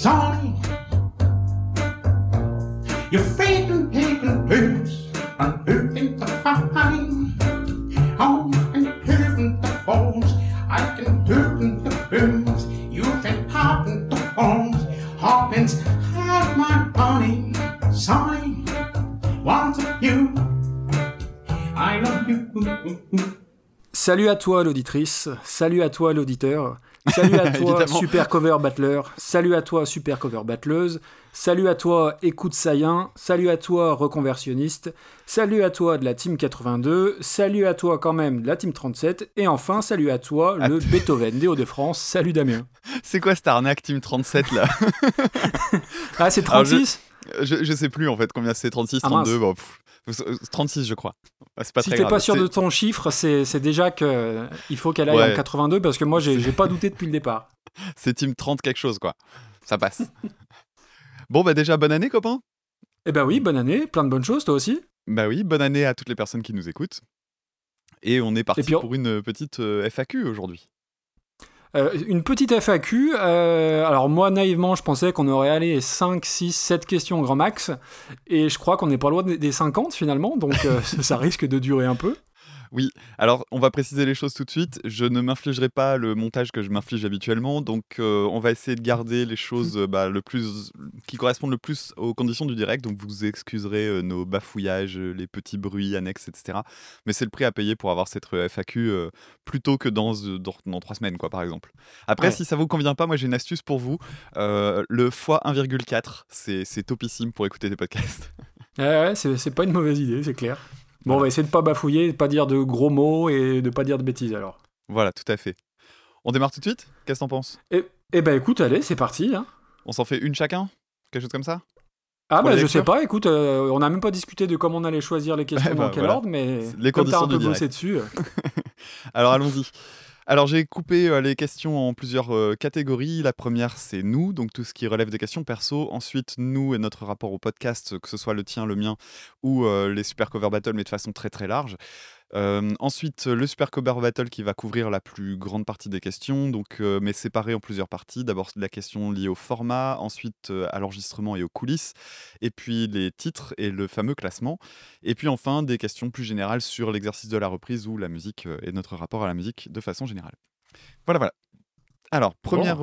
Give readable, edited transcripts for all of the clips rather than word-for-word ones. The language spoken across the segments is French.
Sonny, you're faking, taking pills, and hurting the fine. Oh, and hurting the bones, I can hurting the bones. You've been hopping the bones, hoppins, have my honey. Sonny, want you, I love you. Salut à toi l'auditrice, salut à toi l'auditeur, salut à toi super cover battler, salut à toi super cover battleuse, salut à toi écoute saïen, salut à toi reconversionniste, salut à toi de la team 82, salut à toi quand même de la team 37, et enfin salut à toi le Beethoven des Hauts-de-France, salut Damien. C'est quoi cette arnaque team 37 là? Ah c'est 36? Alors, je sais plus en fait combien c'est, 36, 32, bon, 36 je crois. C'est pas si très t'es grave. pas sûr de ton chiffre, c'est déjà qu'il faut qu'elle aille en 82 parce que moi j'ai pas douté depuis le départ. C'est team 30 quelque chose quoi, ça passe. Bon bah déjà bonne année copain. Eh ben oui, bonne année, plein de bonnes choses toi aussi. Bah oui, bonne année à toutes les personnes qui nous écoutent. Et on est parti pour une petite FAQ aujourd'hui. Une petite FAQ, alors moi naïvement je pensais qu'on aurait allé 5, 6, 7 questions au grand max, et je crois qu'on n'est pas loin des 50 finalement, donc ça risque de durer un peu. Oui, alors on va préciser les choses tout de suite, je ne m'infligerai pas le montage que je m'inflige habituellement, donc on va essayer de garder les choses qui correspondent le plus aux conditions du direct, donc vous excuserez nos bafouillages, les petits bruits annexes, etc. Mais c'est le prix à payer pour avoir cette FAQ plutôt que dans 3 semaines, quoi, par exemple. Après, si ça vous convient pas, moi j'ai une astuce pour vous, le x1,4, c'est topissime pour écouter des podcasts. Ouais, c'est pas une mauvaise idée, c'est clair. Bon, on va essayer de pas bafouiller, de pas dire de gros mots et de pas dire de bêtises alors. Voilà, tout à fait. On démarre tout de suite? Qu'est-ce que t'en penses? Eh ben écoute, allez, c'est parti. Hein. On s'en fait une chacun? Quelque chose comme ça? Ah bah je sais pas, écoute, on n'a même pas discuté de comment on allait choisir les questions dans quel ordre, mais les comme t'as un peu direct. bossé dessus... Alors allons-y. Alors j'ai coupé les questions en plusieurs catégories. La première c'est nous, donc tout ce qui relève des questions perso. Ensuite nous et notre rapport au podcast, que ce soit le tien, le mien ou les Super Cover Battle, mais de façon très très large. Ensuite le Super Cover Battle qui va couvrir la plus grande partie des questions, donc, mais séparé en plusieurs parties. D'abord la question liée au format, ensuite à l'enregistrement et aux coulisses, et puis les titres et le fameux classement, et puis enfin des questions plus générales sur l'exercice de la reprise ou la musique et notre rapport à la musique de façon générale. Voilà. Alors première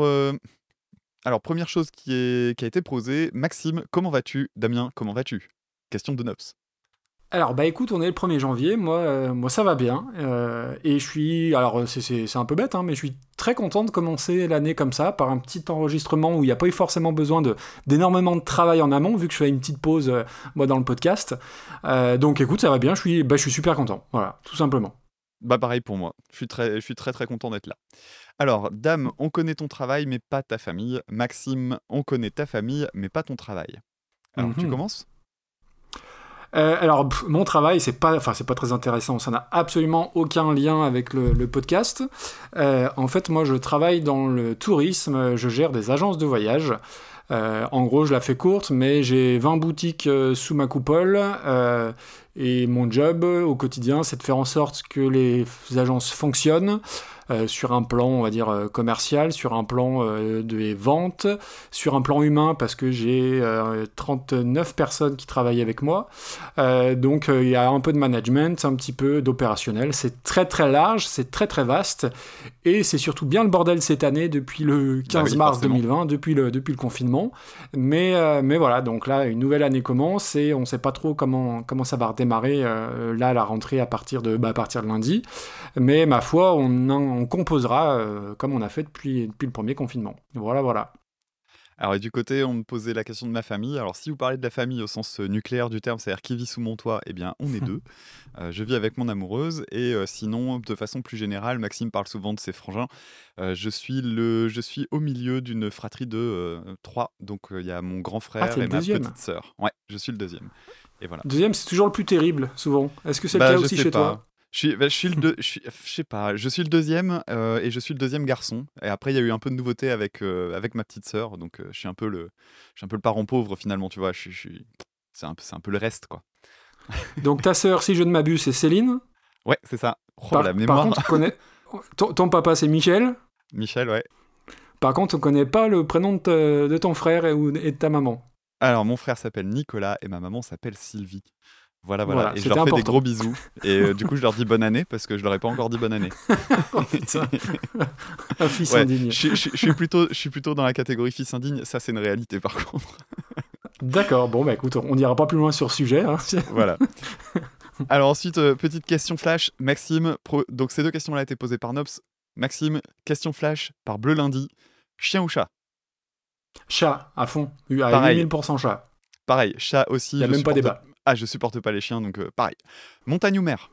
chose qui a été posée. Maxime, comment vas-tu? Damien, comment vas-tu? Question de Nops. Alors bah écoute, on est le 1er janvier, moi ça va bien, et je suis, alors c'est un peu bête, hein, mais je suis très content de commencer l'année comme ça, par un petit enregistrement où il n'y a pas eu forcément besoin d'énormément de travail en amont, vu que je fais une petite pause moi dans le podcast, donc écoute, ça va bien, je suis super content, voilà, tout simplement. Bah pareil pour moi, je suis très très content d'être là. Alors Dame, on connaît ton travail mais pas ta famille. Maxime, on connaît ta famille mais pas ton travail. Alors tu commences? Alors mon travail c'est pas très intéressant, ça n'a absolument aucun lien avec le podcast. En fait moi je travaille dans le tourisme, je gère des agences de voyage. En gros je la fais courte, mais j'ai 20 boutiques sous ma coupole, et mon job au quotidien c'est de faire en sorte que les agences fonctionnent sur un plan, on va dire, commercial, sur un plan des ventes, sur un plan humain, parce que j'ai 39 personnes qui travaillent avec moi. Donc, il y a un peu de management, un petit peu d'opérationnel. C'est très, très large, c'est très, très vaste. Et c'est surtout bien le bordel cette année, depuis le 15 mars 2020, depuis le confinement. Mais voilà, donc là, une nouvelle année commence et on ne sait pas trop comment ça va redémarrer, là, la rentrée à partir de lundi. Mais ma foi, on composera comme on a fait depuis le premier confinement. Voilà. Alors et du côté, on me posait la question de ma famille. Alors si vous parlez de la famille au sens nucléaire du terme, c'est-à-dire qui vit sous mon toit, eh bien on est deux. Je vis avec mon amoureuse, et sinon, de façon plus générale, Maxime parle souvent de ses frangins. Je suis au milieu d'une fratrie de 3. Donc il y a mon grand frère et ma petite sœur. Ouais, je suis le deuxième. Et voilà. Deuxième, c'est toujours le plus terrible, souvent. Est-ce que c'est le cas aussi chez toi? Je suis le deuxième, et je suis le deuxième garçon. Et après, il y a eu un peu de nouveauté avec ma petite sœur, donc je suis un peu le parent pauvre finalement, tu vois. C'est un peu le reste, quoi. Donc ta sœur, si je ne m'abuse, c'est Céline. Ouais, c'est ça. La mémoire. Par contre, ton papa, c'est Michel. Michel, ouais. Par contre, on connaît pas le prénom de ton frère et de ta maman. Alors, mon frère s'appelle Nicolas et ma maman s'appelle Sylvie. Voilà. Voilà, Et je c'était leur fais des important. gros bisous. Et du coup, je leur dis bonne année parce que je leur ai pas encore dit bonne année. Oh putain. Un fils Ouais, indigne. je suis plutôt dans la catégorie fils indigne. Ça, c'est une réalité par contre. D'accord, bon bah écoute, on n'ira pas plus loin sur ce sujet. Hein. Voilà. Alors ensuite, petite question flash. Maxime, donc ces deux questions-là étaient posées par Nobs. Maxime, question flash par Bleu Lundi. Chien ou chat? Chat, à fond. À Pareil. 8000% chat. Pareil, chat aussi. Il n'y a même pas débat. Ah, je supporte pas les chiens, donc pareil. Montagne ou mer?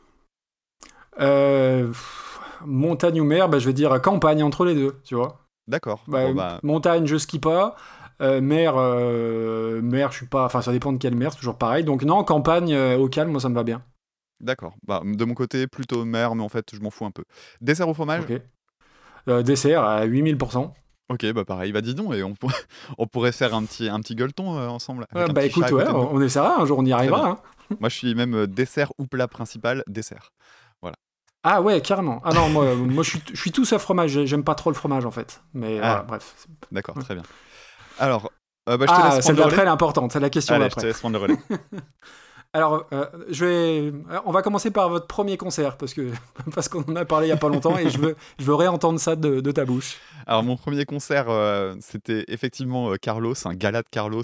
Montagne ou mer, bah, je vais dire campagne entre les deux, tu vois. D'accord. Bah, Bon, bah, montagne, je skie pas. Mer, je suis pas. Enfin, ça dépend de quelle mer, c'est toujours pareil. Donc, non, campagne au calme, moi, ça me va bien. d'accord. Bah, de mon côté, plutôt mer, mais en fait, je m'en fous un peu. Dessert au fromage? Ok. Dessert à 8000%. Ok, bah pareil. Bah dis donc, et on pourrait faire un petit gueuleton ensemble. Avec un Bah petit écoute, chat à côté ouais, de nous. on essaiera, un jour on y arrivera. bien. Hein. Moi, je suis même dessert ou plat principal, dessert. Ah ouais, carrément. Ah non, moi je suis tout sauf fromage, j'aime pas trop le fromage en fait. Mais Ah. voilà, bref. D'accord, très bien. Alors, bah, je te Ah, laisse celle prendre le d'après, relais. elle est importante, c'est la question Allez, je te d'après. laisse prendre le relais. Alors, on va commencer par votre premier concert, parce qu'on en a parlé il y a pas longtemps, et je veux réentendre ça de ta bouche. Alors, mon premier concert, c'était effectivement Carlos, un gala de Carlos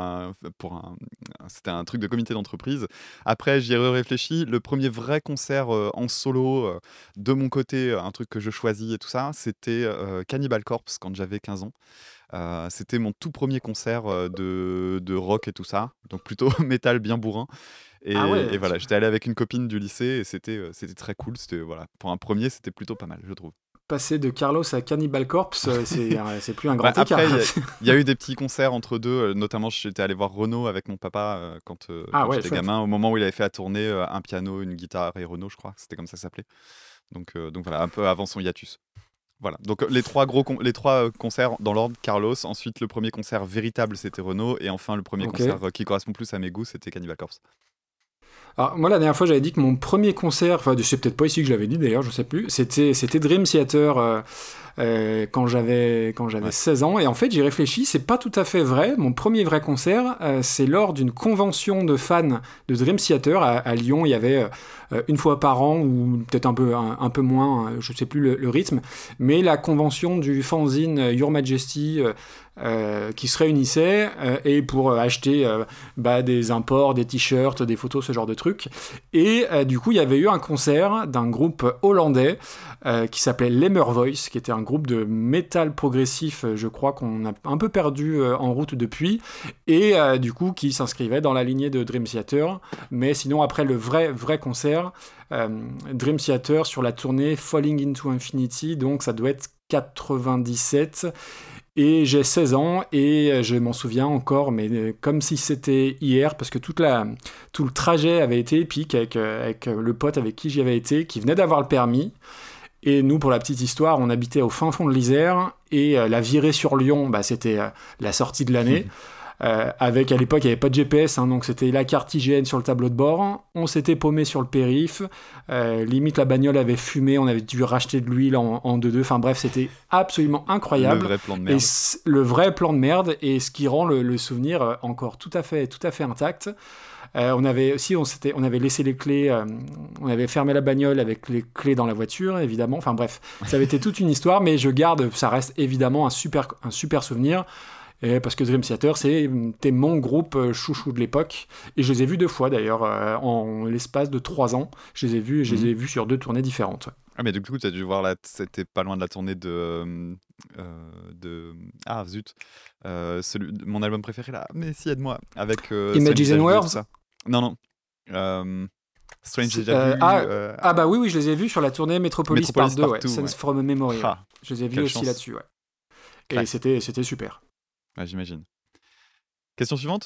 c'était un truc de comité d'entreprise. Après, j'y ai réfléchi. Le premier vrai concert en solo, de mon côté, un truc que je choisis et tout ça, c'était Cannibal Corpse quand j'avais 15 ans. C'était mon tout premier concert de rock et tout ça, donc plutôt métal bien bourrin. Ah ouais. Et voilà, j'étais allé avec une copine du lycée et c'était très cool. Voilà, pour un premier, c'était plutôt pas mal, je trouve. Passer de Carlos à Cannibal Corpse, c'est plus un grand Bah, écart. après, il y a eu des petits concerts entre deux. Notamment, j'étais allé voir Renaud avec mon papa quand ouais, j'étais chouette. gamin, au moment où il avait fait la tournée un piano, une guitare et Renaud, je crois. C'était comme ça s'appelait. Donc voilà, un peu avant son hiatus. Voilà, donc les trois concerts dans l'ordre, Carlos, ensuite le premier concert véritable c'était Renaud, et enfin le premier Ok. concert qui correspond plus à mes goûts c'était Cannibal Corpse. Alors, moi, la dernière fois, j'avais dit que mon premier concert, enfin, c'est peut-être pas ici que je l'avais dit d'ailleurs, je sais plus, c'était Dream Theater quand j'avais Ouais. 16 ans. Et en fait, j'y réfléchis, c'est pas tout à fait vrai. Mon premier vrai concert, c'est lors d'une convention de fans de Dream Theater à Lyon. Il y avait une fois par an, ou peut-être un peu moins, je sais plus le rythme, mais la convention du fanzine Your Majesty. Qui se réunissaient et pour acheter des imports, des t-shirts, des photos, ce genre de trucs. Et du coup, il y avait eu un concert d'un groupe hollandais qui s'appelait Lemmer Voice, qui était un groupe de métal progressif, je crois qu'on a un peu perdu en route depuis, et du coup qui s'inscrivait dans la lignée de Dream Theater. Mais sinon, après le vrai concert, Dream Theater sur la tournée Falling into Infinity, donc ça doit être 97. Et j'ai 16 ans et je m'en souviens encore, mais comme si c'était hier, parce que tout le trajet avait été épique avec le pote avec qui j'y avais été, qui venait d'avoir le permis. Et nous, pour la petite histoire, on habitait au fin fond de l'Isère, et la virée sur Lyon, c'était la sortie de l'année. Avec, à l'époque, il n'y avait pas de GPS, hein, donc c'était la carte IGN sur le tableau de bord. On s'était paumé sur le périph'. Limite, la bagnole avait fumé, on avait dû racheter de l'huile en 2-2. Enfin bref, c'était absolument incroyable. Le vrai plan de merde. Et le vrai plan de merde, et ce qui rend le souvenir encore tout à fait intact. On avait laissé les clés, on avait fermé la bagnole avec les clés dans la voiture, évidemment. Enfin bref, ça avait été toute une histoire, mais ça reste évidemment un super souvenir. Parce que Dream Theater, c'était mon groupe chouchou de l'époque. Et je les ai vus 2 fois d'ailleurs, en l'espace de 3 ans. Je les ai vus sur 2 tournées différentes. Ah, mais du coup, tu as dû voir c'était pas loin de la tournée de. Ah, zut. Mon album préféré là. Mais si, aide-moi. Avec. Images and Words. Non. Strange Déjà Vu. Bah oui, je les ai vus sur la tournée Metropolis Part 2, Part 2, Sense from a Memory. Ah, je les ai vus quelle aussi chance. là-dessus, ouais. Et Clac. c'était super. Ouais, j'imagine. Question suivante.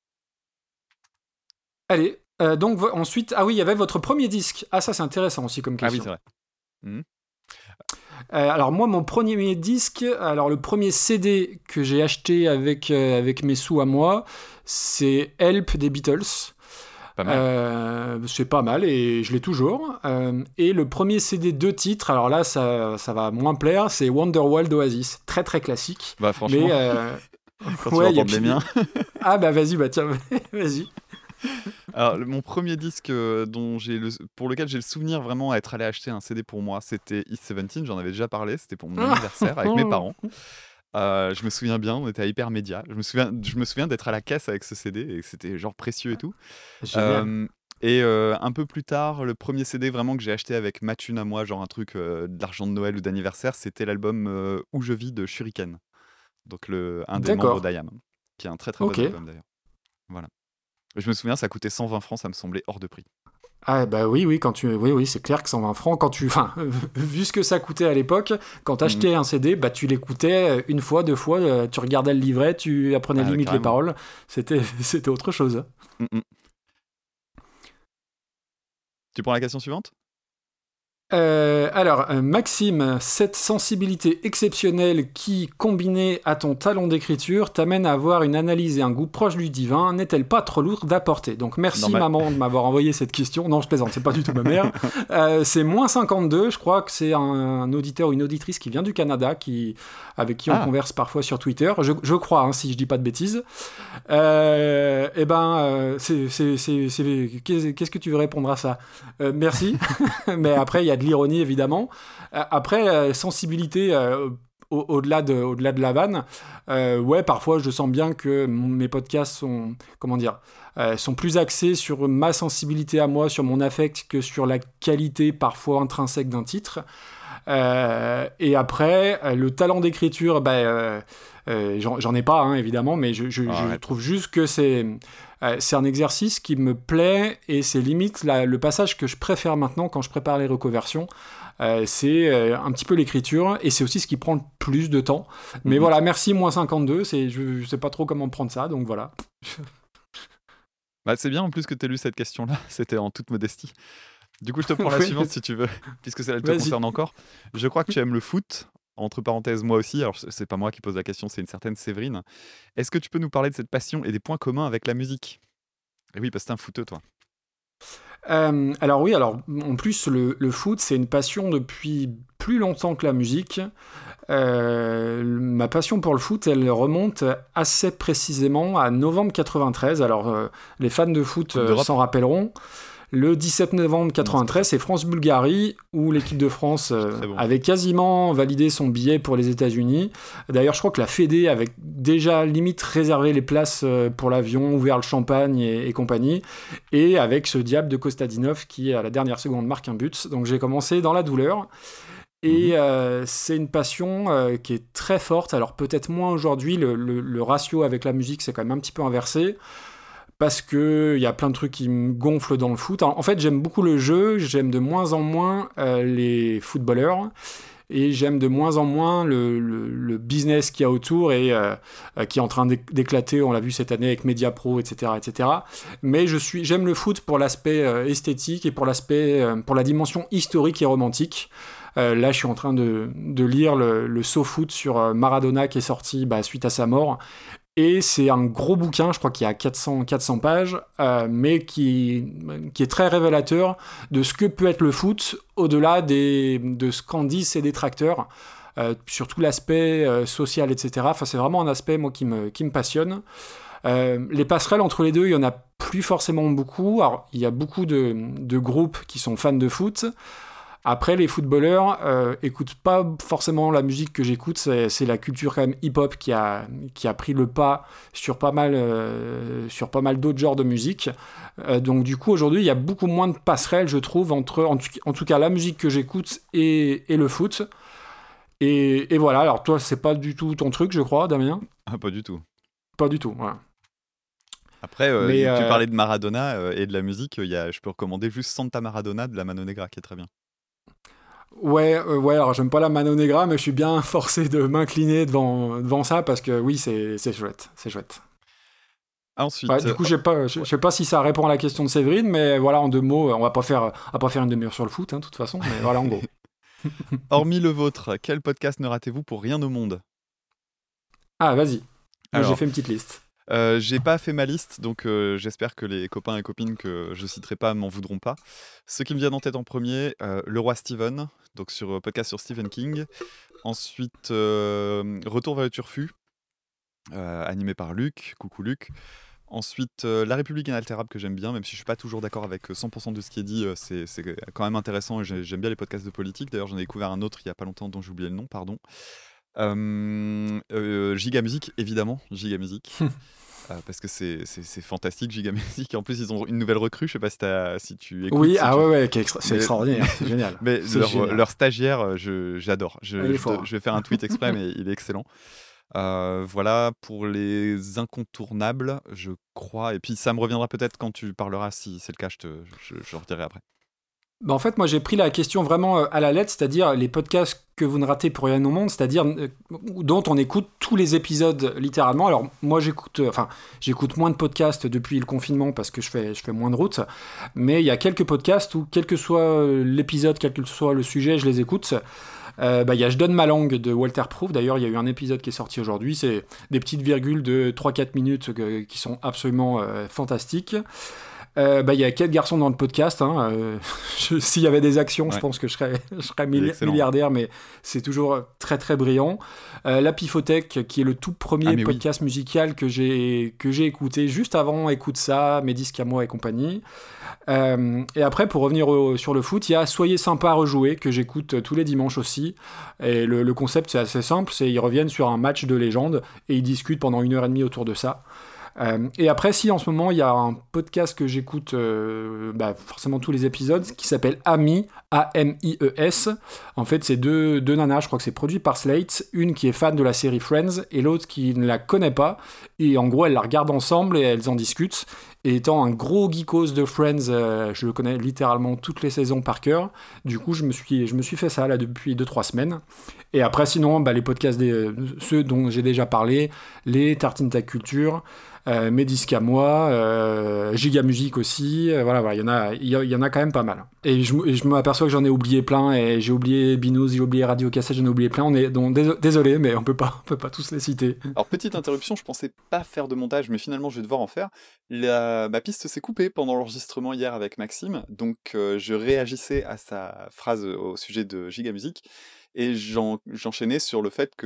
Allez, donc ensuite, il y avait votre premier disque. Ah, ça c'est intéressant aussi comme question. Ah oui, c'est vrai. Alors moi, mon premier disque, le premier CD que j'ai acheté avec mes sous à moi, c'est Help des Beatles. Pas mal. C'est pas mal et je l'ai toujours. Et le premier CD 2 titres, alors là, ça va moins plaire, c'est Wonderwall d'Oasis. Très très classique. Bah franchement, Mais, quand tu vas entendre les miens. Ah bah vas-y, bah tiens, vas-y. Alors, mon premier disque pour lequel j'ai le souvenir vraiment à être allé acheter un CD pour moi, c'était East 17, j'en avais déjà parlé, c'était pour mon anniversaire avec mes parents. Je me souviens bien, on était à Hypermédia. Je me souviens d'être à la caisse avec ce CD et que c'était genre précieux et tout. Génial. Un peu plus tard, le premier CD vraiment que j'ai acheté avec ma thune à moi, genre un truc de l'argent de Noël ou d'anniversaire, c'était l'album Où je vis de Shuriken. Donc un des membres D'accord. d'IAM, qui est un très très bon Ok. album d'ailleurs. Voilà. Je me souviens, ça coûtait 120 francs, ça me semblait hors de prix. Ah bah oui, oui, c'est clair que 120 francs, enfin, vu ce que ça coûtait à l'époque, quand t'achetais un CD, bah tu l'écoutais une fois, deux fois, tu regardais le livret, tu apprenais limite les Carrément. paroles, c'était autre chose. Tu prends la question suivante ? Alors, Maxime, cette sensibilité exceptionnelle qui, combinée à ton talent d'écriture, t'amène à avoir une analyse et un goût proche du divin, n'est-elle pas trop lourde à porter ? Donc merci Normal. maman de m'avoir envoyé cette question. Non, je plaisante, c'est pas du tout ma mère. C'est moins 52, je crois que c'est un auditeur ou une auditrice qui vient du Canada, avec qui on converse parfois sur Twitter. Je crois, hein, si je dis pas de bêtises. Qu'est-ce que tu veux répondre à ça ? Merci. Mais après, il y a de l'ironie, évidemment. Après, sensibilité, au-delà de la vanne, ouais, parfois, je sens bien que mes podcasts sont, sont plus axés sur ma sensibilité à moi, sur mon affect, que sur la qualité parfois intrinsèque d'un titre. Et après, le talent d'écriture, j'en ai pas, hein, évidemment, mais je trouve juste que c'est un exercice qui me plaît et c'est limite le passage que je préfère maintenant quand je prépare les reconversions. C'est un petit peu l'écriture et c'est aussi ce qui prend le plus de temps. Mais voilà, merci, moins 52, je sais pas trop comment prendre ça, donc voilà. Bah, c'est bien en plus que tu aies lu cette question-là, c'était en toute modestie. Du coup, je te prends la suivante si tu veux, puisque celle-là te concerne encore. Je crois que tu aimes le foot, entre parenthèses, moi aussi. Alors, c'est pas moi qui pose la question, c'est une certaine Séverine. Est-ce que tu peux nous parler de cette passion et des points communs avec la musique ? Et oui, parce que t'es un footeux, toi. Alors oui, en plus, le foot, c'est une passion depuis plus longtemps que la musique. Ma passion pour le foot, elle remonte assez précisément à novembre 93. Alors, les fans de foot s'en rappelleront. Le 17 novembre 93, c'est France-Bulgarie, où l'équipe de France avait quasiment validé son billet pour les États-Unis. D'ailleurs, je crois que la Fédé avait déjà limite réservé les places pour l'avion, ouvert le champagne et compagnie. Et avec ce diable de Kostadinov qui, à la dernière seconde, marque un but. Donc j'ai commencé dans la douleur. Et c'est une passion qui est très forte. Alors peut-être moins aujourd'hui, le ratio avec la musique, c'est quand même un petit peu inversé. Parce qu'il y a plein de trucs qui me gonflent dans le foot. En fait, j'aime beaucoup le jeu, j'aime de moins en moins les footballeurs, et j'aime de moins en moins le business qu'il y a autour, et qui est en train d'éclater, on l'a vu cette année avec Mediapro, etc. etc. Mais j'aime le foot pour l'aspect esthétique, et pour la dimension historique et romantique. Là, je suis en train de lire le SoFoot sur Maradona qui est sorti suite à sa mort. Et c'est un gros bouquin, je crois qu'il y a 400 pages, mais qui est très révélateur de ce que peut être le foot, au-delà de ce qu'en disent ses détracteurs, sur tout l'aspect social, etc. Enfin, c'est vraiment un aspect, moi, qui me passionne. Les passerelles entre les deux, il n'y en a plus forcément beaucoup. Alors, il y a beaucoup de groupes qui sont fans de foot. Après, les footballeurs écoutent pas forcément la musique que j'écoute, c'est la culture quand même hip-hop qui a pris le pas sur pas mal d'autres genres de musique. Donc du coup, aujourd'hui, il y a beaucoup moins de passerelles, je trouve, entre, en tout cas, la musique que j'écoute et le foot. Et voilà, alors toi, c'est pas du tout ton truc, je crois, Damien ? Ah, pas du tout. Pas du tout, voilà. Après, tu parlais de Maradona et de la musique, je peux recommander juste Santa Maradona de la Mano Negra, qui est très bien. Ouais, alors j'aime pas la Mano Negra, mais je suis bien forcé de m'incliner devant ça, parce que oui, c'est chouette, c'est chouette. Ensuite, du coup, je sais pas si ça répond à la question de Séverine, mais voilà, en 2 mots, on va pas faire une demi-heure sur le foot, hein, de toute façon, mais voilà, en gros. Hormis le vôtre, quel podcast ne ratez-vous pour rien au monde ? Ah, vas-y. Alors, j'ai fait une petite liste. J'ai pas fait ma liste, donc j'espère que les copains et copines que je citerai pas m'en voudront pas. Ceux qui me viennent en tête en premier, Le Roi Steven, donc sur podcast sur Stephen King. Ensuite, Retour vers le Turfu, animé par Luc. Coucou Luc. Ensuite, La République inaltérable que j'aime bien, même si je suis pas toujours d'accord avec 100% de ce qui est dit, c'est quand même intéressant et j'aime bien les podcasts de politique. D'ailleurs, j'en ai découvert un autre il y a pas longtemps dont j'ai oublié le nom, pardon. Giga Musique, évidemment, Giga Musique. Parce que c'est fantastique, Giga Musique. En plus, ils ont une nouvelle recrue, je sais pas si tu écoutes. Oui, si tu- ouais, c'est Mais- extraordinaire, c'est génial. Mais C'est génial. leur stagiaire, j'adore. Il est fort. Je vais faire un tweet exprès, mais il est excellent. Voilà pour les incontournables, je crois. Et puis ça me reviendra peut-être quand tu parleras, si c'est le cas, je redirai après. Bah, en fait, moi, j'ai pris la question vraiment à la lettre, c'est-à-dire les podcasts que vous ne ratez pour rien au monde, c'est-à-dire dont on écoute tous les épisodes littéralement. Alors, moi, j'écoute moins de podcasts depuis le confinement parce que je fais moins de route, mais il y a quelques podcasts où, quel que soit l'épisode, quel que soit le sujet, je les écoute. Il y a Je donne ma langue de Walter Proof. D'ailleurs, il y a eu un épisode qui est sorti aujourd'hui. C'est des petites virgules de 3-4 minutes qui sont absolument fantastiques. Il y a 4 garçons dans le podcast. S'il y avait des actions, je Ouais. pense que je serais Excellent. milliardaire, mais c'est toujours très très brillant. La Pifothèque, qui est le tout premier mais oui. podcast musical que j'ai écouté juste avant Écoute ça, Mes disques à moi et compagnie. Et après, pour revenir sur le foot, il y a Soyez sympa à rejouer, que j'écoute tous les dimanches aussi. Et le concept, c'est assez simple, c'est ils reviennent sur un match de légende et ils discutent pendant 1h30 autour de ça. Et après, si en ce moment, il y a un podcast que j'écoute forcément tous les épisodes, qui s'appelle Ami, A-M-I-E-S. En fait, c'est deux nanas, je crois que c'est produit par Slate, une qui est fan de la série Friends et l'autre qui ne la connaît pas. Et en gros, elles la regardent ensemble et elles en discutent. Et étant un gros geekos de Friends, je connais littéralement toutes les saisons par cœur. Du coup, je me suis fait ça là depuis 2-3 semaines. Et après, sinon, les podcasts, ceux dont j'ai déjà parlé, les Tartine Ta Culture, Mes disques à moi, Giga Musique aussi, voilà, il y en a quand même pas mal. Et je m'aperçois que j'en ai oublié plein, et j'ai oublié Binous, j'ai oublié Radio Cassette, j'en ai oublié plein. Donc désolé, mais on peut pas tous les citer. Alors, petite interruption, je pensais pas faire de montage, mais finalement, je vais devoir en faire. Ma piste s'est coupée pendant l'enregistrement hier avec Maxime, donc je réagissais à sa phrase au sujet de Giga Musique, et j'enchaînais sur le fait que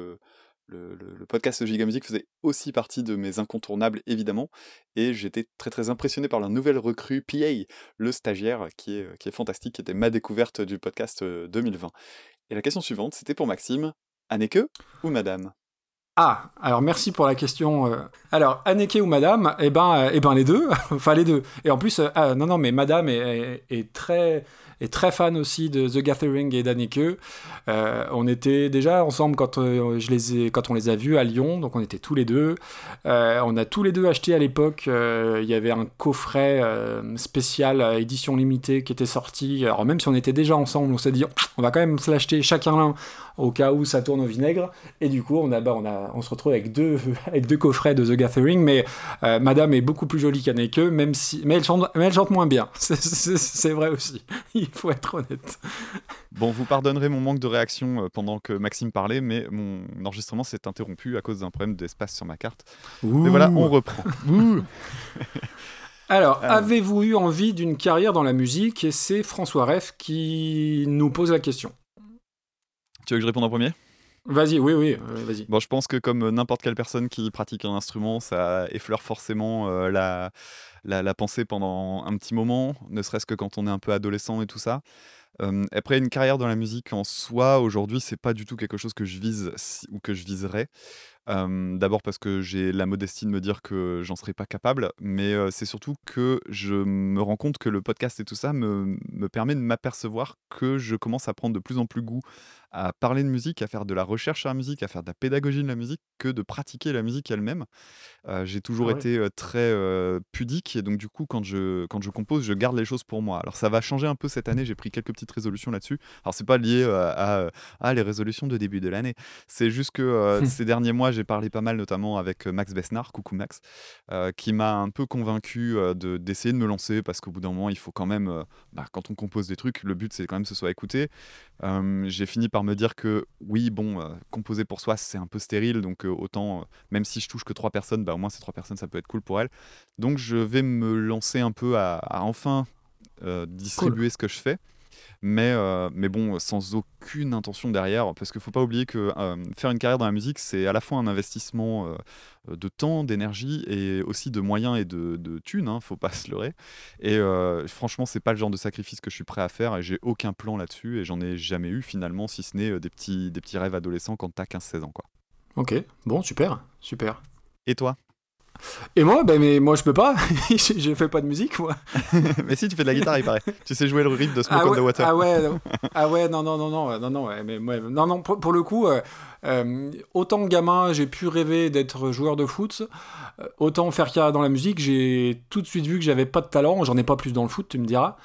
le podcast de Giga Musique faisait aussi partie de mes incontournables, évidemment, et j'étais très très impressionné par la nouvelle recrue, PA, le stagiaire, qui est fantastique, qui était ma découverte du podcast 2020. Et la question suivante, c'était pour Maxime, Anneke ou Madame? Ah, alors merci pour la question. Alors, Anneke ou Madame? Eh ben les deux. Enfin, les deux. Et en plus, non, mais Madame est très fan aussi de The Gathering et d'Anneke. On était déjà ensemble quand on les a vus à Lyon, donc on était tous les deux. On a tous les deux acheté à l'époque. Il y avait un coffret spécial édition limitée qui était sorti. Alors même si on était déjà ensemble, on s'est dit on va quand même se l'acheter chacun l'un au cas où ça tourne au vinaigre. Et du coup, on se retrouve avec deux coffrets de The Gathering, mais Madame est beaucoup plus jolie qu'Anneke, mais elle chante moins bien. C'est vrai aussi. Il faut être honnête. Bon, vous pardonnerez mon manque de réaction pendant que Maxime parlait, mais mon enregistrement s'est interrompu à cause d'un problème d'espace sur ma carte. Mais voilà, on reprend. Alors, avez-vous eu envie d'une carrière dans la musique? Et c'est François Reff qui nous pose la question. Tu veux que je réponde en premier? Vas-y, oui, vas-y. Bon, je pense que comme n'importe quelle personne qui pratique un instrument, ça effleure forcément la pensée pendant un petit moment, ne serait-ce que quand on est un peu adolescent et tout ça. Après, une carrière dans la musique en soi, aujourd'hui, c'est pas du tout quelque chose que je vise ou que je viserais. D'abord parce que j'ai la modestie de me dire que j'en serais pas capable, mais c'est surtout que je me rends compte que le podcast et tout ça me permet de m'apercevoir que je commence à prendre de plus en plus goût à parler de musique, à faire de la recherche sur la musique, à faire de la pédagogie de la musique, que de pratiquer la musique elle-même. J'ai toujours Ah ouais. été très pudique, et donc du coup, quand je compose, je garde les choses pour moi. Alors ça va changer un peu cette année, j'ai pris quelques petites résolutions là-dessus. Alors c'est pas lié à les résolutions de début de l'année, c'est juste que ces derniers mois, j'ai parlé pas mal, notamment avec Max Besnard, coucou Max, qui m'a un peu convaincu d'essayer de me lancer, parce qu'au bout d'un moment, il faut quand même, quand on compose des trucs, le but c'est quand même que ce soit écouté. J'ai fini par me dire que oui, bon, composer pour soi, c'est un peu stérile, donc autant, même si je touche que 3 personnes, bah, au moins ces 3 personnes, ça peut être cool pour elles. Donc je vais me lancer un peu à enfin Cool. distribuer ce que je fais. Mais bon, sans aucune intention derrière, parce qu'il ne faut pas oublier que faire une carrière dans la musique, c'est à la fois un investissement de temps, d'énergie et aussi de moyens et de thunes, hein, faut pas se leurrer. Et franchement, c'est pas le genre de sacrifice que je suis prêt à faire et j'ai aucun plan là-dessus et j'en ai jamais eu finalement, si ce n'est des petits rêves adolescents quand t'as 15-16 ans, quoi. Ok, bon, super, super. Et toi? Et moi, mais moi je peux pas, je fais pas de musique moi. Mais si, tu fais de la guitare, il paraît. Tu sais jouer le riff de Smoke Ah on ouais, the Water. non, ouais, mais ouais, non, pour le coup, autant gamin, j'ai pu rêver d'être joueur de foot, autant faire carrière dans la musique, j'ai tout de suite vu que j'avais pas de talent, j'en ai pas plus dans le foot, tu me diras.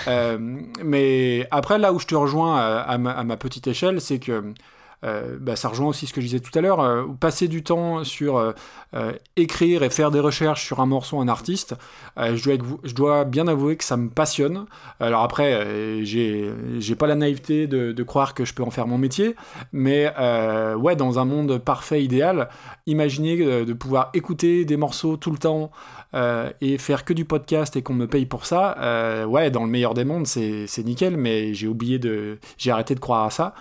Mais après, là où je te rejoins à ma petite échelle, c'est que ça rejoint aussi ce que je disais tout à l'heure, passer du temps sur écrire et faire des recherches sur un morceau, un artiste, je dois bien avouer que ça me passionne. Alors après, j'ai pas la naïveté de croire que je peux en faire mon métier, mais ouais, dans un monde parfait, idéal, imaginer de pouvoir écouter des morceaux tout le temps et faire que du podcast et qu'on me paye pour ça, ouais, dans le meilleur des mondes, c'est nickel, mais j'ai arrêté de croire à ça.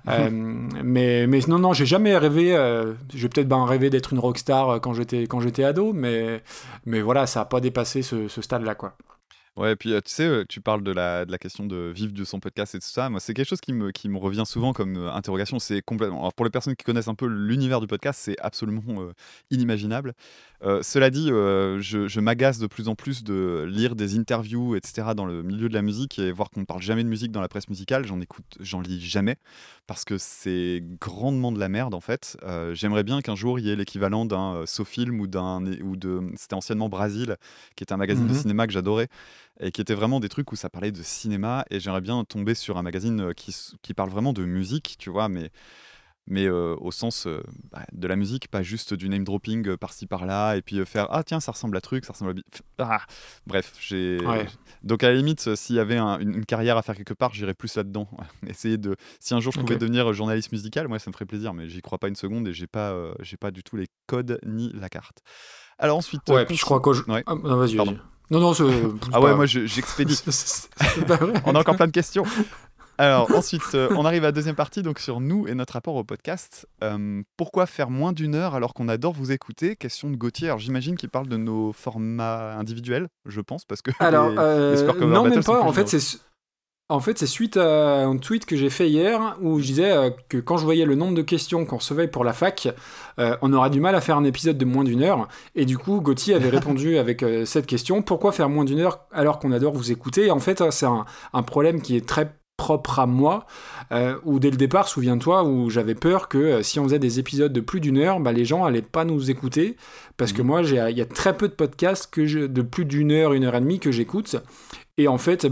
Mais non, j'ai jamais rêvé. J'ai peut-être rêvé d'être une rockstar quand j'étais ado, mais voilà, ça a pas dépassé ce stade-là, quoi. Ouais, et puis tu sais, tu parles de la question de vivre de son podcast et tout ça. Moi, c'est quelque chose qui me revient souvent comme interrogation. C'est complètement. Alors, pour les personnes qui connaissent un peu l'univers du podcast, c'est absolument inimaginable. Cela dit, je m'agace de plus en plus de lire des interviews, etc., dans le milieu de la musique et voir qu'on ne parle jamais de musique dans la presse musicale. J'en lis jamais parce que c'est grandement de la merde en fait. J'aimerais bien qu'un jour il y ait l'équivalent d'un SoFilm c'était anciennement Brasil, qui était un magazine de cinéma que j'adorais et qui était vraiment des trucs où ça parlait de cinéma et j'aimerais bien tomber sur un magazine qui parle vraiment de musique, tu vois, mais au sens de la musique, pas juste du name dropping par-ci par-là et puis faire ah tiens ça ressemble à truc, ça ressemble à bref, Ouais. donc à la limite s'il y avait une carrière à faire quelque part, j'irais plus là-dedans. Essayer de si un jour je pouvais Ok. devenir journaliste musical, moi ça me ferait plaisir, mais j'y crois pas une seconde et j'ai pas du tout les codes ni la carte. Alors ensuite Ouais, puis je crois que ouais, ah, non, vas-y, pardon. vas-y. Non, Ah ouais, moi j'expédie. c'est pas vrai. On a encore plein de questions. Alors ensuite, on arrive à la deuxième partie, donc sur nous et notre rapport au podcast. Pourquoi faire moins d'une heure alors qu'on adore vous écouter? Question de Gauthier. Alors j'imagine qu'il parle de nos formats individuels, je pense, parce que Alors, les Super Cover non, Battle même sont pas. plus En fait, c'est suite à un tweet que j'ai fait hier où je disais que quand je voyais le nombre de questions qu'on recevait pour la fac, on aurait du mal à faire un épisode de moins d'une heure. Et du coup, Gauthier avait répondu avec cette question: pourquoi faire moins d'une heure alors qu'on adore vous écouter? Et en fait, c'est un problème qui est très propre à moi, où dès le départ, souviens-toi, où j'avais peur que si on faisait des épisodes de plus d'une heure, les gens allaient pas nous écouter, parce que moi, il y a très peu de podcasts de plus d'une heure et demie que j'écoute. Et en fait,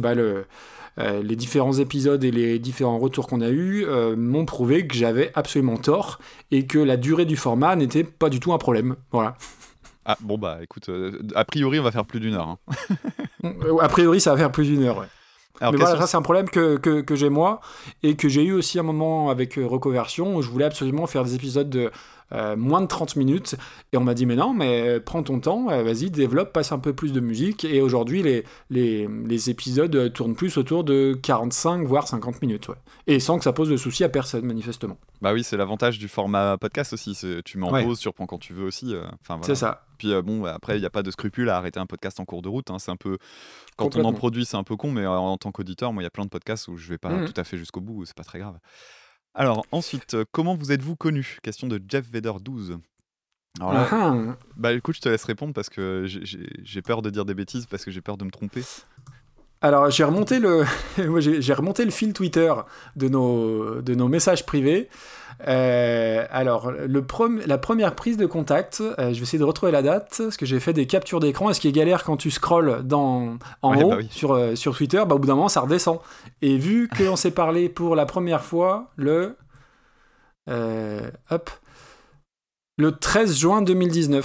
les différents épisodes et les différents retours qu'on a eus m'ont prouvé que j'avais absolument tort et que la durée du format n'était pas du tout un problème. Voilà. Ah bon bah écoute, a priori on va faire plus d'une heure. Hein. A priori, ça va faire plus d'une heure, ouais. Alors, Mais voilà, ça c'est un problème que j'ai moi et que j'ai eu aussi un moment avec Reconversion où je voulais absolument faire des épisodes de moins de 30 minutes et on m'a dit mais non, mais prends ton temps, vas-y, développe, passe un peu plus de musique et aujourd'hui les épisodes tournent plus autour de 45 voire 50 minutes, ouais. Et sans que ça pose de soucis à personne manifestement. Bah oui, c'est l'avantage du format podcast aussi, tu mets en Ouais. pause, tu reprends quand tu veux aussi, enfin voilà. C'est ça. Puis bon, après, il n'y a pas de scrupule à arrêter un podcast en cours de route. Hein. C'est un peu quand on en Complètement. produit, c'est un peu con, mais en tant qu'auditeur, moi, il y a plein de podcasts où je vais pas tout à fait jusqu'au bout, c'est pas très grave. Alors ensuite, comment vous êtes-vous connu? Question de Jeff Vader 12. Alors là, Ah, bah écoute, je te laisse répondre parce que j'ai peur de dire des bêtises parce que j'ai peur de me tromper. alors j'ai remonté j'ai remonté le fil Twitter de nos messages privés. Alors la première prise de contact, je vais essayer de retrouver la date parce que j'ai fait des captures d'écran. Et ce qui est galère quand tu scrolles en Ouais, haut bah oui. sur Twitter, au bout d'un moment ça redescend. Et vu qu'on s'est parlé pour la première fois le 13 juin 2019.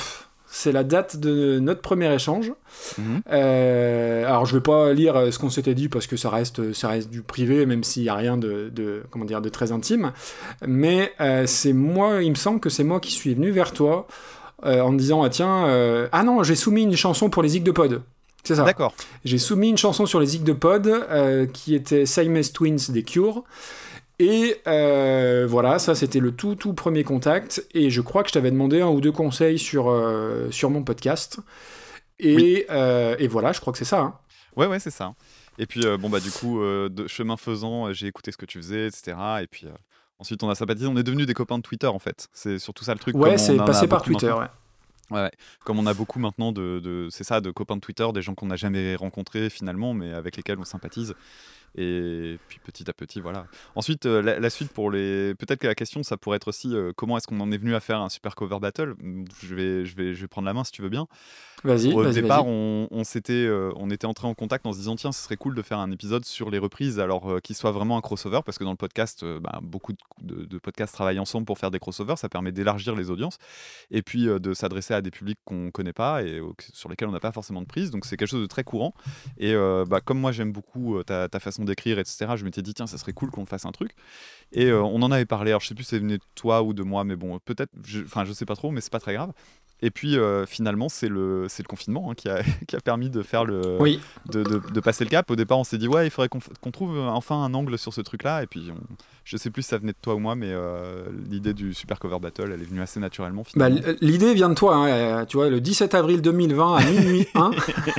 c'est la date de notre premier échange. Mhm. Alors je vais pas lire ce qu'on s'était dit parce que ça reste du privé, même s'il y a rien de très intime. Mais c'est moi, il me semble que c'est moi qui suis venu vers toi en me disant ah non, j'ai soumis une chanson pour les Zig de Pod. C'est ça. D'accord. J'ai soumis une chanson sur les Zig de Pod qui était Siamese Twins des Cure. Et voilà, ça c'était le tout premier contact. Et je crois que je t'avais demandé 1 ou 2 conseils sur mon podcast. Et voilà, je crois que c'est ça. Hein. Ouais, c'est ça. Et puis, du coup, de chemin faisant, j'ai écouté ce que tu faisais, etc. Et puis, ensuite, on a sympathisé. On est devenus des copains de Twitter, en fait. C'est surtout ça le truc. Ouais, c'est passé par Twitter, maintenant. ouais. Ouais. Comme on a beaucoup maintenant c'est ça, de copains de Twitter, des gens qu'on n'a jamais rencontrés finalement, mais avec lesquels on sympathise. Et puis petit à petit, voilà. Ensuite, la suite pour les. Peut-être que la question, ça pourrait être aussi comment est-ce qu'on en est venu à faire un super cover battle. Je vais prendre la main si tu veux bien. Au départ, on était entré en contact en se disant tiens, ce serait cool de faire un épisode sur les reprises, alors qu'il soit vraiment un crossover, parce que dans le podcast, beaucoup de podcasts travaillent ensemble pour faire des crossovers, ça permet d'élargir les audiences, et puis de s'adresser à des publics qu'on connaît pas et sur lesquels on n'a pas forcément de prise, donc c'est quelque chose de très courant. Et comme moi j'aime beaucoup ta façon d'écrire, etc., je m'étais dit tiens, ça serait cool qu'on fasse un truc. Et on en avait parlé, alors je sais plus si c'est venu de toi ou de moi, mais bon, peut-être, je sais pas trop, mais c'est pas très grave. Et puis finalement, c'est le confinement qui a permis de faire de passer le cap. Au départ, on s'est dit ouais, il faudrait qu'on trouve enfin un angle sur ce truc-là. Et puis je sais plus si ça venait de toi ou moi, mais l'idée du Super Cover Battle, elle est venue assez naturellement. Finalement. L'idée vient de toi, hein, tu vois, le 17 avril 2020 à minuit 1.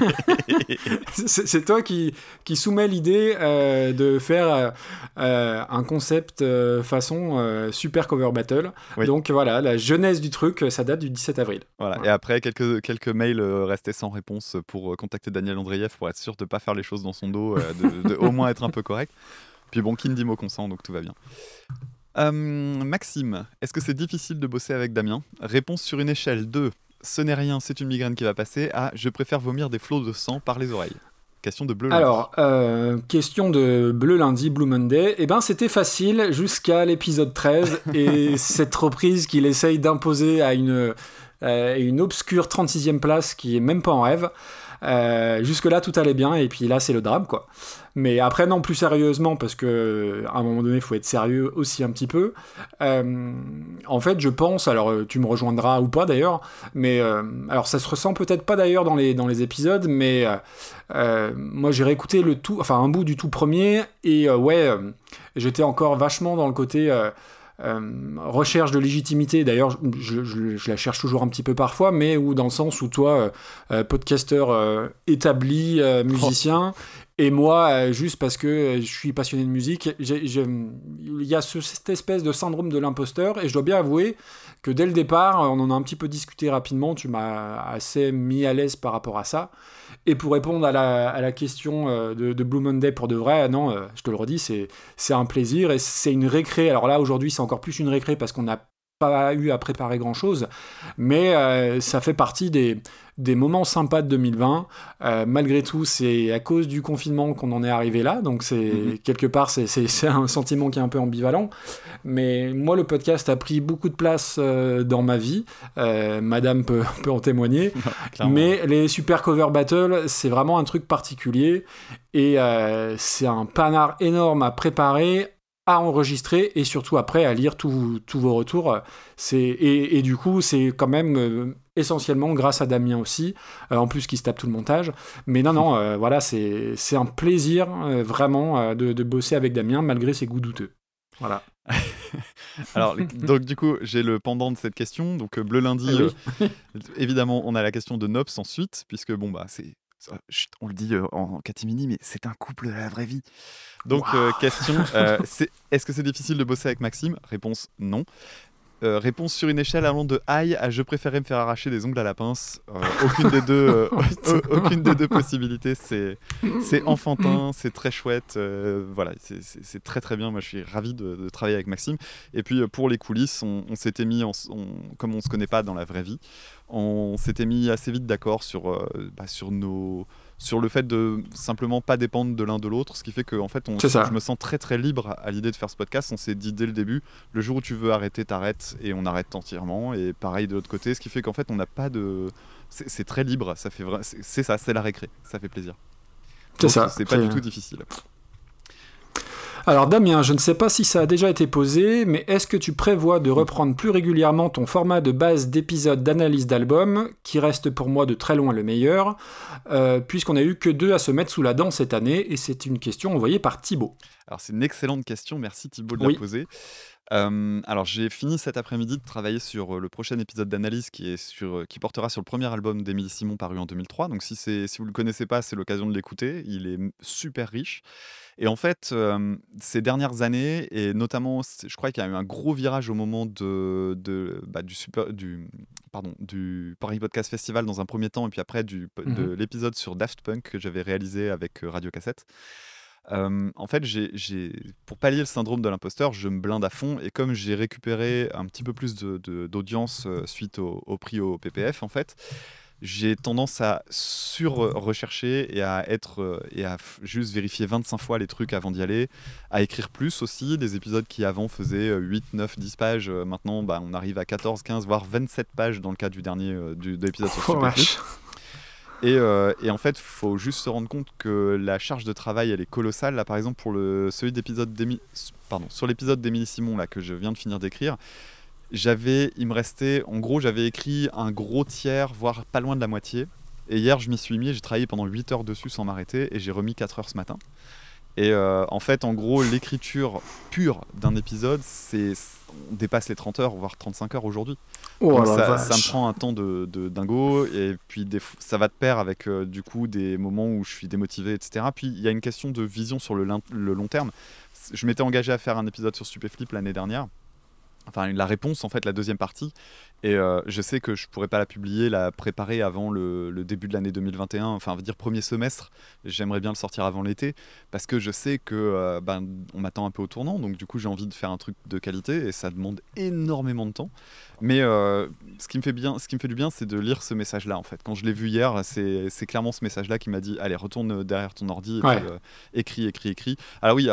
c'est toi qui soumets l'idée de faire un concept façon Super Cover Battle. Oui. Donc voilà, la genèse du truc, ça date du 17 avril. Voilà. Et après, quelques mails restaient sans réponse pour contacter Daniel Andreev pour être sûr de ne pas faire les choses dans son dos, de au moins être un peu correct. Puis bon, qui ne dit mot consent, donc tout va bien. Maxime, est-ce que c'est difficile de bosser avec Damien ? Réponse sur une échelle de « ce n'est rien, c'est une migraine qui va passer » à « je préfère vomir des flots de sang par les oreilles ». Question de Bleu Lundi. Alors, question de Bleu Lundi, Blue Monday. Eh ben, c'était facile jusqu'à l'épisode 13 et cette reprise qu'il essaye d'imposer à une obscure 36e place qui est même pas en rêve. Jusque-là, tout allait bien, et puis là, c'est le drame, quoi. Mais après, non, plus sérieusement, parce que à un moment donné, il faut être sérieux aussi un petit peu. En fait, je pense, alors tu me rejoindras ou pas d'ailleurs, mais alors ça se ressent peut-être pas d'ailleurs dans les épisodes, mais moi j'ai réécouté un bout du tout premier, et j'étais encore vachement dans le côté recherche de légitimité. D'ailleurs, je la cherche toujours un petit peu parfois, mais dans le sens où toi, podcasteur établi, musicien, et moi, juste parce que je suis passionné de musique, il y a cette espèce de syndrome de l'imposteur, et je dois bien avouer que dès le départ, on en a un petit peu discuté rapidement, tu m'as assez mis à l'aise par rapport à ça. Et pour répondre à la question de Blue Monday pour de vrai, non, je te le redis, c'est un plaisir et c'est une récré. Alors là, aujourd'hui, c'est encore plus une récré parce qu'on n'a pas eu à préparer grand-chose, mais ça fait partie des moments sympas de 2020. Malgré tout, c'est à cause du confinement qu'on en est arrivé là, donc quelque part, c'est un sentiment qui est un peu ambivalent. Mais moi, le podcast a pris beaucoup de place dans ma vie. Madame peut en témoigner. Mais les Super Cover Battle, c'est vraiment un truc particulier. Et c'est un panard énorme à préparer, à enregistrer et surtout après à lire tous vos retours. Et du coup, c'est quand même essentiellement grâce à Damien aussi, en plus qui se tape tout le montage. Mais non, voilà, c'est un plaisir vraiment de bosser avec Damien malgré ses goûts douteux. Voilà. Alors, donc du coup, j'ai le pendant de cette question. Donc, Bleu Lundi, évidemment, on a la question de Nops ensuite, puisque c'est... On le dit en catimini, mais c'est un couple de la vraie vie. Donc, question, est-ce que c'est difficile de bosser avec Maxime ? Réponse, non. Réponse sur une échelle allant de aïe à je préférais me faire arracher des ongles à la pince. Aucune des deux possibilités. C'est enfantin, c'est très chouette. Voilà, c'est très très bien. Moi, je suis ravi de travailler avec Maxime. Et puis, pour les coulisses, on s'était mis, comme on se connaît pas dans la vraie vie, on s'était mis assez vite d'accord sur sur le fait de simplement pas dépendre de l'un de l'autre, ce qui fait que en fait, C'est ça. je me sens très très libre à l'idée de faire ce podcast. On s'est dit dès le début, le jour où tu veux arrêter, t'arrêtes et on arrête entièrement. Et pareil de l'autre côté, ce qui fait qu'en fait, on n'a pas de, c'est très libre. Ça fait c'est ça, c'est la récré. Ça fait plaisir. C'est Donc, ça. c'est pas du tout difficile. Alors Damien, je ne sais pas si ça a déjà été posé, mais est-ce que tu prévois de reprendre plus régulièrement ton format de base d'épisode d'analyse d'album, qui reste pour moi de très loin le meilleur, puisqu'on a eu que 2 à se mettre sous la dent cette année, et c'est une question envoyée par Thibaut. Alors c'est une excellente question, merci Thibaut de Oui. la poser. Alors j'ai fini cet après-midi de travailler sur le prochain épisode d'analyse qui portera sur le premier album d'Émilie Simon paru en 2003. Donc si vous le connaissez pas, c'est l'occasion de l'écouter. Il est super riche. Et en fait, ces dernières années, et notamment, je crois qu'il y a eu un gros virage au moment du Paris Podcast Festival dans un premier temps, et puis après de l'épisode sur Daft Punk que j'avais réalisé avec Radio Cassette. En fait, pour pallier le syndrome de l'imposteur, je me blinde à fond, et comme j'ai récupéré un petit peu plus d'audience suite au prix au PPF, en fait, j'ai tendance à sur-rechercher et à juste vérifier 25 fois les trucs avant d'y aller, à écrire plus aussi. Des épisodes qui avant faisaient 8, 9, 10 pages, maintenant on arrive à 14, 15, voire 27 pages dans le cas du dernier de l'épisode sur Superflu. Et en fait, il faut juste se rendre compte que la charge de travail, elle est colossale. Là, par exemple, pour sur l'épisode d'Émilie Simon là, que je viens de finir d'écrire, j'avais écrit un gros tiers, voire pas loin de la moitié. Et hier, je m'y suis mis, j'ai travaillé pendant 8 heures dessus sans m'arrêter, et j'ai remis 4 heures ce matin. Et en fait, en gros, l'écriture pure d'un épisode, on dépasse les 30 heures, voire 35 heures aujourd'hui. Oh, ça me prend un temps de dingo, et puis ça va de pair avec du coup des moments où je suis démotivé, etc. Puis il y a une question de vision sur le long terme. Je m'étais engagé à faire un épisode sur Stupéflip l'année dernière. Enfin, la réponse, en fait, la deuxième partie. Et je sais que je pourrais pas la préparer avant le début de l'année 2021, enfin, dire premier semestre. J'aimerais bien le sortir avant l'été, parce que je sais que on m'attend un peu au tournant, donc du coup, j'ai envie de faire un truc de qualité, et ça demande énormément de temps. Mais ce qui me fait du bien, c'est de lire ce message-là, en fait. Quand je l'ai vu hier, c'est clairement ce message-là qui m'a dit, allez, retourne derrière ton ordi, et puis écris. Alors oui,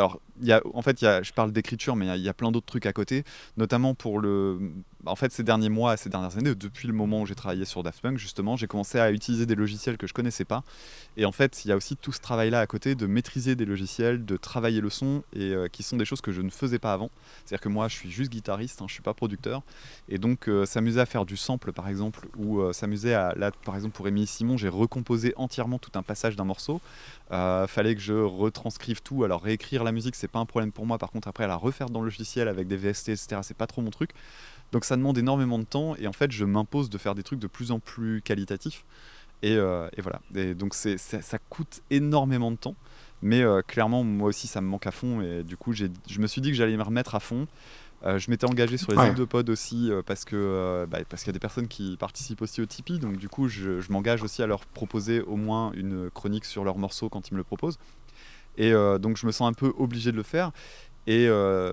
je parle d'écriture, mais il y a plein d'autres trucs à côté, notamment pour en fait, ces dernières années, depuis le moment où j'ai travaillé sur Daft Punk, justement, j'ai commencé à utiliser des logiciels que je connaissais pas. Et en fait, il y a aussi tout ce travail-là à côté de maîtriser des logiciels, de travailler le son, et qui sont des choses que je ne faisais pas avant. C'est-à-dire que moi, je suis juste guitariste, je suis pas producteur. Et donc, s'amuser à faire du sample, par exemple, ou là, par exemple, pour Émilie Simon, j'ai recomposé entièrement tout un passage d'un morceau. Fallait que je retranscrive tout. Alors, réécrire la musique, c'est pas un problème pour moi. Par contre, après, la refaire dans le logiciel avec des VST, etc., c'est pas trop mon truc. Donc ça demande énormément de temps, et en fait je m'impose de faire des trucs de plus en plus qualitatifs, et voilà. Et donc ça coûte énormément de temps, mais clairement moi aussi ça me manque à fond, et du coup je me suis dit que j'allais me remettre à fond. Je m'étais engagé sur les îles de pod aussi, parce qu'il y a des personnes qui participent aussi au Tipeee, donc du coup je m'engage aussi à leur proposer au moins une chronique sur leurs morceaux quand ils me le proposent, et donc je me sens un peu obligé de le faire. Et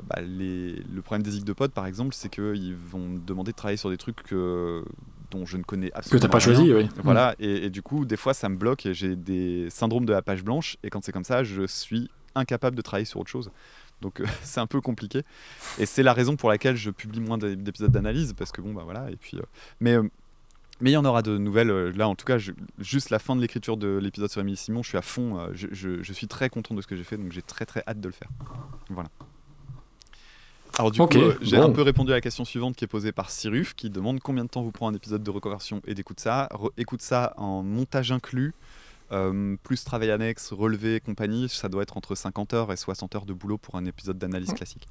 le problème des de pod, par exemple, c'est qu'ils vont me demander de travailler sur des trucs dont je ne connais absolument rien. Que t'as pas choisi, oui. Voilà, et du coup, des fois, ça me bloque, et j'ai des syndromes de la page blanche, et quand c'est comme ça, je suis incapable de travailler sur autre chose. Donc c'est un peu compliqué. Et c'est la raison pour laquelle je publie moins d'épisodes d'analyse, parce que voilà, et puis... Mais il y en aura de nouvelles. Là, en tout cas, juste la fin de l'écriture de l'épisode sur Émilie Simon, je suis à fond. Je suis très content de ce que j'ai fait, donc j'ai très très hâte de le faire. Voilà. Alors du coup, j'ai un peu répondu à la question suivante qui est posée par Cyruf, qui demande combien de temps vous prend un épisode de reconversion et d'écoute ça. Écoute ça en montage inclus, plus travail annexe, relevé et compagnie. Ça doit être entre 50 heures et 60 heures de boulot pour un épisode d'analyse classique.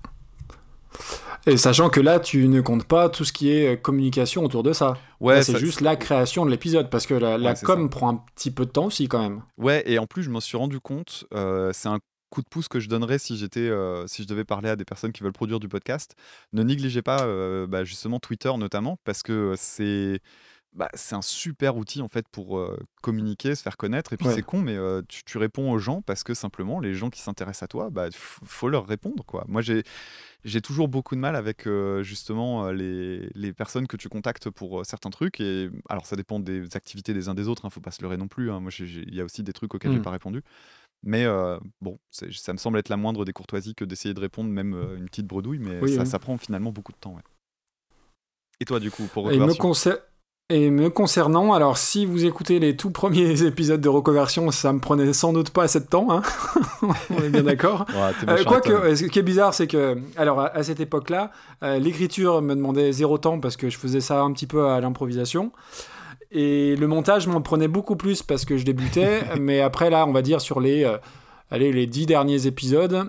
Et sachant que là, tu ne comptes pas tout ce qui est communication autour de ça. Ouais, là, c'est juste la création de l'épisode, parce que la com prend un petit peu de temps aussi quand même. Ouais, et en plus, je m'en suis rendu compte, c'est un coup de pouce que je donnerais si je devais parler à des personnes qui veulent produire du podcast. Ne négligez pas justement Twitter notamment, parce que c'est c'est un super outil en fait pour communiquer, se faire connaître. Et puis Ouais. c'est con, mais tu réponds aux gens parce que simplement les gens qui s'intéressent à toi, faut leur répondre quoi. Moi j'ai toujours beaucoup de mal avec justement les personnes que tu contactes pour certains trucs. Et alors ça dépend des activités des uns des autres, faut pas se leurrer non plus. Moi il y a aussi des trucs auxquels j'ai pas répondu. Mais bon, ça me semble être la moindre des courtoisies que d'essayer de répondre, même une petite bredouille, mais Oui, oui. ça prend finalement beaucoup de temps. Ouais. Et toi, du coup, pour Et Reconversion me concernant, alors si vous écoutez les tout premiers épisodes de Reconversion, ça me prenait sans doute pas assez de temps, hein. On est bien d'accord. Ouais, t'es méchant, Quoique, ce qui est bizarre, c'est que, alors à cette époque-là, l'écriture me demandait 0 temps parce que je faisais ça un petit peu à l'improvisation. Et le montage m'en prenait beaucoup plus parce que je débutais. Mais après, là, on va dire sur les 10 derniers épisodes,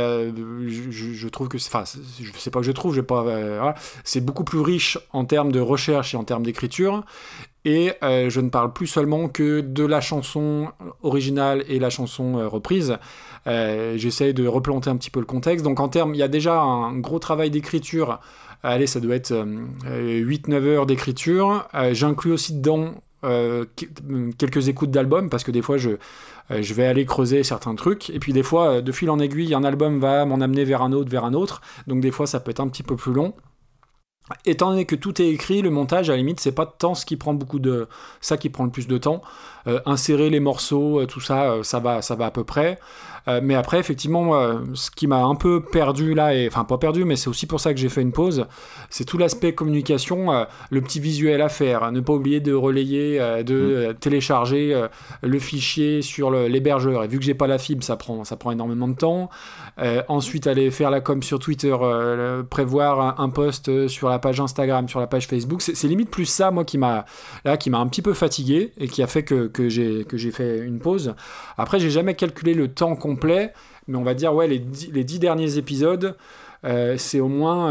je trouve que c'est pas que je trouve, voilà. C'est beaucoup plus riche en termes de recherche et en termes d'écriture. Et je ne parle plus seulement que de la chanson originale et la chanson reprise. J'essaie de replanter un petit peu le contexte. Donc en termes, il y a déjà un gros travail d'écriture. Allez, ça doit être 8-9 heures d'écriture. J'inclus aussi dedans quelques écoutes d'albums, parce que des fois, je vais aller creuser certains trucs. Et puis des fois, de fil en aiguille, un album va m'en amener vers un autre. Donc des fois, ça peut être un petit peu plus long. Étant donné que tout est écrit, le montage, à la limite, c'est pas tant ce qui prend ça qui prend le plus de temps. Insérer les morceaux, tout ça, ça va à peu près. Mais après, effectivement, ce qui m'a un peu perdu là, enfin pas perdu, mais c'est aussi pour ça que j'ai fait une pause, c'est tout l'aspect communication, le petit visuel à faire, ne pas oublier de relayer, télécharger le fichier sur l'hébergeur. Et vu que j'ai pas la fibre, ça prend énormément de temps. Ensuite, aller faire la com sur Twitter, prévoir un post sur la page Instagram, sur la page Facebook. C'est limite plus ça, moi, qui m'a un petit peu fatigué et qui a fait que j'ai fait une pause. Après, j'ai jamais calculé le temps complet, mais on va dire, ouais, les 10 derniers épisodes, c'est au moins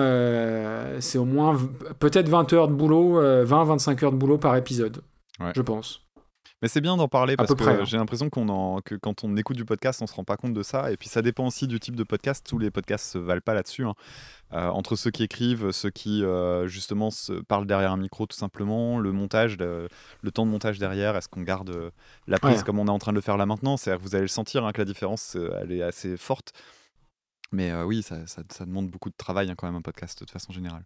peut-être 20 heures de boulot, 20-25 heures de boulot par épisode, je pense. Mais c'est bien d'en parler parce que près, j'ai l'impression que quand on écoute du podcast, on se rend pas compte de ça. Et puis ça dépend aussi du type de podcast. Tous les podcasts se valent pas là-dessus. Entre ceux qui écrivent, ceux qui justement se parlent derrière un micro tout simplement, le montage, le temps de montage derrière, est-ce qu'on garde la prise comme on est en train de le faire là maintenant? C'est-à-dire que vous allez le sentir que la différence elle est assez forte. Mais oui, ça demande beaucoup de travail quand même un podcast de façon générale.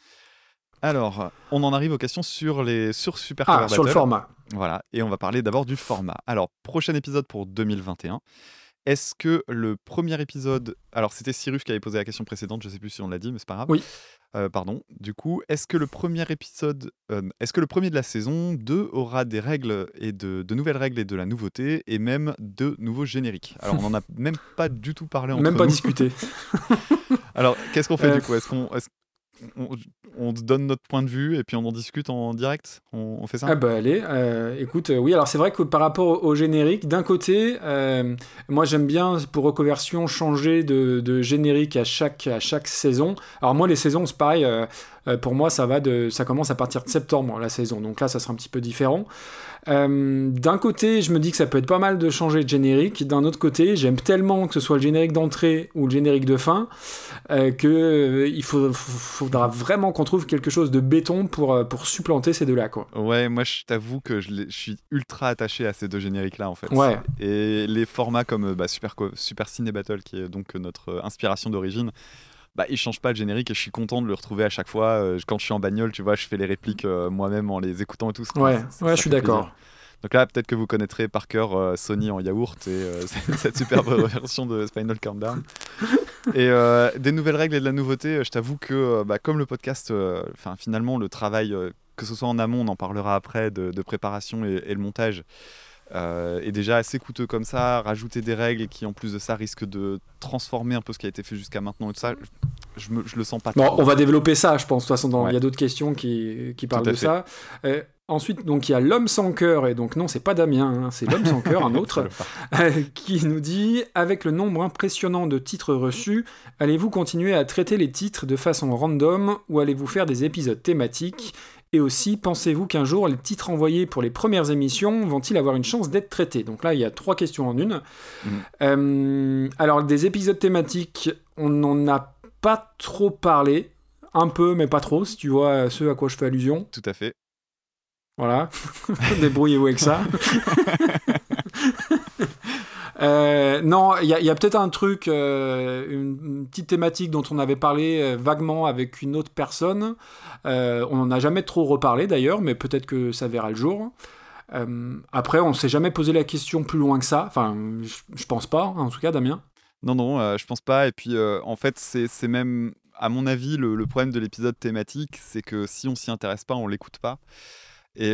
Alors, on en arrive aux questions sur Super Cover Battle. Sur le format. Voilà, et on va parler d'abord du format. Alors, prochain épisode pour 2021. Est-ce que le premier épisode... Alors, c'était Cyrus qui avait posé la question précédente, je ne sais plus si on l'a dit, mais c'est pas grave. Oui. Pardon. Du coup, est-ce que le premier épisode... est-ce que le premier de la saison 2 aura des règles et de nouvelles règles et de la nouveauté, et même de nouveaux génériques? Alors, on n'en a même pas du tout parlé entre nous. Même pas discuté. Alors, qu'est-ce qu'on fait du coup? On te donne notre point de vue et puis on en discute en direct? On fait ça? Ah bah allez, écoute, oui, alors c'est vrai que par rapport au générique, d'un côté, moi j'aime bien pour Reconversion changer de générique à chaque saison. Alors moi les saisons c'est pareil, pour moi ça commence à partir de septembre la saison, donc là ça sera un petit peu différent. D'un côté je me dis que ça peut être pas mal de changer de générique, d'un autre côté j'aime tellement que ce soit le générique d'entrée ou le générique de fin que il faudra vraiment qu'on trouve quelque chose de béton pour supplanter ces deux-là, quoi. Ouais, moi je t'avoue que je suis ultra attaché à ces deux génériques-là en fait. Ouais. Et les formats comme Super Ciné Battle, qui est donc notre inspiration d'origine, ils changent pas le générique et je suis content de le retrouver à chaque fois. Quand je suis en bagnole, tu vois, je fais les répliques moi-même en les écoutant et tout. Je suis d'accord. Plaisir. Donc là, peut-être que vous connaîtrez par cœur Sony en yaourt et cette superbe version de Spinal Countdown. Et des nouvelles règles et de la nouveauté, je t'avoue que comme le podcast, finalement le travail, que ce soit en amont, on en parlera après, de préparation et le montage, est déjà assez coûteux comme ça. Rajouter des règles qui en plus de ça risquent de transformer un peu ce qui a été fait jusqu'à maintenant et tout ça, je le sens pas trop. On va développer ça, je pense. De toute façon, il y a d'autres questions qui parlent de ça. Ensuite, donc il y a l'homme sans cœur, et donc non, c'est pas Damien, c'est l'homme sans cœur, un autre, qui nous dit: avec le nombre impressionnant de titres reçus, allez-vous continuer à traiter les titres de façon random ou allez-vous faire des épisodes thématiques? Et aussi, pensez-vous qu'un jour, les titres envoyés pour les premières émissions vont-ils avoir une chance d'être traités? Donc là, il y a 3 questions en une. Alors, des épisodes thématiques, on n'en a pas trop parlé. Un peu, mais pas trop, si tu vois ce à quoi je fais allusion. Tout à fait. Voilà, débrouillez-vous avec ça. Non, il y a peut-être un truc, une petite thématique dont on avait parlé vaguement avec une autre personne. On n'en a jamais trop reparlé d'ailleurs, mais peut-être que ça verra le jour. Après, on ne s'est jamais posé la question plus loin que ça. Enfin, je pense pas, hein, en tout cas, Damien. Non, je pense pas. Et puis, en fait, c'est même, à mon avis, le problème de l'épisode thématique, c'est que si on s'y intéresse pas, on l'écoute pas. Et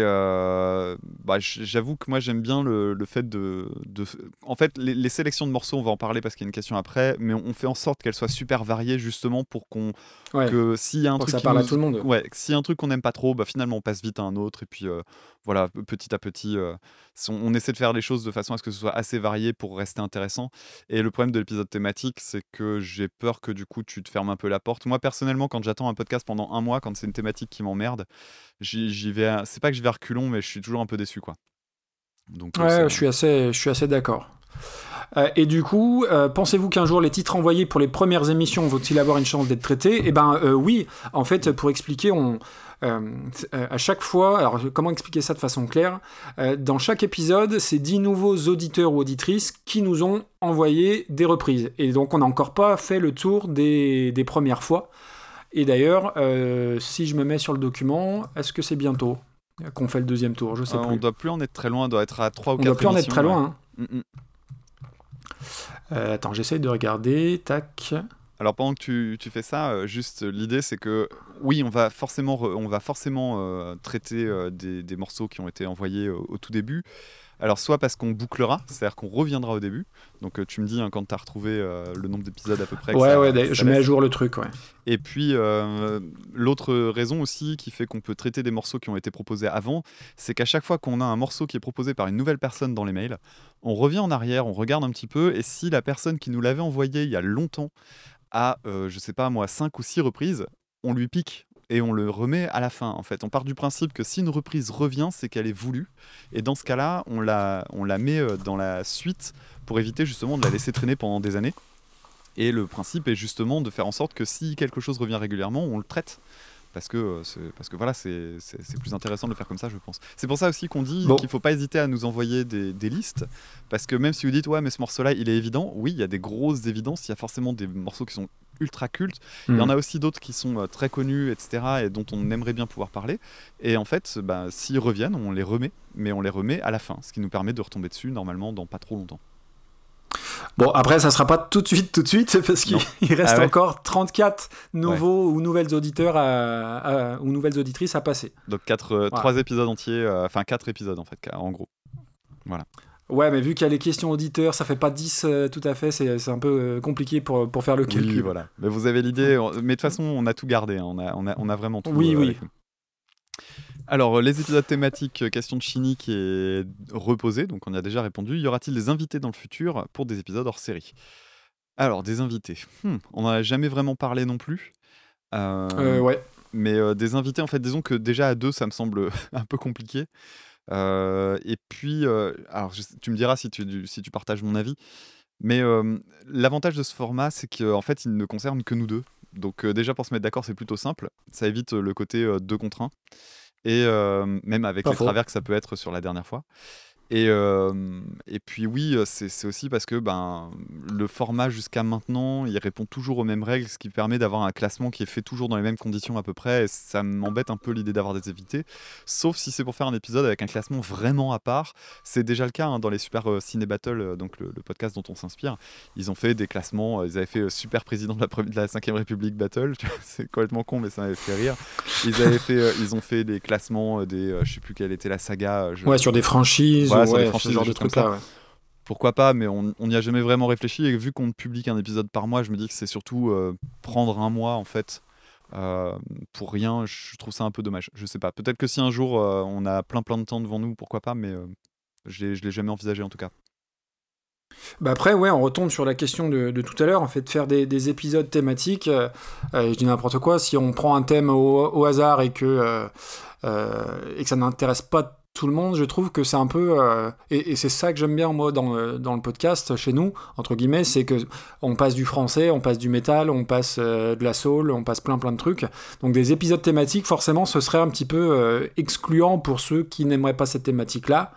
j'avoue que moi j'aime bien le fait en fait les sélections de morceaux, on va en parler parce qu'il y a une question après, mais on fait en sorte qu'elles soient super variées justement pour que s'il y a un Pour que truc ça parle à tout le monde. ouais, s'il y a un truc qu'on n'aime pas trop, finalement on passe vite à un autre et puis voilà, petit à petit on essaie de faire les choses de façon à ce que ce soit assez varié pour rester intéressant. Et le problème de l'épisode thématique, c'est que j'ai peur que du coup tu te fermes un peu la porte. Moi personnellement, quand j'attends un podcast pendant un mois, quand c'est une thématique qui m'emmerde, j'y vais c'est pas que je vais à reculons, mais je suis toujours un peu déçu, quoi. Donc Ouais, je suis assez d'accord. Et du coup, pensez-vous qu'un jour les titres envoyés pour les premières émissions vont-ils avoir une chance d'être traités ? Eh ben oui, en fait, pour expliquer, à chaque fois, alors comment expliquer ça de façon claire ? Dans chaque épisode, c'est 10 nouveaux auditeurs ou auditrices qui nous ont envoyé des reprises. Et donc on n'a encore pas fait le tour des premières fois. Et d'ailleurs, si je me mets sur le document, est-ce que c'est bientôt qu'on fait le deuxième tour ? Je sais plus. On doit plus en être très loin, on doit être à 3 ou 4 On doit plus en être émissions, très ouais. loin. Hein. Attends, j'essaye de regarder. Tac. Alors pendant que tu fais ça, juste l'idée c'est que oui, on va forcément traiter des morceaux qui ont été envoyés au tout début. Alors soit parce qu'on bouclera, c'est-à-dire qu'on reviendra au début. Donc tu me dis quand tu as retrouvé le nombre d'épisodes à peu près. Je mets à jour le truc, ouais. Et puis l'autre raison aussi qui fait qu'on peut traiter des morceaux qui ont été proposés avant, c'est qu'à chaque fois qu'on a un morceau qui est proposé par une nouvelle personne dans les mails, on revient en arrière, on regarde un petit peu, et si la personne qui nous l'avait envoyé il y a longtemps a, je sais pas moi, 5 ou 6 reprises, on lui pique et on le remet à la fin. En fait, on part du principe que si une reprise revient, c'est qu'elle est voulue, et dans ce cas-là, on la met dans la suite pour éviter justement de la laisser traîner pendant des années. Et le principe est justement de faire en sorte que si quelque chose revient régulièrement, on le traite. Parce que voilà, c'est plus intéressant de le faire comme ça, je pense. C'est pour ça aussi qu'on dit qu'il ne faut pas hésiter à nous envoyer des listes. Parce que même si vous dites, ouais, mais ce morceau-là, il est évident, oui, il y a des grosses évidences. Il y a forcément des morceaux qui sont ultra cultes. Il y en a aussi d'autres qui sont très connus, etc., et dont on aimerait bien pouvoir parler. Et en fait, s'ils reviennent, on les remet. Mais on les remet à la fin. Ce qui nous permet de retomber dessus, normalement, dans pas trop longtemps. Bon, après, ça sera pas tout de suite, parce qu'il reste encore 34 nouveaux ou nouvelles auditeurs ou nouvelles auditrices à passer. Donc 3 épisodes entiers, 4 épisodes en fait, en gros. Voilà. Ouais, mais vu qu'il y a les questions auditeurs, ça fait pas 10 tout à fait, c'est un peu compliqué pour faire le calcul. Oui, voilà. Mais vous avez l'idée, mais de toute façon, on a tout gardé, hein. On a vraiment tout. Oui. Alors, les épisodes thématiques, question de Chini qui est reposé, donc on y a déjà répondu. Y aura-t-il des invités dans le futur pour des épisodes hors série ? Alors, des invités. On n'en a jamais vraiment parlé non plus. Ouais. Mais des invités, en fait, disons que déjà à 2, ça me semble un peu compliqué. Et puis, alors, tu me diras si tu partages mon avis. Mais l'avantage de ce format, c'est qu'en fait, il ne concerne que nous deux. Donc déjà, pour se mettre d'accord, c'est plutôt simple. Ça évite le côté 2 contre 1. Et même avec les travers que ça peut être sur la dernière fois. Et puis oui, c'est aussi parce que le format jusqu'à maintenant, il répond toujours aux mêmes règles, ce qui permet d'avoir un classement qui est fait toujours dans les mêmes conditions à peu près. Et ça m'embête un peu l'idée d'avoir des invités, sauf si c'est pour faire un épisode avec un classement vraiment à part. C'est déjà le cas dans les Super Ciné Battle, donc le podcast dont on s'inspire. Ils ont fait des classements, ils avaient fait Super Président de la 5ème République Battle, c'est complètement con mais ça m'avait fait rire. Ils ont fait des classements je sais plus quelle était la saga. Ouais, sur des franchises. Sur des franchises, ce genre de trucs là. Ouais. Pourquoi pas, mais on n'y a jamais vraiment réfléchi. Et vu qu'on ne publie qu'un épisode par mois, je me dis que c'est surtout prendre un mois en fait pour rien. Je trouve ça un peu dommage. Je sais pas. Peut-être que si un jour on a plein de temps devant nous, pourquoi pas, mais je l'ai jamais envisagé en tout cas. Après, ouais, on retombe sur la question de tout à l'heure, en fait, faire des épisodes thématiques. Je dis n'importe quoi. Si on prend un thème au hasard et que ça n'intéresse pas tout le monde, je trouve que c'est un peu... et c'est ça que j'aime bien, moi, dans le podcast, chez nous, entre guillemets, c'est qu'on passe du français, on passe du métal, on passe de la soul, on passe plein de trucs. Donc des épisodes thématiques, forcément, ce serait un petit peu excluant pour ceux qui n'aimeraient pas cette thématique-là.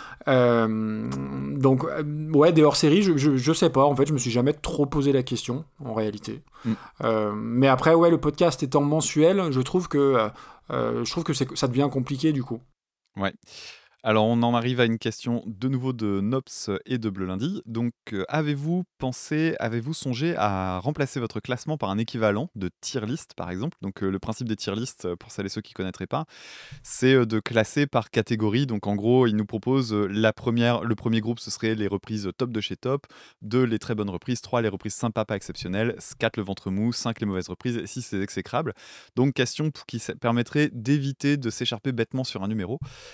Donc, ouais, des hors-séries, je sais pas, en fait, je me suis jamais trop posé la question, en réalité. Mais après, ouais, le podcast étant mensuel, je trouve que ça devient compliqué, du coup. Ouais. Alors, on en arrive à une question de nouveau de Nops et de Bleu Lundi. Donc, avez-vous songé à remplacer votre classement par un équivalent de tier list, par exemple? Donc, le principe des tier lists, pour celles et ceux qui ne connaîtraient pas, c'est de classer par catégorie. Donc, en gros, il nous propose le premier groupe, ce serait les reprises top de chez top, 2 les très bonnes reprises, 3 les reprises sympa pas exceptionnelles, 4 le ventre mou, 5 les mauvaises reprises, et 6 les exécrables. Donc, question qui permettrait d'éviter de s'écharper bêtement sur un numéro.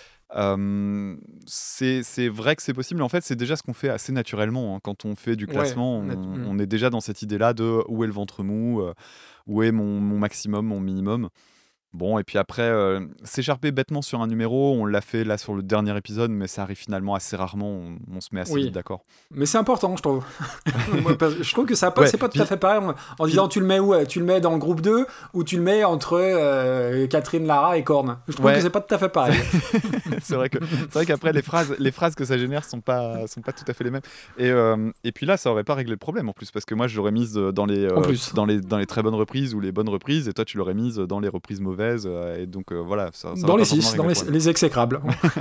C'est vrai que c'est possible, en fait c'est déjà ce qu'on fait assez naturellement, hein. Quand on fait du classement, on est déjà dans cette idée là de où est le ventre mou, où est mon maximum, mon minimum. Bon, et puis après, s'écharper bêtement sur un numéro, on l'a fait là sur le dernier épisode, mais ça arrive finalement assez rarement, on se met assez vite d'accord. Mais c'est important, je trouve. Je trouve que c'est pas tout à fait pareil en disant tu le mets où? Tu le mets dans le groupe 2 ou tu le mets entre Catherine, Lara et Korn. Je trouve que c'est pas tout à fait pareil. C'est vrai qu'après les phrases que ça génère sont pas tout à fait les mêmes. Et puis là, ça aurait pas réglé le problème en plus, parce que moi je l'aurais mise dans les très bonnes reprises ou les bonnes reprises, et toi tu l'aurais mise dans les reprises mauvaises. Et donc voilà, ça dans les 6, dans les exécrables.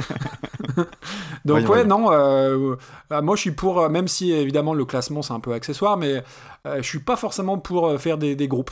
Donc non, moi je suis pour, même si évidemment le classement c'est un peu accessoire, mais je suis pas forcément pour faire des groupes.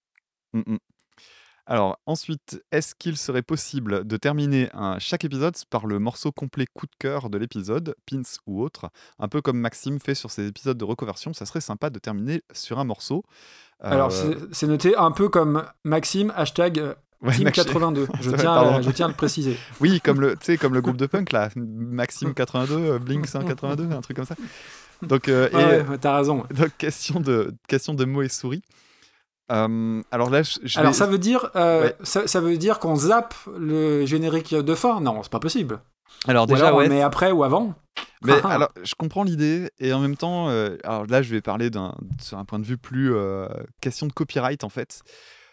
Alors ensuite, est-ce qu'il serait possible de terminer chaque épisode par le morceau complet coup de cœur de l'épisode, pins ou autre, un peu comme Maxime fait sur ses épisodes de reconversion? Ça serait sympa de terminer sur un morceau. Alors c'est noté un peu comme Maxime, hashtag Team 82, je tiens à le préciser. Oui, comme le groupe de punk là, Maxime 82, Blink 182, un truc comme ça. Donc, t'as raison. Donc question de mots et souris. Alors là, ça veut dire, ça veut dire qu'on zappe le générique de fin? Non, c'est pas possible. Alors déjà, on met après ou avant. Mais alors, je comprends l'idée, et en même temps, alors là, je vais parler sur un point de vue plus question de copyright en fait.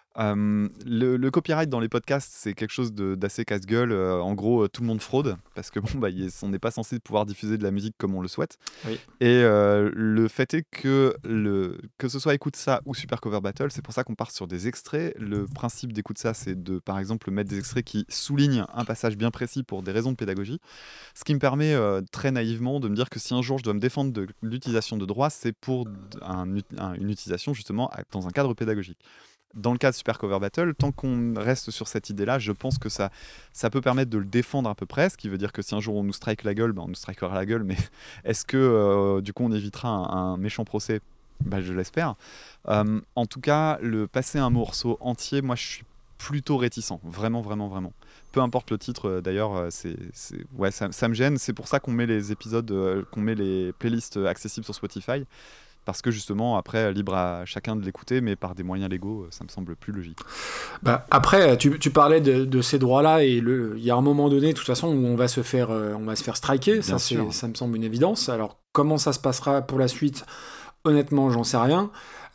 Le copyright dans les podcasts, c'est quelque chose d'assez casse-gueule. En gros, tout le monde fraude parce que on n'est pas censé pouvoir diffuser de la musique comme on le souhaite. Oui. Et le fait est que ce soit Écoute ça ou Super Cover Battle, c'est pour ça qu'on part sur des extraits. Le principe d'Écoute ça, c'est de, par exemple, mettre des extraits qui soulignent un passage bien précis pour des raisons de pédagogie. Ce qui me permet très naïvement de me dire que si un jour je dois me défendre de l'utilisation de droits, c'est pour une utilisation justement dans un cadre pédagogique. Dans le cas de Super Cover Battle, tant qu'on reste sur cette idée-là, je pense que ça peut permettre de le défendre à peu près, ce qui veut dire que si un jour on nous strike la gueule, on nous strikera la gueule, mais est-ce que du coup on évitera un méchant procès? Je l'espère. En tout cas, le passer un morceau entier, moi je suis plutôt réticent, vraiment. Peu importe le titre, d'ailleurs, ça me gêne. C'est pour ça qu'on met les épisodes, qu'on met les playlists accessibles sur Spotify. Parce que justement, après, libre à chacun de l'écouter, mais par des moyens légaux, ça me semble plus logique. Après, tu parlais de ces droits-là, et il y a un moment donné, de toute façon, où on va se faire striker, ça me semble une évidence. Alors, comment ça se passera pour la suite? Honnêtement, j'en sais rien.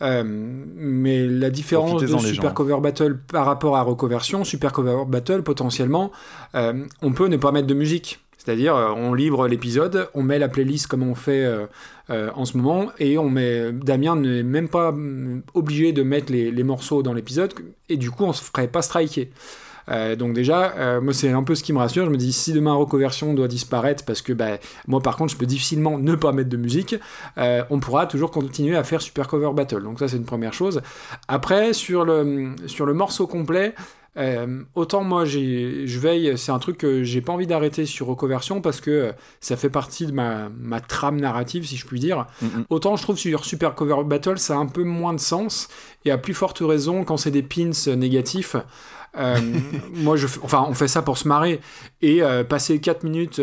Mais la différence de Super Cover Battle par rapport à Reconversion, Super Cover Battle, potentiellement, on peut ne pas mettre de musique. C'est-à-dire, on livre l'épisode, on met la playlist comme on fait en ce moment, et Damien n'est même pas obligé de mettre les morceaux dans l'épisode, et du coup, on se ferait pas striker. Donc déjà, moi c'est un peu ce qui me rassure. Je me dis, si demain Reconversion doit disparaître, parce que moi par contre je peux difficilement ne pas mettre de musique, on pourra toujours continuer à faire Super Cover Battle. Donc ça c'est une première chose. Après, sur le morceau complet, autant moi je veille, c'est un truc que j'ai pas envie d'arrêter sur Reconversion, parce que ça fait partie de ma trame narrative, si je puis dire. Autant je trouve sur Super Cover Battle ça a un peu moins de sens, et à plus forte raison quand c'est des pins négatifs. Moi on fait ça pour se marrer, et passer 4 minutes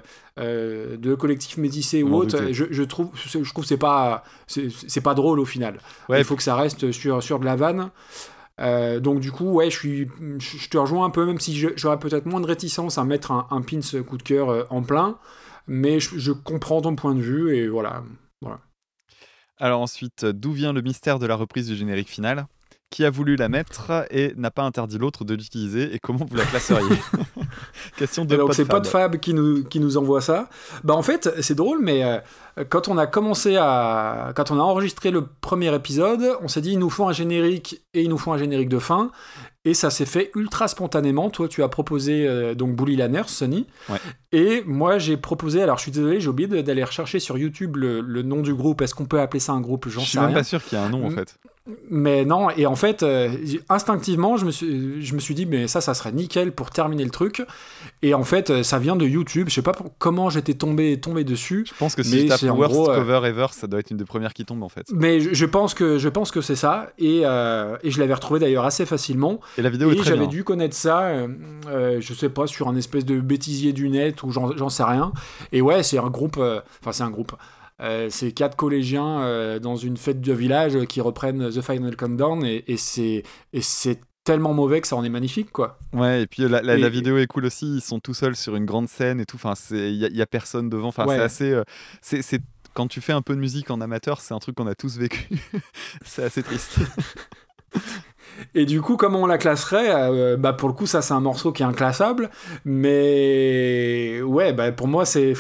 de collectif métissé ou autre, je trouve que c'est pas drôle au final. Il faut que ça reste sur de la vanne. Donc du coup, ouais, je te rejoins un peu, même si j'aurais peut-être moins de réticence à mettre un pins coup de cœur en plein, mais je comprends ton point de vue, et voilà. Alors ensuite, d'où vient le mystère de la reprise du générique final ? Qui a voulu la mettre et n'a pas interdit l'autre de l'utiliser, et comment vous la classeriez ? Question de donc c'est Podfab. Podfab qui nous envoie ça. Bah en fait, c'est drôle, mais quand on a enregistré le premier épisode, on s'est dit il nous faut un générique et il nous faut un générique de fin. Et ça s'est fait ultra spontanément. Toi, tu as proposé donc Bully Lanners, Sonny. Ouais. Et moi, j'ai proposé... Alors, je suis désolé, j'ai oublié d'aller rechercher sur YouTube le nom du groupe. Est-ce qu'on peut appeler ça un groupe ? J'en sais rien. Je suis même pas sûr qu'il y ait un nom, en fait. Mais non, et en fait, instinctivement, je me suis dit, mais ça serait nickel pour terminer le truc. Et en fait, ça vient de YouTube. Je sais pas comment j'étais tombé dessus. Je pense que si je tape Worst Cover Ever, ça doit être une des premières qui tombe, en fait. Mais je pense que c'est ça. Et je l'avais retrouvé d'ailleurs assez facilement. Et la vidéo est très bien. J'avais dû connaître ça, je sais pas, sur un espèce de bêtisier du net, ou j'en sais rien. Et ouais, c'est un groupe... c'est 4 collégiens dans une fête de village qui reprennent The Final Countdown, et c'est tellement mauvais que ça en est magnifique, quoi. Ouais, et puis la vidéo est cool aussi, ils sont tout seuls sur une grande scène et tout, enfin, il y a personne devant, enfin, ouais. C'est assez... Quand tu fais un peu de musique en amateur, c'est un truc qu'on a tous vécu. C'est assez triste. Et du coup, comment on la classerait ? Pour le coup, ça, c'est un morceau qui est inclassable, mais ouais, pour moi, c'est...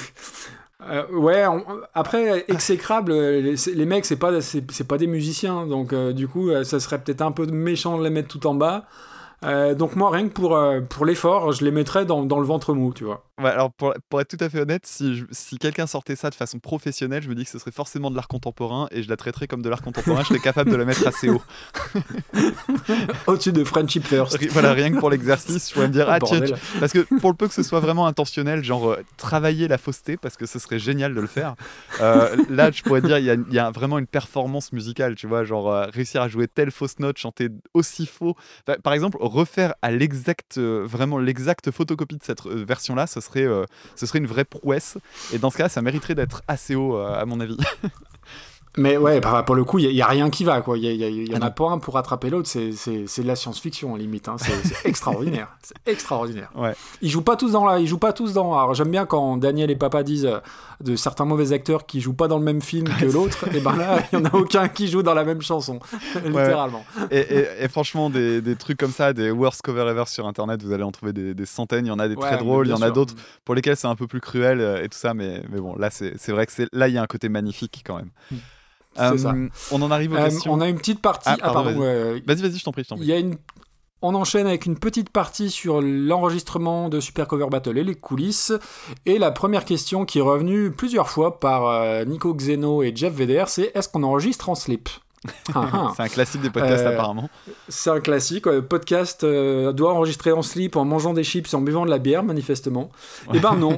après, exécrable, les mecs, c'est pas des musiciens, donc du coup, ça serait peut-être un peu méchant de les mettre tout en bas. Donc moi, rien que pour l'effort, je les mettrais dans le ventre mou, tu vois. Ouais, alors pour être tout à fait honnête, si quelqu'un sortait ça de façon professionnelle, je me dis que ce serait forcément de l'art contemporain, et je la traiterais comme de l'art contemporain, je serais capable de la mettre assez haut. Au-dessus de Friendship First. Voilà, rien que pour l'exercice, je pourrais me dire, tiens, parce que pour le peu que ce soit vraiment intentionnel, genre travailler la fausseté, parce que ce serait génial de le faire, là je pourrais dire, il y a vraiment une performance musicale, tu vois, genre réussir à jouer telle fausse note, chanter aussi faux. Enfin, par exemple, refaire à vraiment l'exacte photocopie de cette version-là, ce serait une vraie prouesse, et dans ce cas, ça mériterait d'être assez haut, à mon avis. Mais ouais, pour le coup, il n'y a rien qui va, quoi. Il y en a pas un pour rattraper l'autre. C'est de la science-fiction, limite. Hein. C'est extraordinaire. C'est extraordinaire. Ouais. Ils jouent pas tous dans. Alors, j'aime bien quand Daniel et Papa disent de certains mauvais acteurs qui jouent pas dans le même film que l'autre. Et ben là, il y en a aucun qui joue dans la même chanson, littéralement. Et franchement, des trucs comme ça, des worst cover ever sur Internet, vous allez en trouver des centaines. Il y en a des très drôles, il y en a d'autres pour lesquels c'est un peu plus cruel et tout ça. Mais bon, là, c'est vrai que là, il y a un côté magnifique quand même. Ça. On en arrive aux questions. On a une petite partie. Vas-y, je t'en prie. On enchaîne avec une petite partie sur l'enregistrement de Super Cover Battle et les coulisses. Et la première question qui est revenue plusieurs fois par Nico Xeno et Jeff Vedder, c'est est-ce qu'on enregistre en slip ? C'est un classique des podcasts apparemment. C'est un classique. Podcast doit enregistrer en slip, en mangeant des chips et en buvant de la bière, manifestement. Ouais. Eh ben non.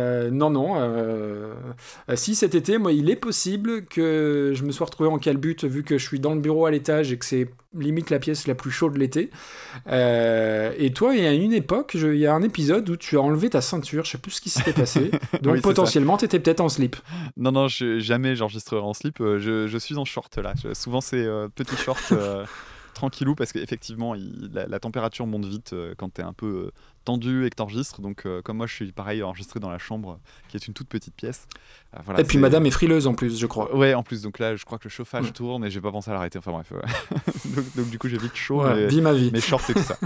Si cet été, moi, il est possible que je me sois retrouvé en calbute vu que je suis dans le bureau à l'étage et que c'est limite la pièce la plus chaude de l'été. Et toi, il y a une époque, il y a un épisode où tu as enlevé ta ceinture, je sais plus ce qui s'était passé. Donc potentiellement, tu étais peut-être en slip. Non, jamais j'enregistrerai en slip. Je suis en short là. Souvent, c'est petit short tranquillou parce qu'effectivement, la température monte vite quand tu es un peu tendu et que tu enregistres. Donc, comme moi, je suis pareil enregistré dans la chambre qui est une toute petite pièce. Voilà, et puis madame est frileuse en plus, je crois. Ouais, en plus. Donc là, je crois que le chauffage tourne et j'ai pas pensé à l'arrêter. Enfin bref. donc du coup, j'ai vite chaud. Vis ma vie. Mes shorts et tout ça.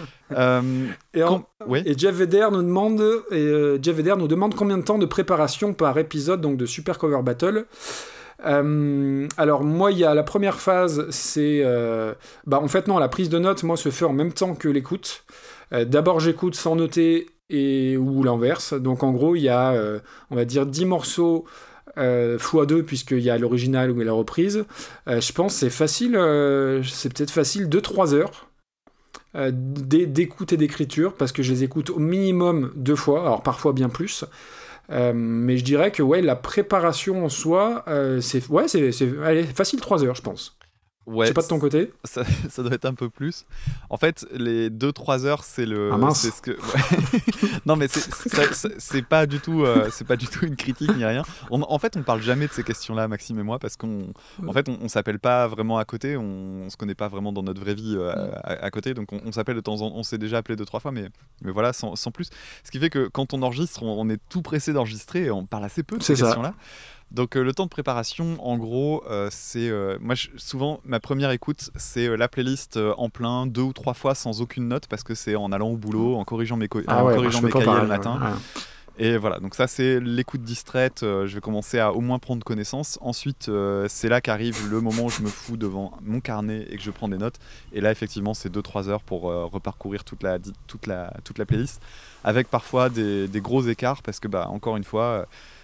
Et Jeff Vedder nous demande combien de temps de préparation par épisode donc de Super Cover Battle. Alors moi, il y a la première phase, c'est en fait non, la prise de notes, moi, se fait en même temps que l'écoute. D'abord, j'écoute sans noter ou l'inverse. Donc en gros, il y a, on va dire, 10 morceaux x2 puisqu'il y a l'original ou la reprise. Je pense que c'est facile, c'est peut-être facile 2-3 heures d'écoute et d'écriture parce que je les écoute au minimum 2 fois, alors parfois bien plus. Mais je dirais que la préparation en soi, c'est facile 3 heures, je pense. Je Ouais, sais pas de ton côté. ça doit être un peu plus. En fait, les 2-3 heures, c'est le. Ah mince. C'est ce que. Ouais. Non, mais c'est pas du tout, c'est pas du tout une critique ni rien. En fait, on parle jamais de ces questions-là, Maxime et moi, parce en fait, on s'appelle pas vraiment à côté, on se connaît pas vraiment dans notre vraie vie à côté, donc on s'appelle de temps en temps. On s'est déjà appelé 2-3 fois, mais voilà, sans plus. Ce qui fait que quand on enregistre, on est tout pressé d'enregistrer et on parle assez peu de ces C'est ça. questions-là. Donc le temps de préparation, en gros, c'est moi souvent ma première écoute, c'est la playlist en plein 2 ou 3 fois sans aucune note parce que c'est en allant au boulot, en corrigeant mes Ah ouais, moi, corrigeant je fais mes pas cahiers le pareil, matin. ouais. Et voilà, donc ça c'est l'écoute distraite. Je vais commencer à au moins prendre connaissance. Ensuite, c'est là qu'arrive le moment où je me fous devant mon carnet et que je prends des notes. Et là, effectivement, c'est 2-3 heures pour reparcourir toute la playlist, avec parfois des gros écarts parce que, encore une fois,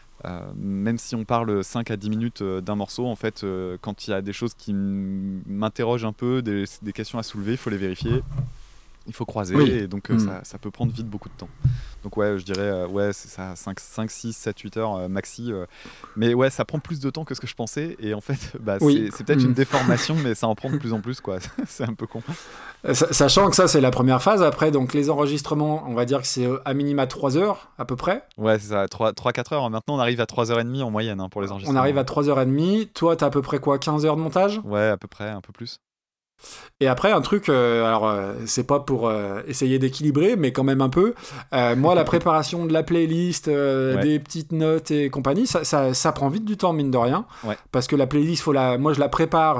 même si on parle 5 à 10 minutes d'un morceau, en fait, quand il y a des choses qui m'interrogent un peu, des questions à soulever, il faut les vérifier. Il faut croiser, Oui. et donc ça peut prendre vite beaucoup de temps. Donc ouais, je dirais, ouais, c'est ça, 5, 6, 7, 8 heures maxi. Mais ouais, ça prend plus de temps que ce que je pensais, et en fait, Oui. c'est peut-être une déformation, mais ça en prend de plus en plus, quoi. C'est un peu con. Sachant que ça, c'est la première phase. Après, donc les enregistrements, on va dire que c'est à minima 3 heures, à peu près. Ouais, c'est ça, 3-4 heures. Maintenant, on arrive à 3h30 en moyenne pour les enregistrements. On arrive à 3h30. Toi, t'as à peu près quoi, 15 heures de montage ? Ouais, à peu près, un peu plus. Et après, un truc, c'est pas pour essayer d'équilibrer, mais quand même un peu. Moi, la préparation de la playlist, des petites notes et compagnie, ça prend vite du temps, mine de rien. Ouais. Parce que la playlist, moi, je la prépare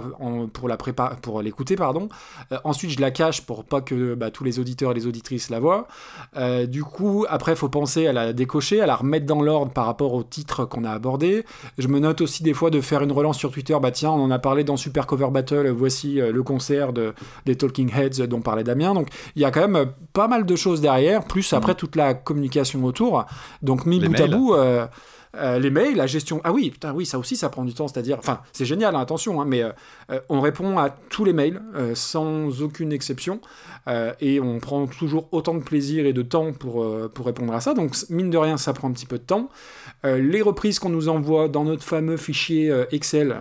pour l'écouter, pardon. Ensuite, je la cache pour pas que tous les auditeurs et les auditrices la voient. Du coup, après, il faut penser à la décocher, à la remettre dans l'ordre par rapport au titre qu'on a abordé. Je me note aussi des fois de faire une relance sur Twitter. Tiens, on en a parlé dans Super Cover Battle, voici le concert des Talking Heads dont parlait Damien. Donc il y a quand même pas mal de choses derrière, plus après toute la communication autour. Donc mis bout à bout, les mails, la gestion. Ah oui, putain, oui, ça aussi, ça prend du temps. C'est-à-dire, enfin, c'est génial, hein, attention, hein, mais on répond à tous les mails sans aucune exception, et on prend toujours autant de plaisir et de temps pour répondre à ça. Donc mine de rien, ça prend un petit peu de temps. Les reprises qu'on nous envoie dans notre fameux fichier Excel.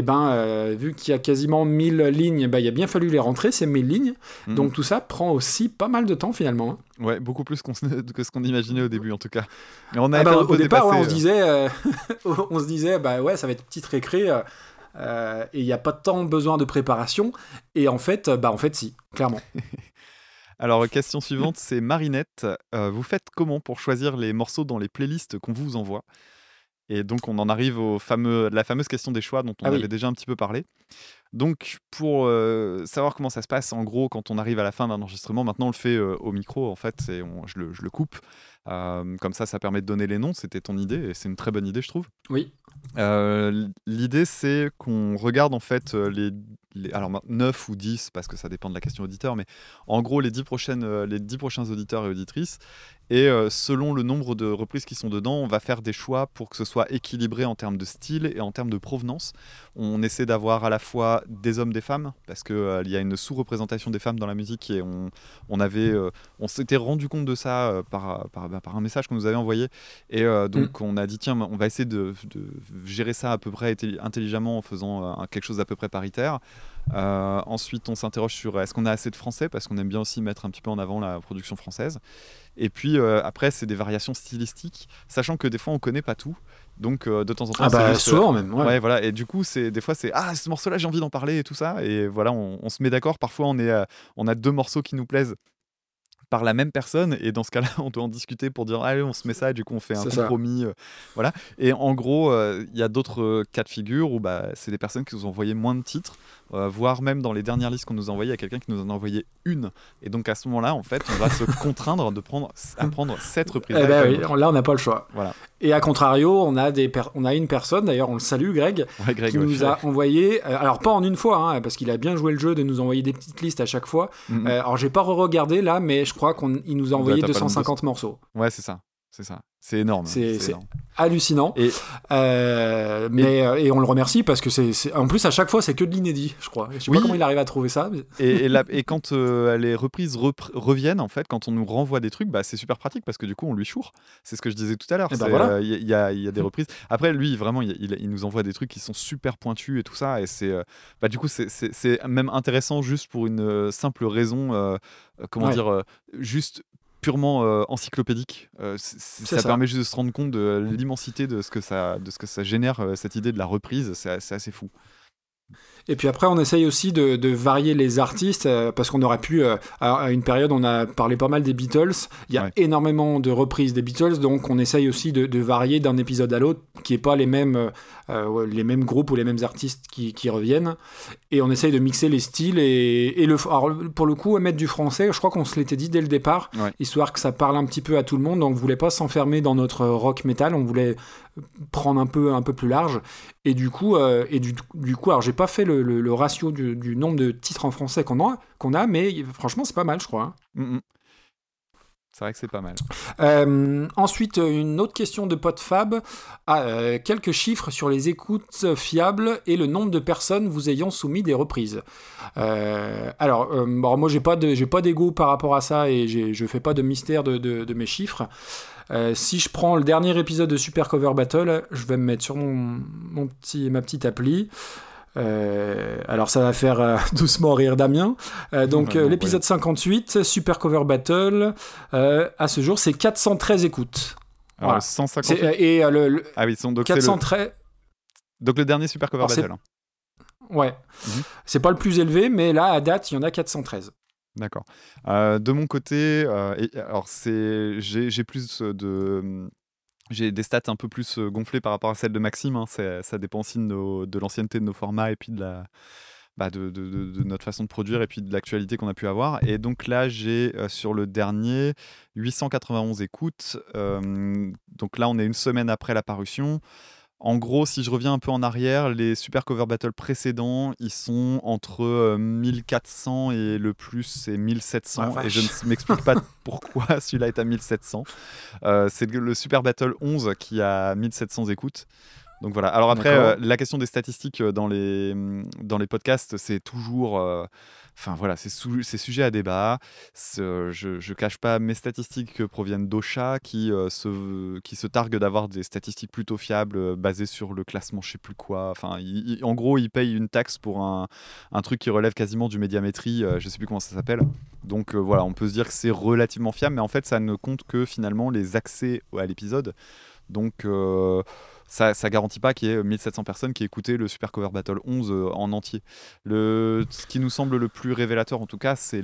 Vu qu'il y a quasiment 1000 lignes, il a bien fallu les rentrer, ces 1000 lignes. Donc tout ça prend aussi pas mal de temps finalement. Hein. Ouais, beaucoup plus que ce qu'on imaginait au début en tout cas. Et on a au départ, ouais, on se disait, ouais, ça va être petite récré, et il n'y a pas tant besoin de préparation. Et en fait, si, clairement. Alors, question suivante, c'est Marinette. Vous faites comment pour choisir les morceaux dans les playlists qu'on vous envoie ? Et donc, on en arrive la fameuse question des choix dont on avait déjà un petit peu parlé. Donc, pour savoir comment ça se passe, en gros, quand on arrive à la fin d'un enregistrement, maintenant on le fait au micro, en fait, je le coupe. Comme ça permet de donner les noms. C'était ton idée, et c'est une très bonne idée, je trouve. Oui. L'idée, c'est qu'on regarde, en fait, alors 9 ou 10, parce que ça dépend de la question auditeur, mais en gros, les 10 prochains auditeurs et auditrices. Et selon le nombre de reprises qui sont dedans, on va faire des choix pour que ce soit équilibré en termes de style et en termes de provenance. On essaie d'avoir à la fois des hommes, des femmes, parce qu'il y a une sous-représentation des femmes dans la musique, et on s'était rendu compte de ça par un message qu'on nous avait envoyé. Et donc on a dit, tiens, on va essayer de gérer ça à peu près intelligemment en faisant quelque chose d'à peu près paritaire. Ensuite, on s'interroge sur est-ce qu'on a assez de français, parce qu'on aime bien aussi mettre un petit peu en avant la production française. Et puis après, c'est des variations stylistiques, sachant que des fois, on connaît pas tout. Donc de temps en temps, c'est juste, souvent même. Ouais, voilà. Et du coup, des fois, c'est ce morceau-là, j'ai envie d'en parler et tout ça. Et voilà, on se met d'accord. Parfois, on a 2 morceaux qui nous plaisent par la même personne, et dans ce cas-là, on doit en discuter pour dire allez, on se met ça, et du coup on fait un compromis, voilà. Et en gros, il y a d'autres cas de figure où c'est des personnes qui nous ont envoyé moins de titres, voire même dans les dernières listes qu'on nous a envoyées, il y a quelqu'un qui nous en a envoyé une, et donc à ce moment-là, en fait, on va se contraindre à prendre 7 reprises. Oui, là on n'a pas le choix. Voilà. Et à contrario, on a une personne, d'ailleurs on le salue, Greg, qui nous a envoyé, alors pas en une fois, hein, parce qu'il a bien joué le jeu de nous envoyer des petites listes à chaque fois. Alors j'ai pas re-regardé là, mais je crois qu'il nous a envoyé 250 morceaux. Ouais, c'est ça. C'est énorme. C'est énorme. hallucinant. Et on le remercie parce que en plus à chaque fois c'est que de l'inédit, je crois. Je sais pas comment il arrive à trouver ça. Mais... et quand les reprises reviennent, en fait, quand on nous renvoie des trucs, c'est super pratique parce que du coup on lui choure. C'est ce que je disais tout à l'heure. Il y a des reprises. Après lui vraiment il nous envoie des trucs qui sont super pointus et tout ça, et c'est du coup c'est même intéressant juste pour une simple raison, juste purement encyclopédique. Ça permet juste de se rendre compte de l'immensité de ce que ça génère, cette idée de la reprise. C'est assez fou. Et puis après, on essaye aussi de varier les artistes, parce qu'on aurait pu, à une période, on a parlé pas mal des Beatles. Il y a énormément de reprises des Beatles, donc on essaye aussi de varier d'un épisode à l'autre, qui n'est pas les mêmes groupes ou les mêmes artistes qui reviennent. Et on essaye de mixer les styles alors, pour le coup, mettre du français, je crois qu'on se l'était dit dès le départ, histoire que ça parle un petit peu à tout le monde. Donc on voulait pas s'enfermer dans notre rock metal, on voulait prendre un peu plus large. Et du coup, alors j'ai pas fait le ratio du nombre de titres en français qu'on a, mais franchement c'est pas mal, je crois. C'est vrai que c'est pas mal. Ensuite, une autre question de PodFab. Quelques chiffres sur les écoutes fiables et le nombre de personnes vous ayant soumis des reprises. Moi j'ai pas d'ego par rapport à ça, et je fais pas de mystère de mes chiffres. Si je prends le dernier épisode de Super Cover Battle, je vais me mettre sur ma petite appli. Alors ça va faire doucement rire Damien. L'épisode 58, Super Cover Battle, à ce jour c'est 413 écoutes. Alors voilà. 158. Ah oui, donc 413. Donc le dernier Super Cover Battle. Ouais. C'est pas le plus élevé, mais là à date il y en a 413. D'accord. De mon côté, j'ai plus de... J'ai des stats un peu plus gonflées par rapport à celles de Maxime. Ça dépend aussi de l'ancienneté de nos formats, et puis de notre façon de produire, et puis de l'actualité qu'on a pu avoir. Et donc là, j'ai sur le dernier 891 écoutes. Donc là, on est une semaine après la parution. En gros, si je reviens un peu en arrière, les Super Cover Battle précédents, ils sont entre 1400 et le plus, c'est 1700. Et je ne m'explique pas pourquoi celui-là est à 1700. C'est le Super Battle 11 qui a 1700 écoutes. Donc voilà. Alors après, la question des statistiques dans les podcasts, c'est toujours... c'est sujet à débat. Je cache pas, mes statistiques proviennent d'Ocha qui se targue d'avoir des statistiques plutôt fiables, basées sur le classement je sais plus quoi. Enfin, en gros, ils payent une taxe pour un truc qui relève quasiment du médiamétrie, je sais plus comment ça s'appelle. Donc voilà, on peut se dire que c'est relativement fiable, mais en fait, ça ne compte que finalement les accès à l'épisode. Donc... ça garantit pas qu'il y ait 1700 personnes qui écoutaient le Super Cover Battle 11 en entier. Ce qui nous semble le plus révélateur, en tout cas, c'est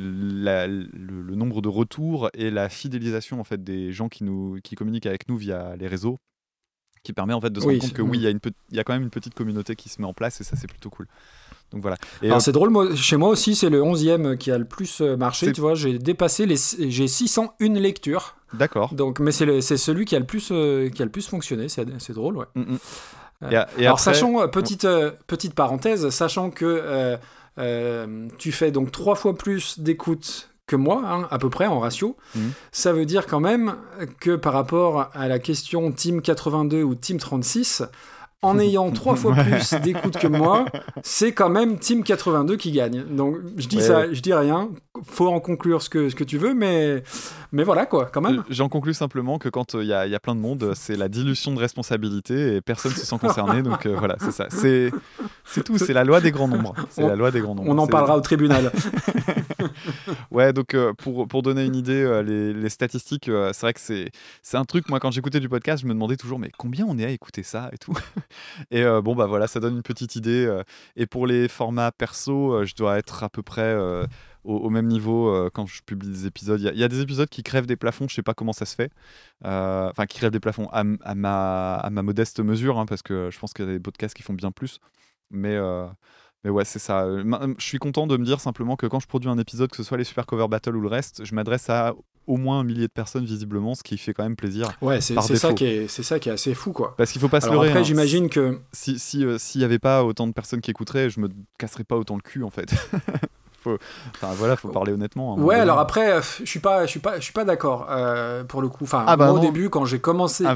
le nombre de retours et la fidélisation, en fait, des gens qui communiquent avec nous via les réseaux, qui permet en fait de se rendre compte que il y a quand même une petite communauté qui se met en place, et ça, c'est plutôt cool. Donc voilà. Alors c'est drôle, chez moi aussi, c'est le 11e qui a le plus marché. Tu vois, j'ai dépassé j'ai 601 lectures. D'accord. Donc, mais c'est celui qui a le plus fonctionné. C'est drôle, ouais. Et alors, après... sachant, petite parenthèse, sachant que tu fais donc 3 fois plus d'écoutes que moi, à peu près en ratio, ça veut dire quand même que par rapport à la question Team 82 ou Team 36, en ayant 3 fois plus d'écoutes que moi, c'est quand même Team 82 qui gagne. Donc je dis ça, je dis rien. Faut en conclure ce que tu veux, mais voilà quoi, quand même. J'en conclus simplement que quand il y a plein de monde, c'est la dilution de responsabilité et personne se sent concerné. Donc voilà, c'est ça. C'est tout. C'est la loi des grands nombres. La loi des grands nombres. On en parlera au tribunal. Ouais, donc pour donner une idée, les statistiques, c'est vrai que c'est un truc. Moi, quand j'écoutais du podcast, je me demandais toujours, mais combien on est à écouter ça et tout. Et voilà, ça donne une petite idée. Et pour les formats perso, je dois être à peu près au même niveau quand je publie des épisodes. Il y a des épisodes qui crèvent des plafonds, je sais pas comment ça se fait. Enfin, qui crèvent des plafonds à ma modeste mesure, hein, parce que je pense qu'il y a des podcasts qui font bien plus. Mais ouais, c'est ça. Je suis content de me dire simplement que quand je produis un épisode, que ce soit les Super Cover Battle ou le reste, je m'adresse à au moins 1 millier de personnes visiblement, ce qui fait quand même plaisir. Ouais, c'est ça qui est assez fou, quoi. Parce qu'il faut pas se leurrer. Après, j'imagine que s'il y avait pas autant de personnes qui écouteraient, je me casserais pas autant le cul, en fait. faut parler honnêtement. Ouais, alors après, je suis pas d'accord pour le coup. Enfin, moi, au début, quand j'ai commencé,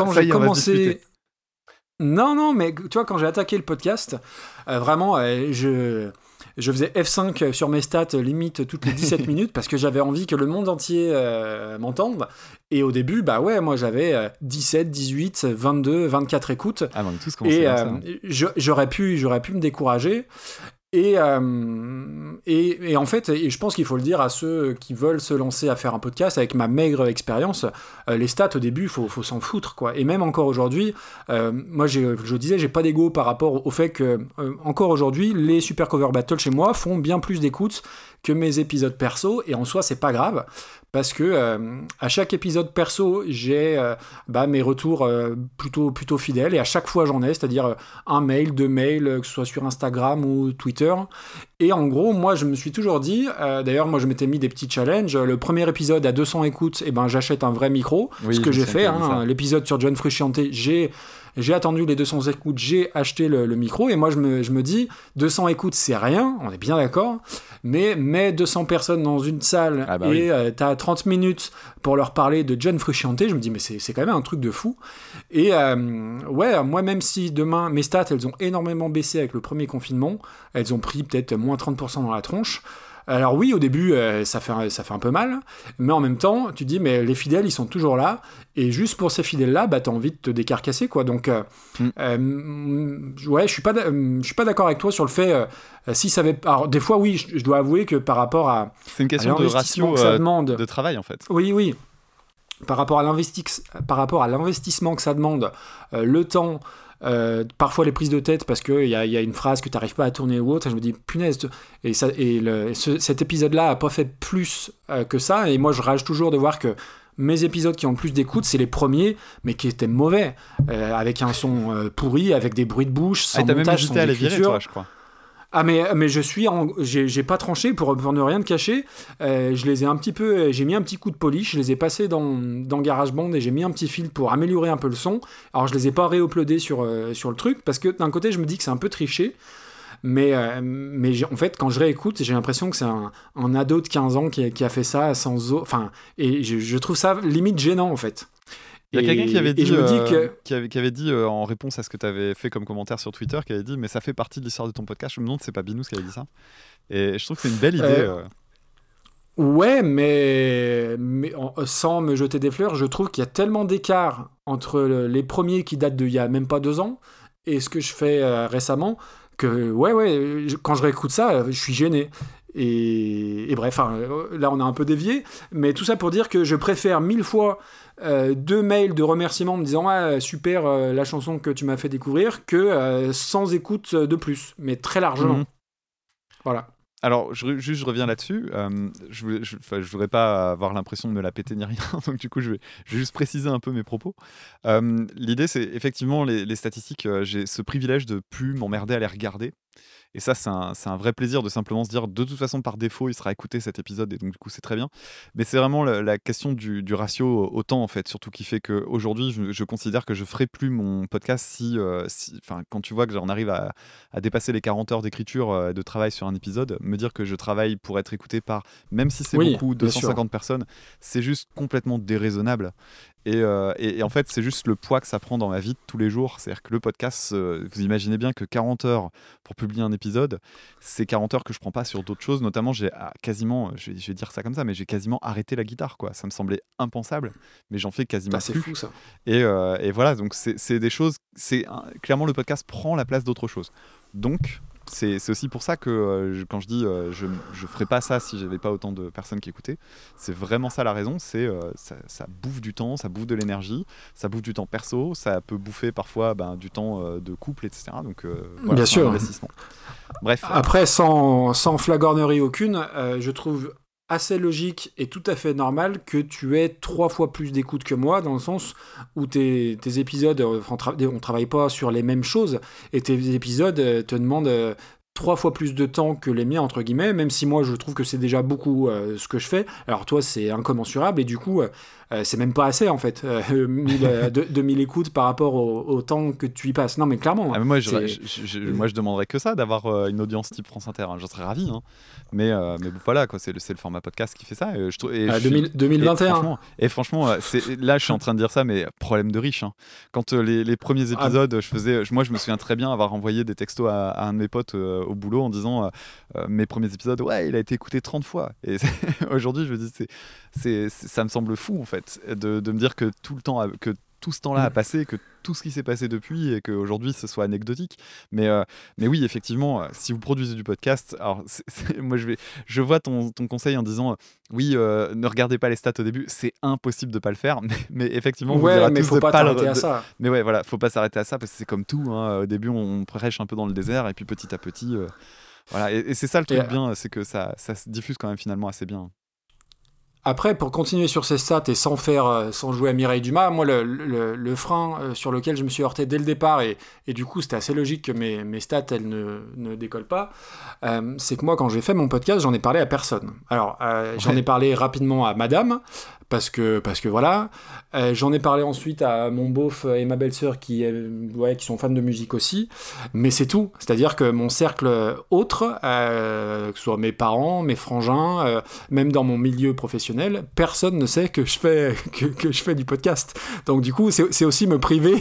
non, mais tu vois, quand j'ai attaqué le podcast, vraiment, je faisais F5 sur mes stats limite toutes les 17 minutes parce que j'avais envie que le monde entier m'entende. Et au début, bah ouais, moi j'avais 17, 18, 22, 24 écoutes. Ah, on a tous commencé comme ça. J'aurais pu me décourager. Et en fait, et je pense qu'il faut le dire à ceux qui veulent se lancer à faire un podcast, avec ma maigre expérience, les stats au début, faut s'en foutre, quoi. Et même encore aujourd'hui, moi je disais, j'ai pas d'ego par rapport au fait que encore aujourd'hui, les Super Cover Battle chez moi font bien plus d'écoutes que mes épisodes perso, et en soi c'est pas grave. Parce que à chaque épisode perso, j'ai mes retours plutôt fidèles, et à chaque fois j'en ai, c'est-à-dire un mail, 2 mails, que ce soit sur Instagram ou Twitter. Et en gros, moi je me suis toujours dit, d'ailleurs moi je m'étais mis des petits challenges, le premier épisode à 200 écoutes, j'achète un vrai micro, ce que j'ai fait, l'épisode sur John Frusciante, j'ai attendu les 200 écoutes, j'ai acheté le micro, et moi je me dis, 200 écoutes c'est rien, on est bien d'accord, mais mets 200 personnes dans une salle t'as 30 minutes pour leur parler de John Frusciante, je me dis mais c'est quand même un truc de fou. Et moi même si demain mes stats elles ont énormément baissé avec le premier confinement, elles ont pris peut-être moins 30% dans la tronche. Alors oui, au début, ça fait un peu mal, mais en même temps, tu te dis, mais les fidèles, ils sont toujours là, et juste pour ces fidèles-là, t'as envie de te décarcasser, quoi. Donc, je suis pas d'accord avec toi sur le fait, si ça avait... Alors, des fois, oui, je dois avouer que par rapport à... C'est une question de ratio de travail, en fait. Oui. Par rapport à l'investissement que ça demande, le temps... parfois les prises de tête parce qu'il y a une phrase que tu n'arrives pas à tourner ou autre, et je me dis punaise, cet épisode là a pas fait plus que ça, et moi je rage toujours de voir que mes épisodes qui ont le plus d'écoute, c'est les premiers, mais qui étaient mauvais, avec un son pourri, avec des bruits de bouche, sans montage, sans écriture. À les virer, toi, je crois. Ah mais j'ai pas tranché pour ne rien te cacher, je les ai un petit peu, j'ai mis un petit coup de polish, je les ai passés dans GarageBand, et j'ai mis un petit filtre pour améliorer un peu le son. Alors je les ai pas réuploadés sur le truc, parce que d'un côté je me dis que c'est un peu triché, mais en fait quand je réécoute, j'ai l'impression que c'est un ado de 15 ans qui a fait ça et je trouve ça limite gênant en fait. Il y a quelqu'un qui avait dit en réponse à ce que tu avais fait comme commentaire sur Twitter, qui avait dit mais ça fait partie de l'histoire de ton podcast. Je me demande si c'est pas Binous qui avait dit ça. Et je trouve que c'est une belle idée. Ouais, mais sans me jeter des fleurs, je trouve qu'il y a tellement d'écart entre les premiers qui datent d'il y a même pas 2 ans et ce que je fais récemment que quand je réécoute ça, je suis gêné. Et bref, là on a un peu dévié, mais tout ça pour dire que je préfère 1000 fois 2 mails de remerciements me disant super la chanson que tu m'as fait découvrir que 100 écoutes de plus, mais très largement. Voilà. Alors, je reviens là-dessus. Je voudrais pas avoir l'impression de me la péter ni rien, donc du coup, je vais juste préciser un peu mes propos. L'idée, c'est effectivement les statistiques. J'ai ce privilège de plus m'emmerder à les regarder. Et ça, c'est un vrai plaisir de simplement se dire, de toute façon, par défaut, il sera écouté cet épisode, et donc du coup, c'est très bien. Mais c'est vraiment la question du ratio au temps, en fait, surtout qui fait qu'aujourd'hui, je considère que je ferai plus mon podcast si quand tu vois que j'en arrive à dépasser les 40 heures d'écriture, de travail sur un épisode, me dire que je travaille pour être écouté par, même si c'est beaucoup, 250 personnes, c'est juste complètement déraisonnable. Et en fait, c'est juste le poids que ça prend dans ma vie de tous les jours. C'est-à-dire que le podcast, vous imaginez bien que 40 heures pour publier un épisode, c'est 40 heures que je prends pas sur d'autres choses. Notamment, j'ai quasiment, je vais dire ça comme ça, mais j'ai quasiment arrêté la guitare, quoi. Ça me semblait impensable, mais j'en fais quasiment plus. C'est fou, ça. Et voilà, donc c'est des choses... Clairement, le podcast prend la place d'autres choses. Donc... C'est aussi pour ça que quand je dis je ferais pas ça si j'avais pas autant de personnes qui écoutaient, c'est vraiment ça la raison. C'est ça bouffe du temps, ça bouffe de l'énergie, ça bouffe du temps perso, ça peut bouffer parfois du temps de couple, etc. Donc voilà, bien c'est sûr. un investissement. Bref. Après, sans flagornerie aucune, je trouve assez logique et tout à fait normal que tu aies 3 fois plus d'écoute que moi, dans le sens où tes épisodes, on travaille pas sur les mêmes choses, et tes épisodes te demandent 3 fois plus de temps que les miens, entre guillemets, même si moi je trouve que c'est déjà beaucoup ce que je fais. Alors toi, c'est incommensurable, et du coup c'est même pas assez en fait. 2000 écoutes par rapport au temps que tu y passes. Non mais clairement. Ah, mais moi, je demanderais que ça, d'avoir une audience type France Inter. J'en serais ravi. Mais voilà, quoi, c'est le format podcast qui fait ça. 2021. Et franchement, là, je suis en train de dire ça, mais problème de riche. Quand les premiers épisodes, moi, je me souviens très bien avoir envoyé des textos à un de mes potes au boulot en disant mes premiers épisodes, ouais, il a été écouté 30 fois. Et aujourd'hui, je me dis, ça me semble fou, en fait, de me dire que tout ce temps-là a passé, que tout ce qui s'est passé depuis et qu'aujourd'hui ce soit anecdotique. Mais oui, effectivement, si vous produisez du podcast, alors moi je vois ton conseil en disant oui, ne regardez pas les stats au début, c'est impossible de pas le faire, mais effectivement, on vous dira tous faut de pas pas t'arrêter à ça. Mais ouais, voilà, faut pas s'arrêter à ça parce que c'est comme tout. Au début, on prêche un peu dans le désert et puis petit à petit, voilà. Et c'est ça le truc bien, c'est que ça se diffuse quand même finalement assez bien. Après, pour continuer sur ces stats et sans jouer à Mireille Dumas, moi, le frein sur lequel je me suis heurté dès le départ, et du coup, c'était assez logique que mes stats, elles ne décollent pas, c'est que moi, quand j'ai fait mon podcast, j'en ai parlé à personne. Alors, j'en ai parlé rapidement à madame, parce que voilà. J'en ai parlé ensuite à mon beauf et ma belle-sœur qui sont fans de musique aussi, mais c'est tout. C'est-à-dire que mon cercle autre, que ce soit mes parents, mes frangins, même dans mon milieu professionnel, personne ne sait que je fais du podcast. Donc du coup, c'est aussi me priver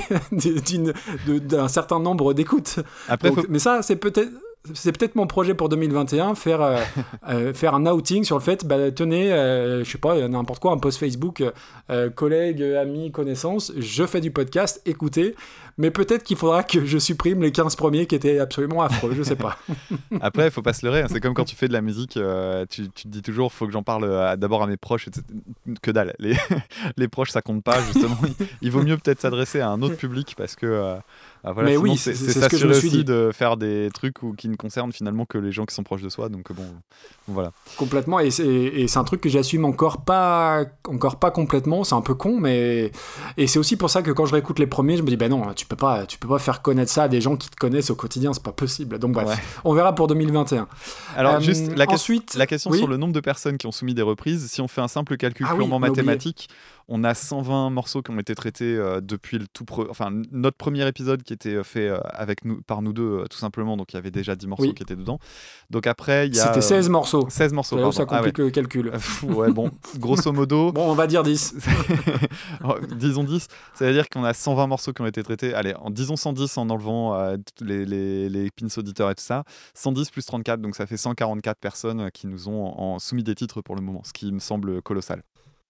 d'un certain nombre d'écoutes. Mais ça, c'est peut-être mon projet pour 2021, faire un outing sur le fait, tenez, je sais pas, n'importe quoi, un post Facebook, collègues, amis, connaissances, je fais du podcast, écoutez, mais peut-être qu'il faudra que je supprime les 15 premiers qui étaient absolument affreux, je sais pas. Après, il faut pas se leurrer, c'est comme quand tu fais de la musique, tu te dis toujours, faut que j'en parle d'abord à mes proches, etc. Que dalle, les proches ça compte pas, justement, il vaut mieux peut-être s'adresser à un autre public parce que... voilà, mais oui, c'est ce que je me suis dit. De faire des trucs qui ne concernent finalement que les gens qui sont proches de soi, donc bon, voilà. Complètement, et c'est un truc que j'assume encore pas complètement, c'est un peu con, mais et c'est aussi pour ça que quand je réécoute les premiers, je me dis non, tu peux pas faire connaître ça à des gens qui te connaissent au quotidien, c'est pas possible. Donc bref, On verra pour 2021. Alors juste la question oui, sur le nombre de personnes qui ont soumis des reprises, si on fait un simple calcul purement mathématique, on a 120 morceaux qui ont été traités depuis notre premier épisode qui était fait par nous deux, tout simplement. Donc, il y avait déjà 10 morceaux qui étaient dedans. Donc, après, il y a... C'était 16 morceaux. 16 morceaux, pardon. Ça complique le calcul. Ouais, bon, grosso modo... Bon, on va dire 10. Disons 10. C'est-à-dire qu'on a 120 morceaux qui ont été traités. Allez, disons 110 en enlevant les pins auditeurs et tout ça. 110 plus 34, donc ça fait 144 personnes qui nous ont soumis des titres pour le moment, ce qui me semble colossal.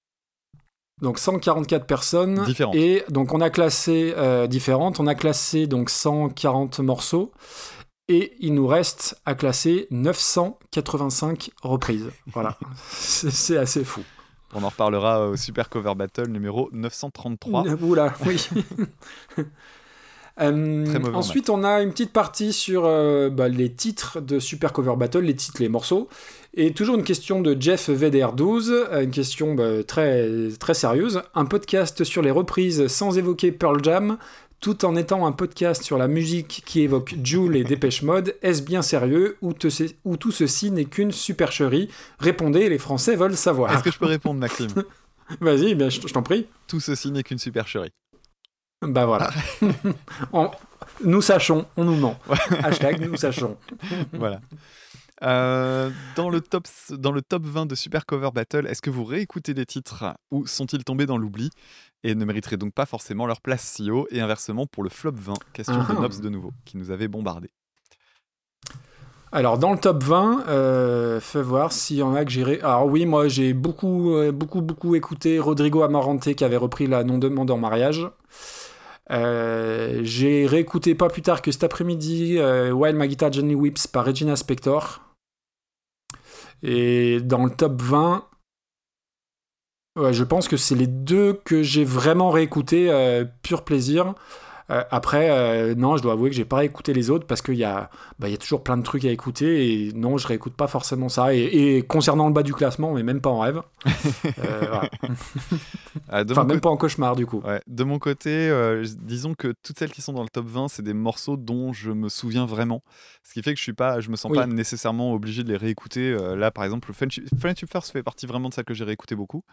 Donc 144 personnes différentes. Et donc on a classé différentes, on a classé donc 140 morceaux et il nous reste à classer 985 reprises. Voilà, c'est assez fou. On en reparlera au Super Cover Battle numéro 933. Oula, oui. Ensuite, on a une petite partie sur les titres de Super Cover Battle, les morceaux. Et toujours une question de Jeff VDR12, une question très, très sérieuse. Un podcast sur les reprises sans évoquer Pearl Jam, tout en étant un podcast sur la musique qui évoque Jul et Dépêche Mode, est-ce bien sérieux ou tout ceci n'est qu'une supercherie? Répondez, les Français veulent savoir. Est-ce que je peux répondre, Maxime? Vas-y, bien, je t'en prie. Tout ceci n'est qu'une supercherie. Bah voilà. Nous sachons, on nous ment. Hashtag nous sachons. Voilà. Dans le top 20 de Super Cover Battle, est-ce que vous réécoutez des titres ou sont-ils tombés dans l'oubli et ne mériteraient donc pas forcément leur place si haut? Et inversement, pour le flop 20, question de Nobs de nouveau, qui nous avait bombardé. Alors, dans le top 20, fais voir s'il y en a que j'ai... Alors oui, moi, j'ai beaucoup écouté Rodrigo Amarante, qui avait repris la Non Demande en mariage. J'ai réécouté pas plus tard que cet après-midi While My Guitar Gently Weeps par Regina Spektor. Et dans le top 20, je pense que c'est les deux que j'ai vraiment réécouté, pur plaisir. Après, non, je dois avouer que j'ai pas écouté les autres parce qu'il y a toujours plein de trucs à écouter et non, je réécoute pas forcément ça. Et concernant le bas du classement, mais même pas en rêve. Voilà. Même pas en cauchemar du coup. Ouais, de mon côté, disons que toutes celles qui sont dans le top 20, c'est des morceaux dont je me souviens vraiment. Ce qui fait que je me sens pas nécessairement obligé de les réécouter. Là, par exemple, Friendship First fait partie vraiment de celles que j'ai réécouté beaucoup.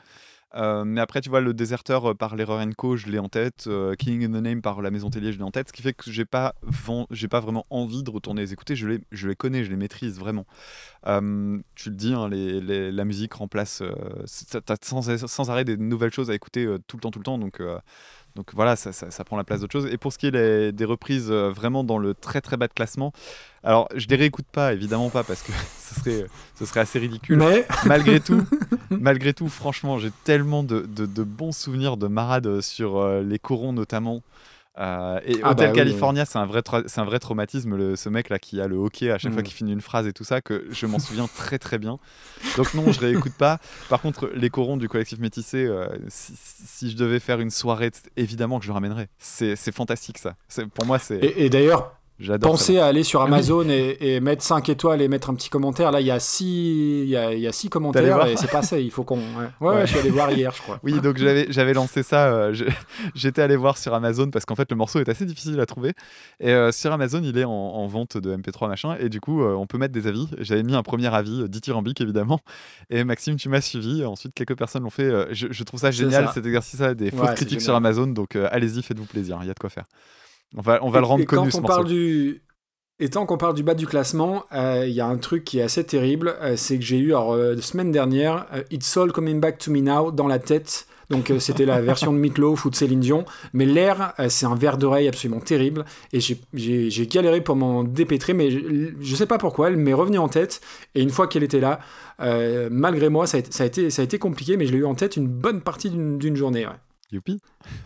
Mais après, tu vois, Le Déserteur par l'Erreur Co, je l'ai en tête. Killing in the Name par La Maison Tellier, je l'ai en tête. Ce qui fait que j'ai pas vraiment envie de retourner les écouter. Je les connais, je les maîtrise vraiment. Tu le dis, hein, la musique remplace. T'as sans arrêt des nouvelles choses à écouter tout le temps. Donc voilà, ça prend la place d'autre chose. Et pour ce qui est des reprises vraiment dans le très très bas de classement, alors je les réécoute pas, évidemment pas, parce que ce serait assez ridicule. Mais Malgré tout, franchement, j'ai tellement de bons souvenirs de marades sur les corons notamment. Et Hotel California, c'est un vrai traumatisme, ce mec là qui a le hockey à chaque fois qu'il finit une phrase et tout ça, que je m'en souviens très très bien. Donc non, je réécoute pas. Par contre, les corons du collectif Métissé, si je devais faire une soirée, évidemment que je le ramènerais. C'est fantastique ça. Pour moi, c'est. Et d'ailleurs, j'adore. Pensez à aller sur Amazon et mettre 5 étoiles et mettre un petit commentaire. Là, il y a 6 commentaires et c'est pas assez. Il faut qu'on. Ouais, je suis allé voir hier, je crois. Oui, donc j'avais lancé ça. J'étais allé voir sur Amazon parce qu'en fait, le morceau est assez difficile à trouver. Et sur Amazon, il est en vente de MP3 machin. Et du coup, on peut mettre des avis. J'avais mis un premier avis, dithyrambique évidemment. Et Maxime, tu m'as suivi. Ensuite, quelques personnes l'ont fait. Je trouve ça génial, cet exercice-là, des fausses critiques sur Amazon. Donc allez-y, faites-vous plaisir. Il y a de quoi faire. On va le rendre connu, ce morceau. Et tant qu'on parle du bas du classement, il y a un truc qui est assez terrible, c'est que j'ai eu, la semaine dernière, It's All Coming Back to Me Now dans la tête. Donc c'était la version de Meatloaf ou de Céline Dion. Mais l'air, c'est un verre d'oreille absolument terrible. Et j'ai galéré pour m'en dépêtrer, mais je sais pas pourquoi, elle m'est revenue en tête. Et une fois qu'elle était là, malgré moi, ça a été compliqué, mais je l'ai eu en tête une bonne partie d'une journée. Ouais. Youpi.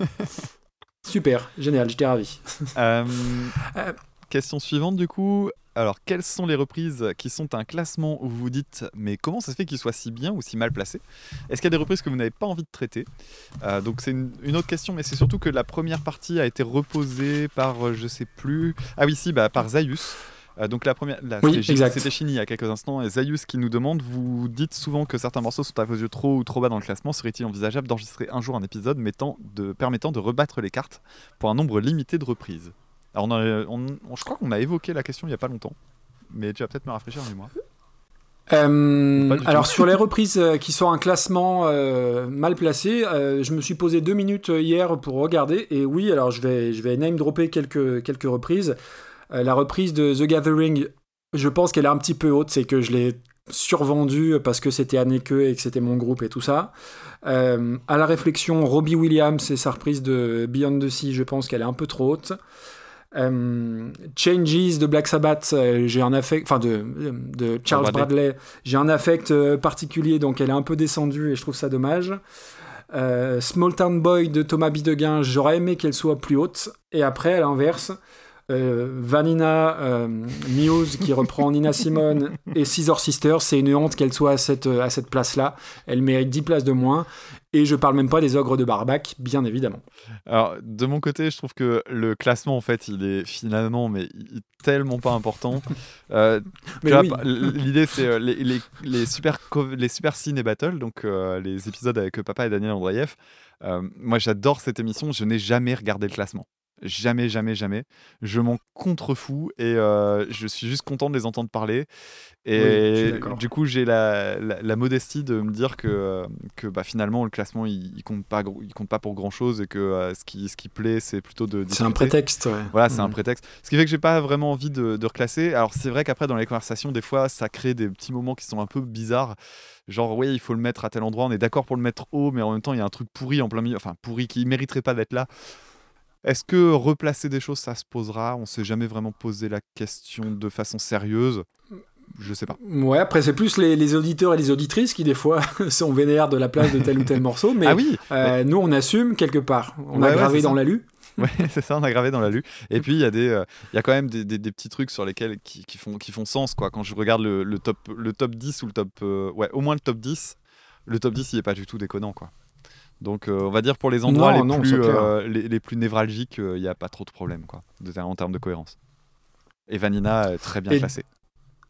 Super, génial, j'étais ravi. Question suivante du coup. Alors, quelles sont les reprises qui sont un classement où vous vous dites mais comment ça se fait qu'ils soient si bien ou si mal placés ? Est-ce qu'il y a des reprises que vous n'avez pas envie de traiter ? Donc c'est une autre question, mais c'est surtout que la première partie a été reposée par je sais plus. Ah oui, par Zaius. Donc la première, c'était Chini il y a quelques instants, et Zaius qui nous demande, vous dites souvent que certains morceaux sont à vos yeux trop ou trop bas dans le classement, serait-il envisageable d'enregistrer un jour un épisode permettant de rebattre les cartes pour un nombre limité de reprises ? Alors je crois qu'on a évoqué la question il n'y a pas longtemps, mais tu vas peut-être me rafraîchir en mémoire. Alors sur les reprises qui sont un classement mal placé, je me suis posé 2 minutes hier pour regarder, et oui, alors je vais name dropper quelques reprises. La reprise de The Gathering, je pense qu'elle est un petit peu haute, c'est que je l'ai survendue parce que c'était Anneke et que c'était mon groupe et tout ça. À la réflexion, Robbie Williams et sa reprise de Beyond the Sea, je pense qu'elle est un peu trop haute. Changes de Black Sabbath, j'ai un affect, enfin de Charles Bradley, j'ai un affect particulier, donc elle est un peu descendue et je trouve ça dommage. Small Town Boy de Thomas Bidegain, j'aurais aimé qu'elle soit plus haute. Et après, à l'inverse, Vanina Muse qui reprend Nina Simone et Scissor Sisters, c'est une honte qu'elle soit à cette place-là. Elle mérite 10 places de moins. Et je parle même pas des ogres de Barbac, bien évidemment. Alors, de mon côté, je trouve que le classement, en fait, il est finalement tellement pas important. L'idée, c'est les super ciné battle, donc les épisodes avec Papa et Daniel Andreev. Moi, j'adore cette émission. Je n'ai jamais regardé le classement. Jamais. Je m'en contrefous et je suis juste content de les entendre parler. Et du coup, j'ai la modestie de me dire que finalement, le classement, il compte pas pour grand chose et que ce qui plaît, c'est plutôt de discuter. C'est un prétexte. Ouais. Voilà, c'est un prétexte. Ce qui fait que j'ai pas vraiment envie de reclasser. Alors, c'est vrai qu'après, dans les conversations, des fois, ça crée des petits moments qui sont un peu bizarres. Genre, oui, il faut le mettre à tel endroit, on est d'accord pour le mettre haut, mais en même temps, il y a un truc pourri en plein milieu, enfin pourri qui mériterait pas d'être là. Est-ce que replacer des choses, ça se posera ? On s'est jamais vraiment posé la question de façon sérieuse. Je sais pas. Ouais, après c'est plus les auditeurs et les auditrices qui des fois sont vénères de la place de tel ou tel morceau, mais nous on assume quelque part. On a gravé dans l'alu. Ouais, c'est ça, on a gravé dans l'alu. Et puis il y a quand même des petits trucs sur lesquels qui font sens quoi. Quand je regarde le top 10 ou le top au moins le top 10. Le top 10 il est pas du tout déconnant quoi. Donc on va dire pour les endroits les plus névralgiques, il n'y a pas trop de problème quoi, en termes de cohérence. Et Vanina très bien classée.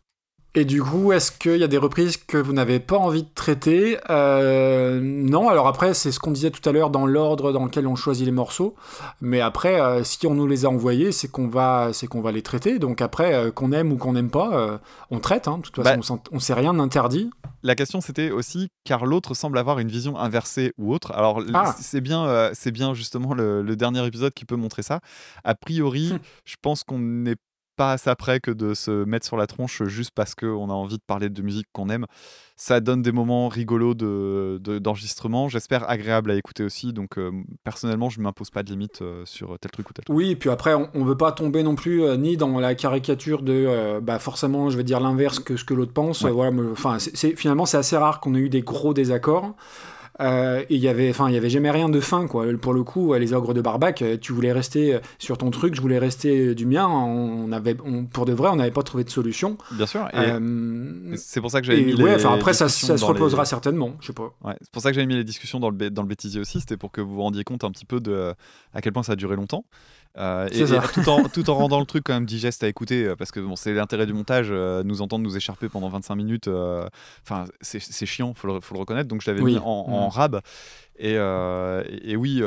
Et du coup, est-ce qu'il y a des reprises que vous n'avez pas envie de traiter ? Non, alors après, c'est ce qu'on disait tout à l'heure dans l'ordre dans lequel on choisit les morceaux. Mais après, si on nous les a envoyés, c'est qu'on va les traiter. Donc après, qu'on aime ou qu'on n'aime pas, on traite. Hein. De toute façon, on s'est rien interdit. La question, c'était aussi car l'autre semble avoir une vision inversée ou autre. Alors, c'est bien justement le dernier épisode qui peut montrer ça. A priori, je pense qu'on n'est pas assez près que de se mettre sur la tronche juste parce qu'on a envie de parler de musique qu'on aime. Ça donne des moments rigolos d'enregistrement, j'espère agréables à écouter aussi. Donc, personnellement, je ne m'impose pas de limite sur tel truc ou tel truc. Oui, et puis après, on ne veut pas tomber non plus ni dans la caricature de forcément, je vais dire l'inverse que ce que l'autre pense. Ouais. Voilà, finalement, c'est assez rare qu'on ait eu des gros désaccords. Et il y avait jamais rien de fin, quoi. Pour le coup, les ogres de Barbac, tu voulais rester sur ton truc, je voulais rester du mien. Pour de vrai, on n'avait pas trouvé de solution. Bien sûr. Et c'est pour ça que j'avais mis après, ça se reposera certainement. Je sais pas. Ouais, c'est pour ça que j'avais mis les discussions dans le bêtisier aussi. C'était pour que vous vous rendiez compte un petit peu de à quel point ça a duré longtemps. Et tout en rendant le truc quand même digeste à écouter, parce que bon, c'est l'intérêt du montage, nous entendre nous écharper pendant 25 minutes, c'est chiant, faut le reconnaître. Donc je l'avais mis en rab, et oui,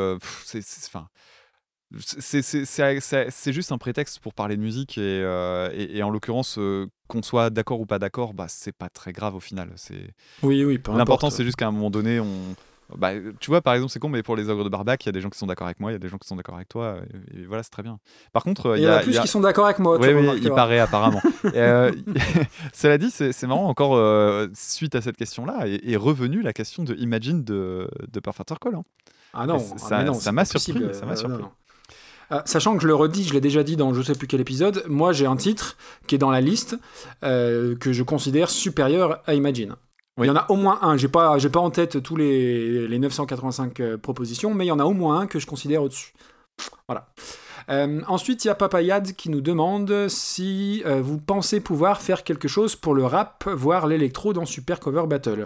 c'est juste un prétexte pour parler de musique, et en l'occurrence, qu'on soit d'accord ou pas d'accord, c'est pas très grave au final. Oui, peu l'important importe. C'est juste qu'à un moment donné, tu vois, par exemple, c'est con, mais pour les ogres de Barbac, il y a des gens qui sont d'accord avec moi, il y a des gens qui sont d'accord avec toi, et voilà, c'est très bien. Par contre, il y en a plus qui sont d'accord avec moi. Oui, il paraît apparemment. Cela dit, c'est marrant, encore suite à cette question-là, est revenue la question de Imagine de Perfect Call. Hein. Ah non, ça m'a surpris. Sachant que je le redis, je l'ai déjà dit dans je sais plus quel épisode, moi j'ai un titre qui est dans la liste que je considère supérieur à Imagine. Oui. Il y en a au moins un, j'ai pas en tête tous les 985 propositions, mais il y en a au moins un que je considère au-dessus. Voilà. Ensuite, il y a Papayad qui nous demande si vous pensez pouvoir faire quelque chose pour le rap, voire l'électro dans Super Cover Battle.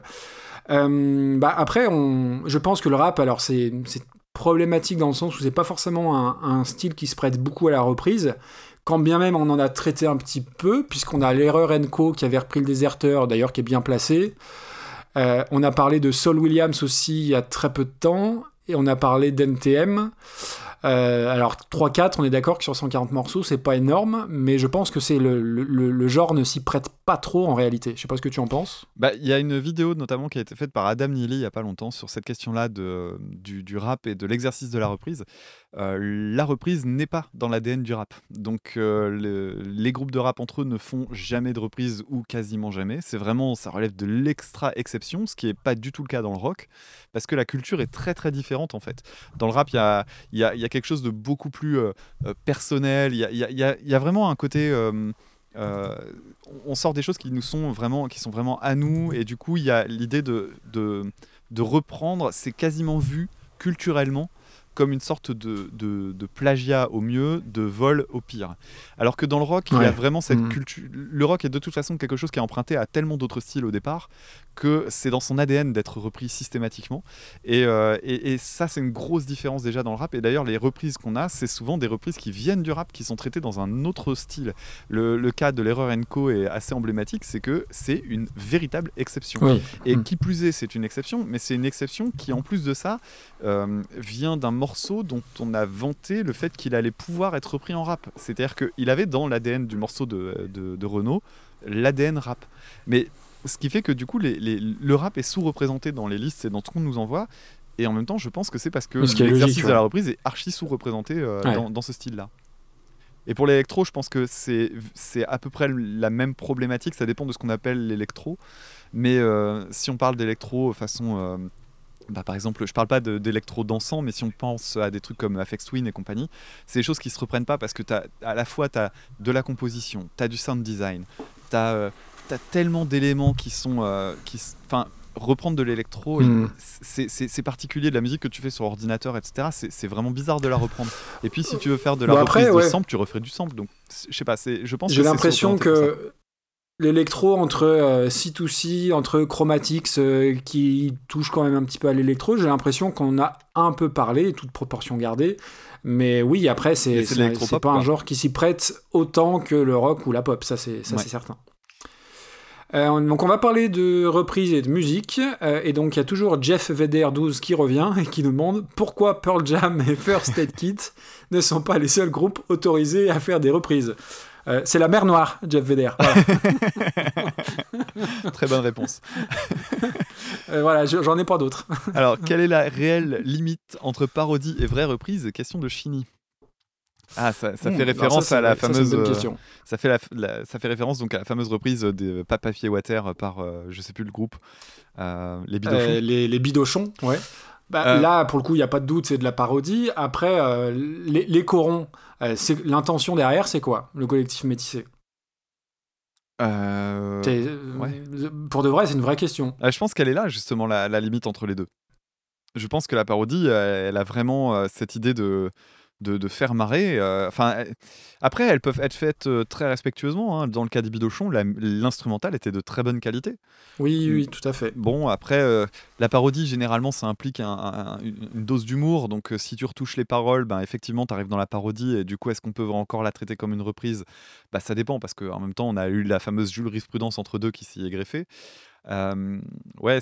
Après, je pense que le rap, alors c'est problématique dans le sens où c'est pas forcément un style qui se prête beaucoup à la reprise. Quand bien même on en a traité un petit peu, puisqu'on a l'Erreur & Co qui avait repris le Déserteur, d'ailleurs qui est bien placé. On a parlé de Saul Williams aussi il y a très peu de temps, et on a parlé d'NTM. Alors 3-4, on est d'accord que sur 140 morceaux, c'est pas énorme, mais je pense que c'est le genre ne s'y prête pas trop en réalité. Je sais pas ce que tu en penses. Il y a une vidéo notamment qui a été faite par Adam Neely il y a pas longtemps sur cette question-là du rap et de l'exercice de la reprise. La reprise n'est pas dans l'ADN du rap. Donc les groupes de rap entre eux ne font jamais de reprise ou quasiment jamais. C'est vraiment, ça relève de l'extra-exception, ce qui n'est pas du tout le cas dans le rock, parce que la culture est très très différente en fait. Dans le rap, il y a quelque chose de beaucoup plus personnel. Il y a vraiment un côté... on sort des choses qui sont vraiment à nous, et du coup il y a l'idée de reprendre. C'est quasiment vu culturellement comme une sorte de plagiat au mieux, de vol au pire. Alors que dans le rock, il y a vraiment cette culture. Le rock est de toute façon quelque chose qui est emprunté à tellement d'autres styles au départ que c'est dans son ADN d'être repris systématiquement. Et ça, c'est une grosse différence déjà dans le rap. Et d'ailleurs, les reprises qu'on a, c'est souvent des reprises qui viennent du rap, qui sont traitées dans un autre style. Le cas de l'Erreur & Co est assez emblématique, c'est que c'est une véritable exception. Oui. Et qui plus est, c'est une exception, mais c'est une exception qui, en plus de ça, vient d'un morceau dont on a vanté le fait qu'il allait pouvoir être repris en rap. C'est-à-dire qu'il avait dans l'ADN du morceau de Renaud l'ADN rap. Mais ce qui fait que du coup, le rap est sous-représenté dans les listes et dans tout ce qu'on nous envoie. Et en même temps, je pense que c'est parce que l'exercice de la reprise est archi sous-représenté dans ce style-là. Et pour l'électro, je pense que c'est à peu près la même problématique. Ça dépend de ce qu'on appelle l'électro. Mais si on parle d'électro façon... par exemple, je parle pas d'électro dansant, mais si on pense à des trucs comme Aphex Twin et compagnie, c'est des choses qui se reprennent pas parce que à la fois t'as de la composition, t'as du sound design, t'as tellement d'éléments qui sont, reprendre de l'électro, c'est particulier de la musique que tu fais sur ordinateur, etc. C'est vraiment bizarre de la reprendre. Et puis si tu veux faire de la reprise de sample, tu referais du sample. Donc je sais pas, je pense. J'ai l'impression que l'électro entre C2C, entre Chromatics qui touche quand même un petit peu à l'électro, j'ai l'impression qu'on a un peu parlé, toute proportion gardée. Mais oui, après, c'est pas un genre qui s'y prête autant que le rock ou la pop, ça c'est certain. Donc on va parler de reprises et de musique, et donc il y a toujours Jeff Vedder 12 qui revient et qui nous demande pourquoi Pearl Jam et First Aid Kit ne sont pas les seuls groupes autorisés à faire des reprises. C'est la mer Noire, Jeff Vedder. Voilà. Très bonne réponse. Voilà, j'en ai pas d'autres. Alors, quelle est la réelle limite entre parodie et vraie reprise? Question de Chini. Ah, ça fait référence à la fameuse. C'est une bonne question. Ça fait référence donc à la fameuse reprise de Papier Water par je sais plus le groupe. Les Bidochons. Les Bidochons, ouais. Là, pour le coup, il n'y a pas de doute, c'est de la parodie. Après, les corons, l'intention derrière, c'est quoi? Le collectif métissé. Ouais. Pour de vrai, c'est une vraie question. Je pense qu'elle est là, justement, la limite entre les deux. Je pense que la parodie, elle a vraiment cette idée de faire marrer. Après, elles peuvent être faites très respectueusement. Hein. Dans le cas des Bidochons, l'instrumental était de très bonne qualité. Oui, tout à fait. Bon, après, la parodie, généralement, ça implique une dose d'humour. Donc, si tu retouches les paroles, effectivement, tu arrives dans la parodie. Et du coup, est-ce qu'on peut encore la traiter comme une reprise? Ça dépend, parce qu'en même temps, on a eu la fameuse jurisprudence entre deux qui s'y est greffée. Ouais,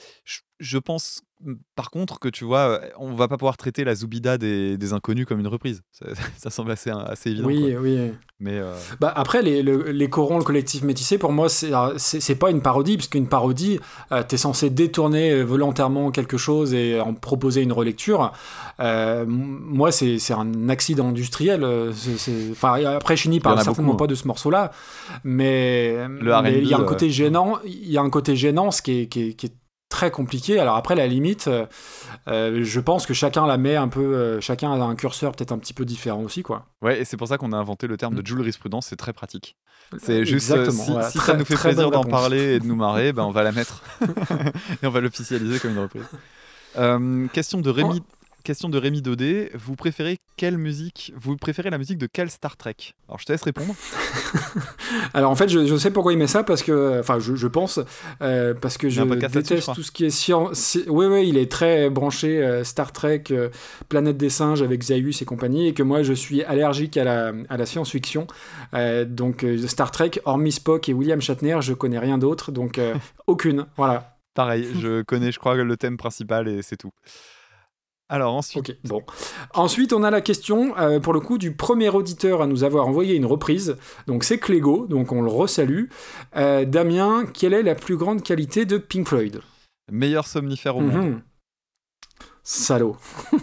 je pense par contre que tu vois, on va pas pouvoir traiter la Zoubida des Inconnus comme une reprise. Ça semble assez évident. Oui, quoi. oui. Mais après, les corons, le collectif métissé, pour moi, c'est pas une parodie, parce qu'une parodie, t'es censé détourner volontairement quelque chose et en proposer une relecture. Moi, c'est un accident industriel. Après, Chini parle certainement pas de ce morceau-là, mais il y a un côté gênant. Il y a un côté gênant, ce qui est très compliqué. Alors après, la limite, je pense que chacun la met un peu, chacun a un curseur peut-être un petit peu différent aussi, quoi. Ouais, et c'est pour ça qu'on a inventé le terme de jurisprudence, c'est très pratique. C'est juste, voilà, si ça nous fait plaisir d'en parler et de nous marrer, on va la mettre et on va l'officialiser comme une reprise. Question de Rémi Daudet, vous préférez la musique de quel Star Trek? Alors je te laisse répondre. Alors en fait, je sais pourquoi il met ça, parce que, je pense, parce que je déteste tout ce qui est science. Oui, il est très branché Star Trek, Planète des singes avec Zaius et compagnie, et que moi je suis allergique à la science-fiction. Donc Star Trek, hormis Spock et William Shatner, je connais rien d'autre, donc aucune. Voilà. Pareil, je connais, je crois, le thème principal et c'est tout. Alors ensuite... Okay, bon. Ensuite, on a la question, pour le coup, du premier auditeur à nous avoir envoyé une reprise. Donc c'est Clégo, donc on le resalue. Damien, quelle est la plus grande qualité de Pink Floyd? Meilleur somnifère au monde. Salaud.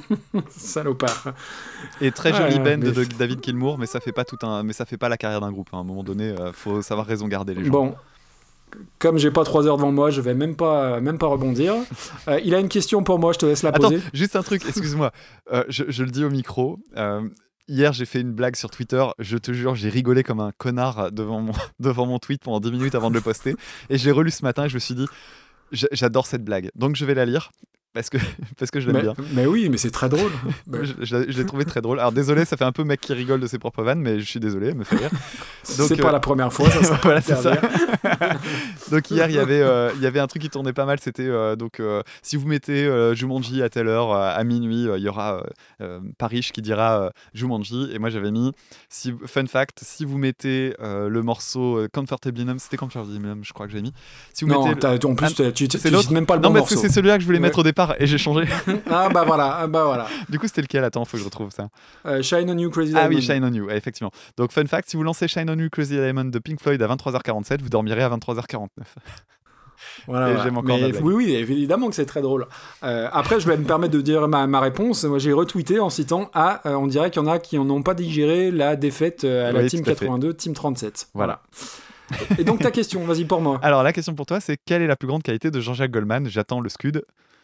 Salopard. Et très joli de David Gilmour, mais ça fait pas la carrière d'un groupe. Hein. À un moment donné, faut savoir raison garder les gens. Bon. Comme j'ai pas 3 heures devant moi, je vais même pas rebondir. Il a une question pour moi, je te laisse la poser. Attends, juste un truc, excuse-moi. Je le dis au micro. Hier, j'ai fait une blague sur Twitter. Je te jure, j'ai rigolé comme un connard devant mon tweet pendant 10 minutes avant de le poster. Et je l'ai relu ce matin et je me suis dit, j'adore cette blague. Donc je vais la lire. Parce que je l'aime bien. Mais oui, mais c'est très drôle. je l'ai trouvé très drôle. Alors désolé, ça fait un peu mec qui rigole de ses propres vannes, mais je suis désolé, elle me fait rire. Donc, c'est pas la première fois, ça. Voilà, c'est ça. Donc hier, il y avait un truc qui tournait pas mal. C'était si vous mettez Jumanji à telle heure, à minuit, il y aura Parish qui dira Jumanji. Et moi j'avais mis, fun fact, si vous mettez le morceau Comfortably Numb, c'était Comfortably Numb, je crois que j'ai mis. Si vous mettez en plus, tu cites même pas le bon morceau. Non, mais c'est celui-là que je voulais mettre au départ. Et j'ai changé. Ah bah voilà. Du coup, c'était lequel? Attends, faut que je retrouve ça. Shine on You, Crazy Diamond. Ah oui, Shine on You, effectivement. Donc, fun fact, si vous lancez Shine on You, Crazy Diamond de Pink Floyd à 23h47, vous dormirez à 23h49. Voilà. J'aime encore oui, évidemment que c'est très drôle. Après, je vais me permettre de dire ma réponse. Moi, j'ai retweeté en citant on dirait qu'il y en a qui n'ont pas digéré la défaite à la Team 82, Team 37. Voilà. Et donc, ta question, vas-y pour moi. Alors, la question pour toi, c'est quelle est la plus grande qualité de Jean-Jacques Goldman? J'attends le scud.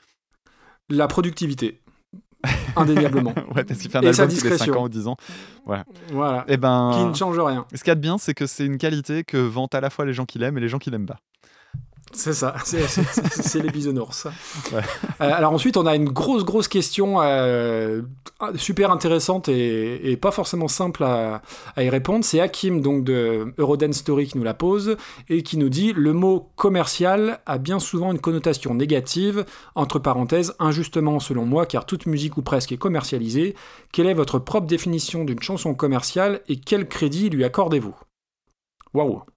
La productivité, indéniablement. Ouais, parce qu'il fait un album tous les 5 ans ou 10 ans. Voilà. Et qui ne change rien. Ce qu'il y a de bien, c'est que c'est une qualité que vantent à la fois les gens qui l'aiment et les gens qui l'aiment pas. C'est ça, c'est les bisounours. Ouais. Alors ensuite, on a une grosse question super intéressante et pas forcément simple à y répondre. C'est Hakim, donc de Eurodance Story, qui nous la pose et qui nous dit « Le mot commercial a bien souvent une connotation négative, entre parenthèses, injustement selon moi, car toute musique ou presque est commercialisée. Quelle est votre propre définition d'une chanson commerciale et quel crédit lui accordez-vous »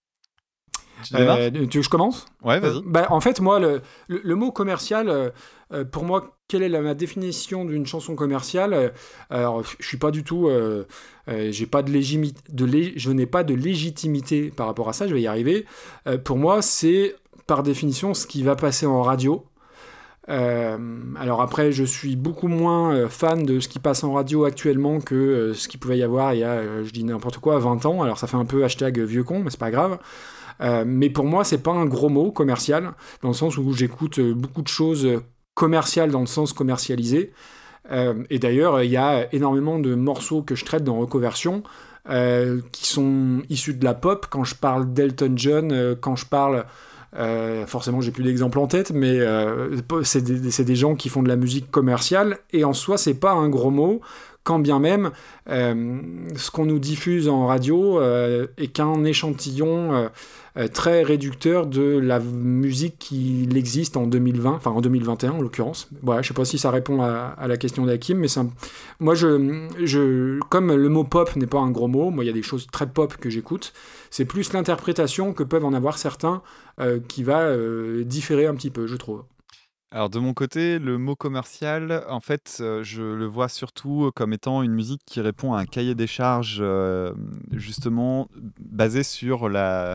Waouh. Tu démarres ? Tu veux que je commence ? Ouais, vas-y. En fait, moi, le mot commercial, pour moi, quelle est ma définition d'une chanson commerciale ? Alors, je suis pas du tout... je n'ai pas de légitimité par rapport à ça, je vais y arriver. Pour moi, c'est, par définition, ce qui va passer en radio. Alors après, je suis beaucoup moins fan de ce qui passe en radio actuellement que ce qu'il pouvait y avoir il y a, je dis n'importe quoi, 20 ans. Alors ça fait un peu hashtag vieux con, mais c'est pas grave. Mais pour moi, c'est pas un gros mot, commercial, dans le sens où j'écoute beaucoup de choses commerciales dans le sens commercialisé. Et d'ailleurs, il y a énormément de morceaux que je traite dans Recoversion qui sont issus de la pop. Quand je parle d'Elton John, quand je parle... forcément j'ai plus d'exemples en tête, mais c'est des gens qui font de la musique commerciale, et en soi c'est pas un gros mot, quand bien même ce qu'on nous diffuse en radio est qu'un échantillon très réducteur de la musique qui existe en 2020, enfin en 2021 en l'occurrence. Voilà, je sais pas si ça répond à la question d'Hakim, mais moi comme le mot pop n'est pas un gros mot, moi il y a des choses très pop que j'écoute, c'est plus l'interprétation que peuvent en avoir certains qui va différer un petit peu, je trouve. Alors de mon côté, le mot commercial, en fait, je le vois surtout comme étant une musique qui répond à un cahier des charges, justement basé sur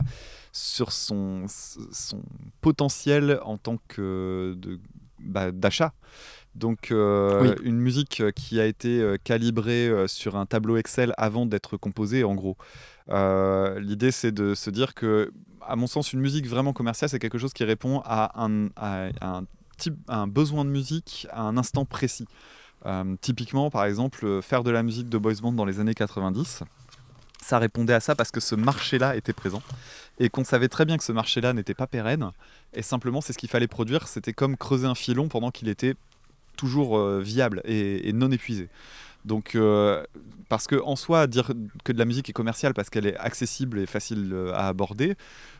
son potentiel en tant que d'achat. Donc Oui. une musique qui a été calibrée sur un tableau Excel avant d'être composée, en gros. L'idée, c'est de se dire que, à mon sens, une musique vraiment commerciale, c'est quelque chose qui répond à un besoin de musique à un instant précis. Typiquement, par exemple, faire de la musique de boys band dans les années 90, ça répondait à ça parce que ce marché-là était présent et qu'on savait très bien que ce marché-là n'était pas pérenne, et simplement c'est ce qu'il fallait produire. C'était comme creuser un filon pendant qu'il était toujours viable et non épuisé. Donc, parce que en soi, dire que de la musique est commerciale parce qu'elle est accessible et facile à aborder,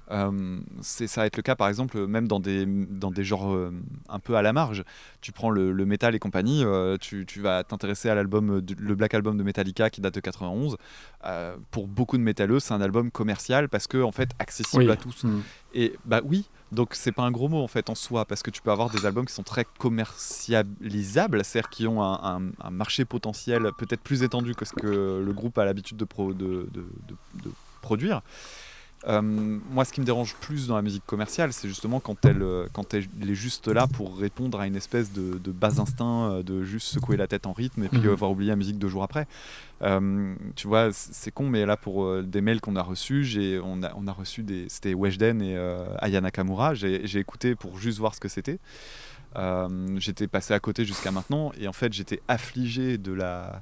ça va être le cas par exemple même dans des genres un peu à la marge. Tu prends le métal et compagnie, tu vas t'intéresser à le Black Album de Metallica qui date de 91. Pour beaucoup de métalleux, c'est un album commercial parce que en fait accessible à tous. Et bah oui, donc c'est pas un gros mot en fait en soi, parce que tu peux avoir des albums qui sont très commercialisables, c'est-à-dire qui ont un marché potentiel peut-être plus étendu que ce que le groupe a l'habitude de produire. Moi, ce qui me dérange plus dans la musique commerciale, c'est justement quand elle est juste là pour répondre à une espèce de bas instinct, de juste secouer la tête en rythme et puis avoir oublié la musique 2 jours après. Tu vois, c'est con, mais là, pour des mails qu'on a reçus, on a reçu c'était Weshden et Aya Nakamura. J'ai écouté pour juste voir ce que c'était. J'étais passé à côté jusqu'à maintenant, et en fait j'étais affligé du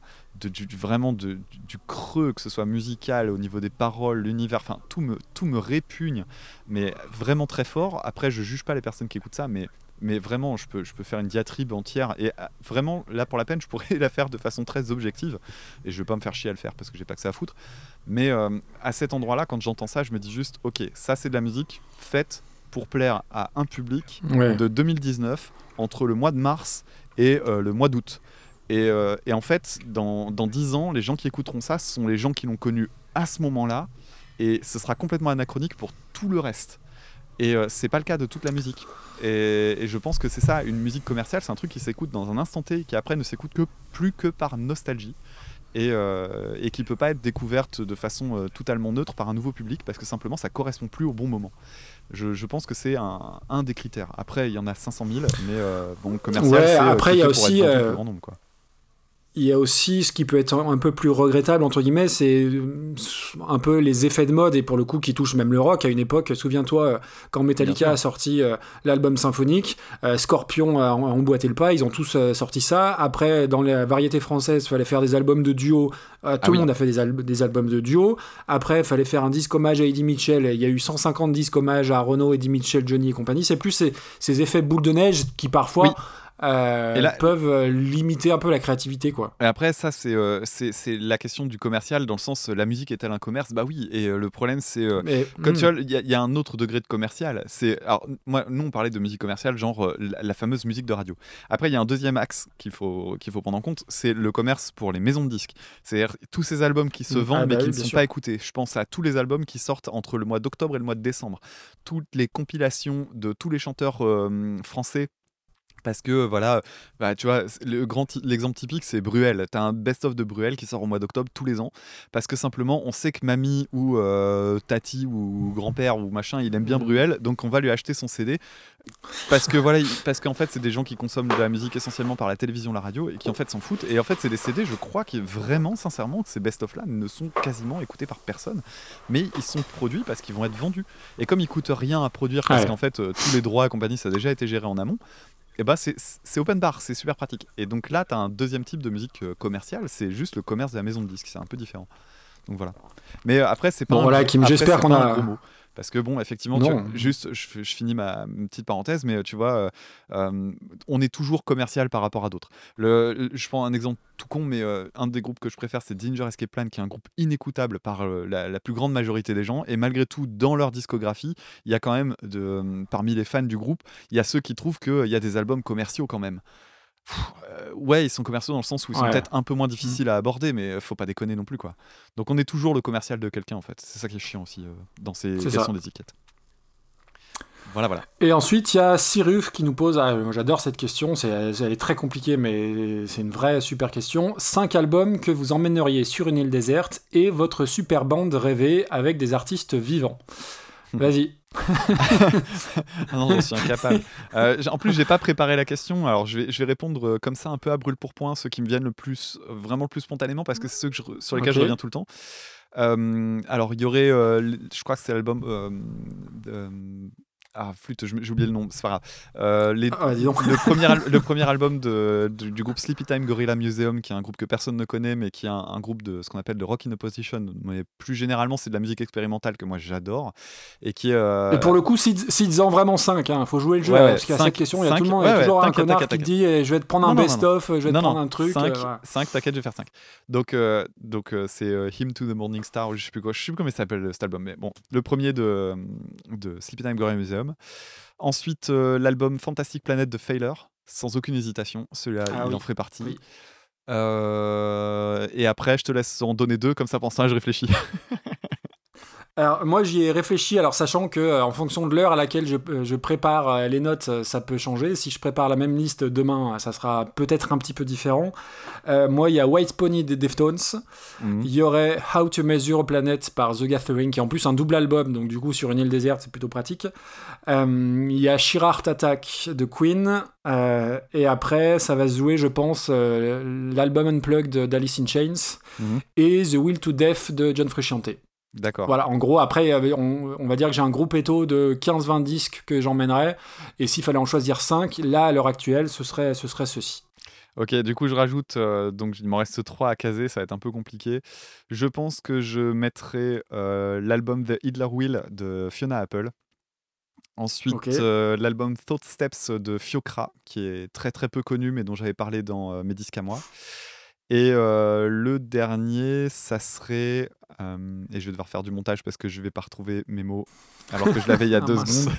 creux, que ce soit musical, au niveau des paroles, l'univers, enfin tout me répugne, mais vraiment très fort. Après, je juge pas les personnes qui écoutent ça, mais vraiment je peux faire une diatribe entière, et vraiment là pour la peine je pourrais la faire de façon très objective, et je vais pas me faire chier à le faire parce que j'ai pas que ça à foutre, mais à cet endroit là, quand j'entends ça, je me dis juste ok, ça c'est de la musique faite pour plaire à un public de 2019 entre le mois de mars et le mois d'août. Et en fait, dans 10 ans, les gens qui écouteront ça, ce sont les gens qui l'ont connu à ce moment-là, et ce sera complètement anachronique pour tout le reste. Et c'est pas le cas de toute la musique. Et je pense que c'est ça, une musique commerciale, c'est un truc qui s'écoute dans un instant T, qui après ne s'écoute plus que par nostalgie. Et qui peut pas être découverte de façon totalement neutre par un nouveau public, parce que simplement ça correspond plus au bon moment. Je pense que c'est un des critères. Après, il y en a 500 000, mais bon, commercial, ouais, c'est après, il y a aussi pour être vendu au plus grand nombre, quoi. Il y a aussi ce qui peut être un peu plus regrettable, entre guillemets, c'est un peu les effets de mode, et pour le coup qui touchent même le rock. À une époque, souviens-toi, quand Metallica a sorti l'album symphonique, Scorpion a emboîté le pas, ils ont tous sorti ça. Après, dans la variété française, il fallait faire des albums de duo. Tout le monde a fait des albums de duo. Après, il fallait faire un disque hommage à Eddie Mitchell. Il y a eu 150 disques hommage à Renaud, Eddie Mitchell, Johnny et compagnie. C'est plus ces effets boule de neige qui parfois... peuvent limiter un peu la créativité, quoi. Et après, ça, c'est la question du commercial, dans le sens, la musique est-elle un commerce ? Bah oui, et le problème, c'est... quand tu vois, il y a un autre degré de commercial. Alors, nous, on parlait de musique commerciale, genre la fameuse musique de radio. Après, il y a un deuxième axe qu'il faut prendre en compte, c'est le commerce pour les maisons de disques. C'est-à-dire tous ces albums qui se vendent, mais qui ne sont pas écoutés. Je pense à tous les albums qui sortent entre le mois d'octobre et le mois de décembre. Toutes les compilations de tous les chanteurs français. Parce que voilà, tu vois, l'exemple typique, c'est Bruel. T'as un best-of de Bruel qui sort au mois d'octobre tous les ans. Parce que simplement, on sait que mamie ou tati ou grand-père ou machin, il aime bien Bruel. Donc on va lui acheter son CD. Parce qu'en fait, c'est des gens qui consomment de la musique essentiellement par la télévision, la radio, et qui en fait s'en foutent. Et en fait, c'est des CD, je crois, qui vraiment, sincèrement, que ces best-of-là ne sont quasiment écoutés par personne. Mais ils sont produits parce qu'ils vont être vendus. Et comme ils coûtent rien à produire, parce qu'en fait, tous les droits et compagnie, ça a déjà été géré en amont. Et bah c'est open bar, c'est super pratique. Et donc là, tu as un deuxième type de musique commerciale, c'est juste le commerce de la maison de disques, c'est un peu différent. Donc voilà. Mais après, c'est pas j'espère qu'on a un gros mot. Parce que bon, effectivement, juste, je finis ma petite parenthèse, mais tu vois, on est toujours commercial par rapport à d'autres. Je prends un exemple tout con, mais un des groupes que je préfère, c'est Ginger Escape Plan, qui est un groupe inécoutable par la plus grande majorité des gens. Et malgré tout, dans leur discographie, il y a quand même, parmi les fans du groupe, il y a ceux qui trouvent qu'il y a des albums commerciaux quand même. Ouais, ils sont commerciaux dans le sens où ils sont peut-être un peu moins difficiles à aborder, mais faut pas déconner non plus, quoi. Donc on est toujours le commercial de quelqu'un, en fait. C'est ça qui est chiant aussi dans ces questions d'étiquette. Voilà. Et ensuite, il y a Cyruf qui nous pose, moi j'adore cette question, elle est très compliquée, mais c'est une vraie super question. 5 albums que vous emmèneriez sur une île déserte et votre super bande rêvée avec des artistes vivants. Vas-y. Non, je suis incapable. En plus, j'ai pas préparé la question, alors je vais répondre comme ça, un peu à brûle-pourpoint, ceux qui me viennent vraiment le plus spontanément, parce que c'est ceux sur lesquels je reviens tout le temps. Alors, il y aurait, je crois que c'est l'album flûte, j'ai oublié le nom, c'est pas grave. Le premier album du groupe Sleepy Time Gorilla Museum, qui est un groupe que personne ne connaît, mais qui est un groupe de ce qu'on appelle de rock in opposition, mais plus généralement, c'est de la musique expérimentale que moi j'adore. Et qui est. Et pour le coup, s'ils en vraiment 5, il faut jouer le jeu, parce qu'à cette question, il y a tout le monde, toujours un connard qui dit je vais te prendre un best-of, je vais te prendre un truc. 5, t'inquiète, je vais faire 5. Donc c'est Hymn to the Morning Star, ou je sais plus comment il s'appelle cet album, mais bon, le premier de Sleepy Time Gorilla Museum. Ensuite, l'album Fantastic Planet de Failure, sans aucune hésitation, celui-là, il en ferait partie. Oui. Et après, je te laisse en donner 2, comme ça, pour ça, je réfléchis. Alors moi j'y ai réfléchi, alors sachant que en fonction de l'heure à laquelle je prépare les notes, ça peut changer. Si je prépare la même liste demain, ça sera peut-être un petit peu différent. Moi il y a White Pony des Deftones, il y aurait How to Measure a Planet par The Gathering, qui est en plus un double album, donc du coup sur une île déserte c'est plutôt pratique. Il y a Sheer Heart Attack de Queen, et après ça va se jouer, je pense, l'album Unplugged d'Alice in Chains et The Will to Death de John Frusciante. D'accord. Voilà, en gros, après, on va dire que j'ai un groupe éto de 15-20 disques que j'emmènerais, et s'il fallait en choisir 5, là, à l'heure actuelle, ce serait ceci. Ok, du coup, je rajoute, donc il m'en reste 3 à caser, ça va être un peu compliqué. Je pense que je mettrai l'album The Idler Wheel de Fiona Apple. Ensuite, l'album Thought Steps de Fiocra, qui est très très peu connu, mais dont j'avais parlé dans Mes disques à moi. Et le dernier, ça serait... et je vais devoir faire du montage parce que je ne vais pas retrouver mes mots alors que je l'avais il y a 2 secondes.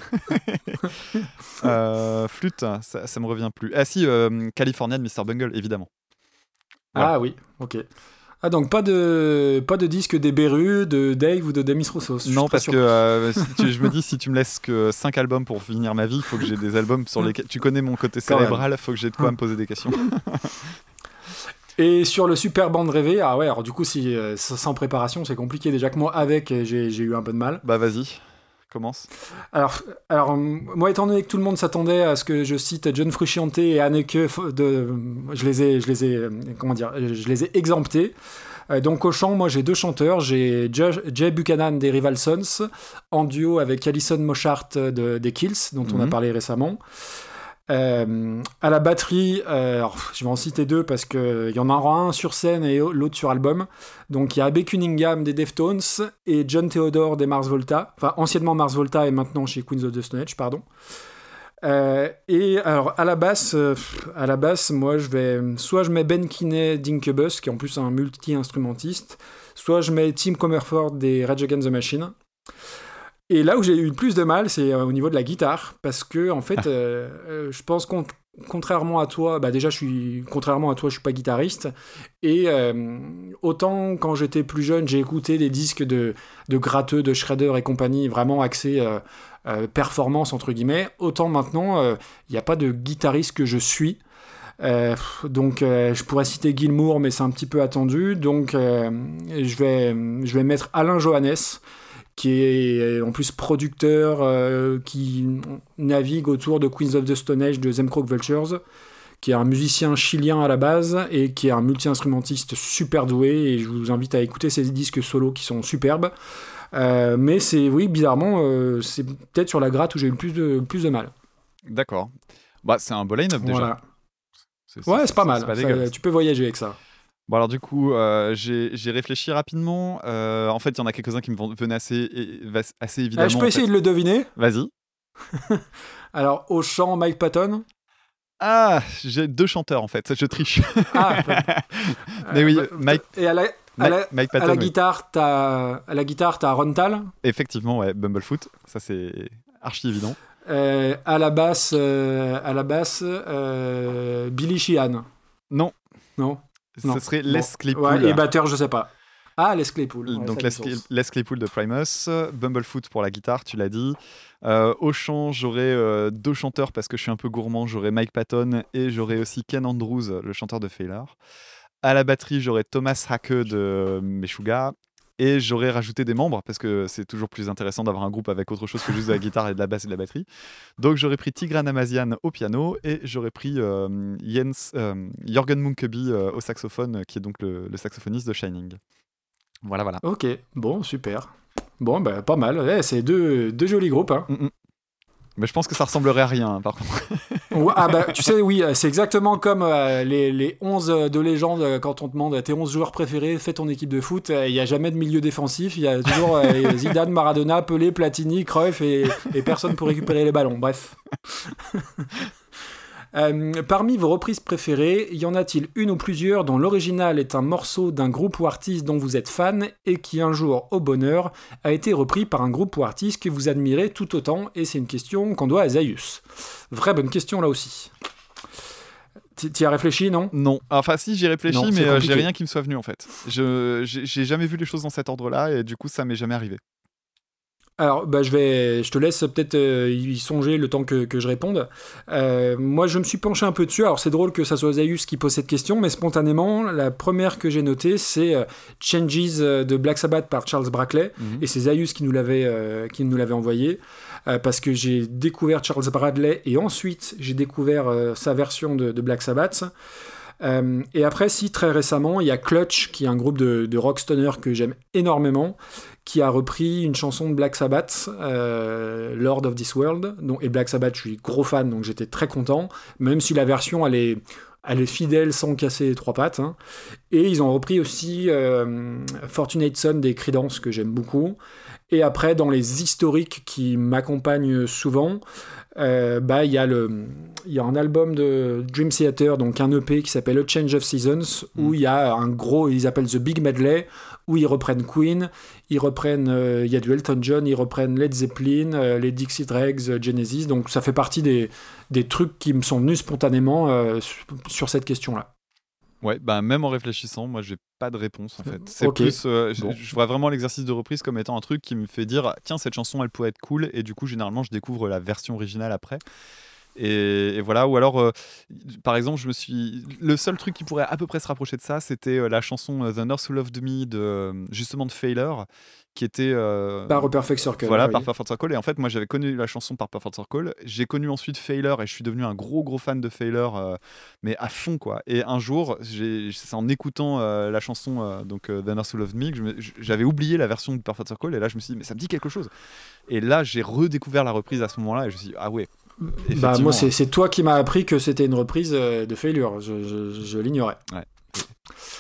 Flûte, ça me revient plus. Ah si, California de Mr. Bungle, évidemment. Voilà. Ah oui, ok. Ah donc pas de disque des Beru, de Dave ou de Demis Roussos. Non, parce que je me dis, si tu me laisses que 5 albums pour finir ma vie, il faut que j'ai des albums sur lesquels... Tu connais mon côté cérébral, il faut que j'ai de quoi me poser des questions. Et sur le super band rêvé, alors du coup, si sans préparation, c'est compliqué. Déjà que moi, avec, j'ai eu un peu de mal. Bah vas-y, commence. Alors moi, étant donné que tout le monde s'attendait à ce que je cite John Frusciante et Anneke, je les ai exemptés. Donc au chant, moi j'ai 2 chanteurs, j'ai Jay Buchanan des Rival Sons, en duo avec Alison Moshart des Kills, dont on a parlé récemment. À la batterie, je vais en citer 2 parce qu'il y en aura un sur scène et l'autre sur album. Donc il y a Abe Cunningham des Deftones et John Theodore des Mars Volta, enfin anciennement Mars Volta et maintenant chez Queens of the Stone Age, pardon. Et alors à la basse, moi soit je mets Ben Kinney d'Incubus, qui est en plus un multi-instrumentiste, soit je mets Tim Comerford des Rage Against the Machine. Et là où j'ai eu le plus de mal, c'est au niveau de la guitare, parce que en fait, je pense contrairement à toi, déjà je suis pas guitariste, et autant quand j'étais plus jeune, j'ai écouté des disques de gratteux, de Shredder et compagnie, vraiment axés performance entre guillemets, autant maintenant, il n'y a pas de guitariste que je suis. Donc je pourrais citer Gilmour, mais c'est un petit peu attendu, donc je vais mettre Alain Johannes, qui est en plus producteur, qui navigue autour de Queens of the Stone Age de Them Crooked Vultures, qui est un musicien chilien à la base et qui est un multi-instrumentiste super doué, et je vous invite à écouter ses disques solo qui sont superbes. Mais bizarrement, c'est peut-être sur la gratte où j'ai eu le plus de mal. D'accord. C'est un beau line-up déjà. Voilà. C'est pas mal. Pas tu peux voyager avec ça. Bon, alors du coup, j'ai réfléchi rapidement. En fait, il y en a quelques-uns qui me venaient assez évidemment. Je peux essayer de le deviner. Vas-y. Alors, au chant, Mike Patton. Ah, j'ai 2 chanteurs en fait, je triche. Mais oui, Mike. Et Mike Patton, à la guitare, t'as Ron Tal. Effectivement, ouais, Bumblefoot, ça c'est archi évident. À la basse, Billy Sheehan. Non. Ce serait Les Claypool. Ouais, et batteur, je sais pas. Ah, Les Claypool. Ouais, donc Les Claypool de Primus, Bumblefoot pour la guitare, tu l'as dit. Au chant, j'aurais 2 chanteurs parce que je suis un peu gourmand. J'aurais Mike Patton et j'aurais aussi Ken Andrews, le chanteur de Failure. À la batterie, j'aurais Thomas Hake de Meshuggah. Et j'aurais rajouté des membres parce que c'est toujours plus intéressant d'avoir un groupe avec autre chose que juste de la guitare et de la basse et de la batterie. Donc j'aurais pris Tigran Amazian au piano et j'aurais pris Jürgen Munkeby au saxophone, qui est donc le saxophoniste de Shining. Voilà. Ok, bon, super. Bon, pas mal. Ouais, c'est deux jolis groupes. Hein. Mais je pense que ça ressemblerait à rien, par contre. Tu sais, oui, c'est exactement comme les 11 de légende, quand on te demande tes 11 joueurs préférés, fais ton équipe de foot, il n'y a jamais de milieu défensif, il y a toujours Zidane, Maradona, Pelé, Platini, Cruyff et personne pour récupérer les ballons, bref. Parmi vos reprises préférées, y en a-t-il une ou plusieurs dont l'original est un morceau d'un groupe ou artiste dont vous êtes fan et qui un jour, au bonheur, a été repris par un groupe ou artiste que vous admirez tout autant? Et c'est une question qu'on doit à Zaius. Vraie bonne question là aussi. T'y as réfléchi, non? Non. Enfin si, j'y réfléchis, mais j'ai rien qui me soit venu en fait. J'ai jamais vu les choses dans cet ordre-là et du coup ça m'est jamais arrivé. Alors, je te laisse peut-être y songer le temps que je réponde. Moi, je me suis penché un peu dessus. Alors, c'est drôle que ça soit Zaius qui pose cette question, mais spontanément, la première que j'ai notée, c'est Changes de Black Sabbath par Charles Brackley. Et c'est Zaius qui nous l'avait envoyé. Parce que j'ai découvert Charles Bradley et ensuite, j'ai découvert sa version de Black Sabbath. Et après, très récemment, il y a Clutch, qui est un groupe de rock stoner que j'aime énormément, qui a repris une chanson de Black Sabbath, Lord of This World. Donc, et Black Sabbath, je suis gros fan, donc j'étais très content, même si la version, elle est fidèle sans casser les 3 pattes. Hein. Et ils ont repris aussi Fortunate Son des Creedence, que j'aime beaucoup. Et après, dans les historiques qui m'accompagnent souvent, il y a un album de Dream Theater, donc un EP qui s'appelle A Change of Seasons, où il y a ils appellent The Big Medley, où ils reprennent Queen, il y a du Elton John, ils reprennent Led Zeppelin, les Dixie Dregs, Genesis, donc ça fait partie des trucs qui me sont venus spontanément sur cette question-là. Ouais, même en réfléchissant, moi j'ai pas de réponse en fait. C'est plus, je vois vraiment l'exercice de reprise comme étant un truc qui me fait dire tiens, cette chanson elle pourrait être cool, et du coup généralement je découvre la version originale après. Et voilà, ou alors par exemple le seul truc qui pourrait à peu près se rapprocher de ça, c'était la chanson The Nurse Who Loved Me de Failure, qui était par Perfect Circle. Voilà, par Perfect Circle. Et en fait moi j'avais connu la chanson par Perfect Circle, j'ai connu ensuite Failure et je suis devenu un gros fan de Failure, mais à fond quoi. Et un jour c'est en écoutant la chanson The Nurse Who Loved Me que j'avais oublié la version de Perfect Circle, et là je me suis dit mais ça me dit quelque chose, et là j'ai redécouvert la reprise à ce moment-là et je me suis dit ah ouais. Moi c'est toi qui m'as appris que c'était une reprise de Failure, je l'ignorais. Ouais.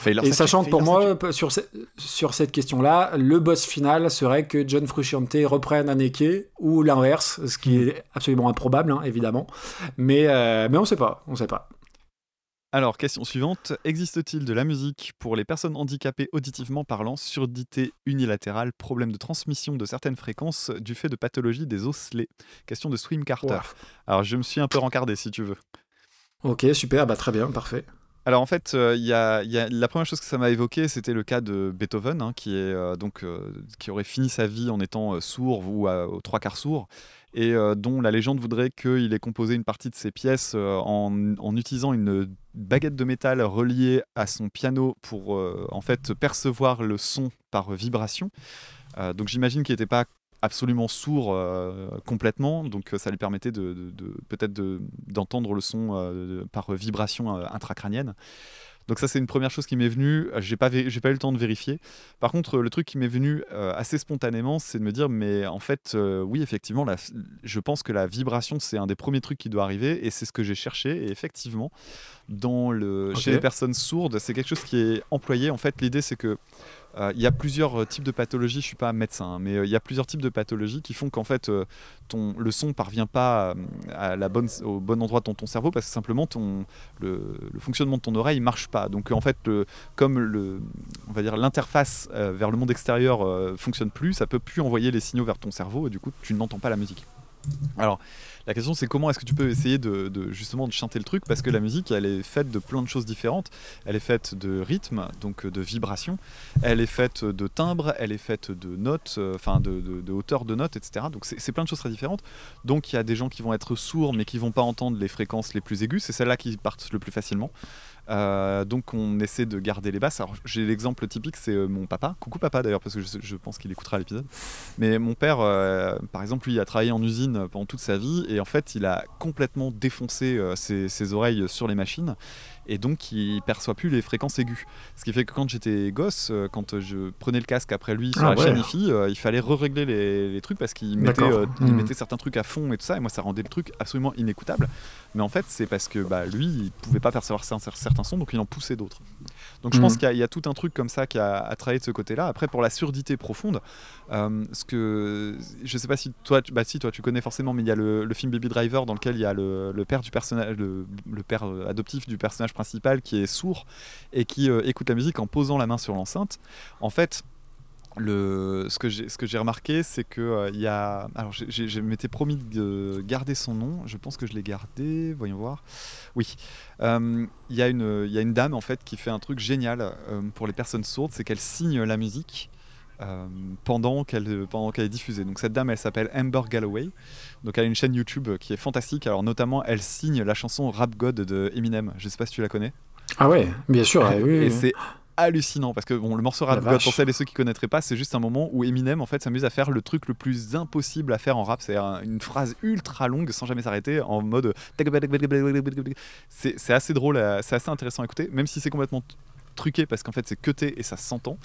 Et sachant que pour moi, sur cette question-là, le boss final serait que John Frusciante reprenne Haneke ou l'inverse, ce qui est absolument improbable, hein, évidemment. Mais on ne sait pas. Alors, question suivante. Existe-t-il de la musique pour les personnes handicapées auditivement parlant, surdité unilatérale, problème de transmission de certaines fréquences du fait de pathologie des osselets? Question de Swim Carter. Wow. Alors, je me suis un peu rencardé, si tu veux. Ok, super, très bien, parfait. Alors en fait, la première chose que ça m'a évoqué, c'était le cas de Beethoven, hein, qui aurait fini sa vie en étant sourd ou aux trois quarts sourd, et dont la légende voudrait qu'il ait composé une partie de ses pièces en utilisant une baguette de métal reliée à son piano pour en fait percevoir le son par vibration. Donc j'imagine qu'il n'était pas absolument sourd complètement, donc ça lui permettait peut-être d'entendre le son par vibration intracrânienne. Donc ça, c'est une première chose qui m'est venue. J'ai pas eu le temps de vérifier. Par contre, le truc qui m'est venu assez spontanément, c'est de me dire, mais en fait, oui, effectivement, je pense que la vibration, c'est un des premiers trucs qui doit arriver, et c'est ce que j'ai cherché. Et effectivement, chez les personnes sourdes, c'est quelque chose qui est employé. En fait, l'idée, c'est que il y a plusieurs types de pathologies. Je suis pas médecin, hein, mais il y a plusieurs types de pathologies qui font qu'en fait, le son parvient pas au bon endroit dans ton cerveau, parce que simplement le fonctionnement de ton oreille marche pas. Donc en fait, on va dire l'interface vers le monde extérieur fonctionne plus, ça peut plus envoyer les signaux vers ton cerveau, et du coup, tu n'entends pas la musique. Alors, la question, c'est comment est-ce que tu peux essayer justement de chanter le truc, parce que la musique, elle est faite de plein de choses différentes. Elle est faite de rythme, donc de vibration. Elle est faite de timbre, elle est faite de notes, de hauteur de notes, etc. Donc c'est plein de choses très différentes. Donc il y a des gens qui vont être sourds, mais qui vont pas entendre les fréquences les plus aiguës. C'est celles-là qui partent le plus facilement. Donc on essaie de garder les basses. Alors j'ai l'exemple typique, c'est mon papa. Coucou papa d'ailleurs, parce que je pense qu'il écoutera l'épisode. Mais mon père, par exemple, lui, il a travaillé en usine pendant toute sa vie, et en fait il a complètement défoncé ses oreilles sur les machines, et donc il perçoit plus les fréquences aiguës. Ce qui fait que quand j'étais gosse, quand je prenais le casque après lui sur la chaîne IFI, il fallait régler les trucs, parce qu'il mettait certains trucs à fond et tout ça, et moi ça rendait le truc absolument inécoutable. Mais en fait, c'est parce que lui, il pouvait pas percevoir certains sons, donc il en poussait d'autres. Donc je pense qu'il y a tout un truc comme ça qui a travaillé de ce côté-là. Après, pour la surdité profonde, je sais pas si toi tu connais forcément, mais il y a le film Baby Driver, dans lequel il y a le père du personnage, le père adoptif du personnage principal, qui est sourd et qui écoute la musique en posant la main sur l'enceinte. En fait, ce que j'ai remarqué, c'est que il y a... Alors, je m'étais promis de garder son nom. Je pense que je l'ai gardé. Voyons voir. Oui. Il y a une dame, en fait, qui fait un truc génial pour les personnes sourdes. C'est qu'elle signe la musique pendant qu'elle est diffusée. Donc cette dame, elle s'appelle Amber Galloway. Donc elle a une chaîne YouTube qui est fantastique. Alors notamment, elle signe la chanson Rap God de Eminem. Je sais pas si tu la connais. Ah ouais, bien sûr. Et c'est hallucinant, parce que le morceau Rap God, pour celles et ceux qui connaîtraient pas, c'est juste un moment où Eminem en fait s'amuse à faire le truc le plus impossible à faire en rap. C'est une phrase ultra longue sans jamais s'arrêter, en mode c'est assez drôle, c'est assez intéressant à écouter, même si c'est complètement truqué, parce qu'en fait c'est cuté et ça s'entend.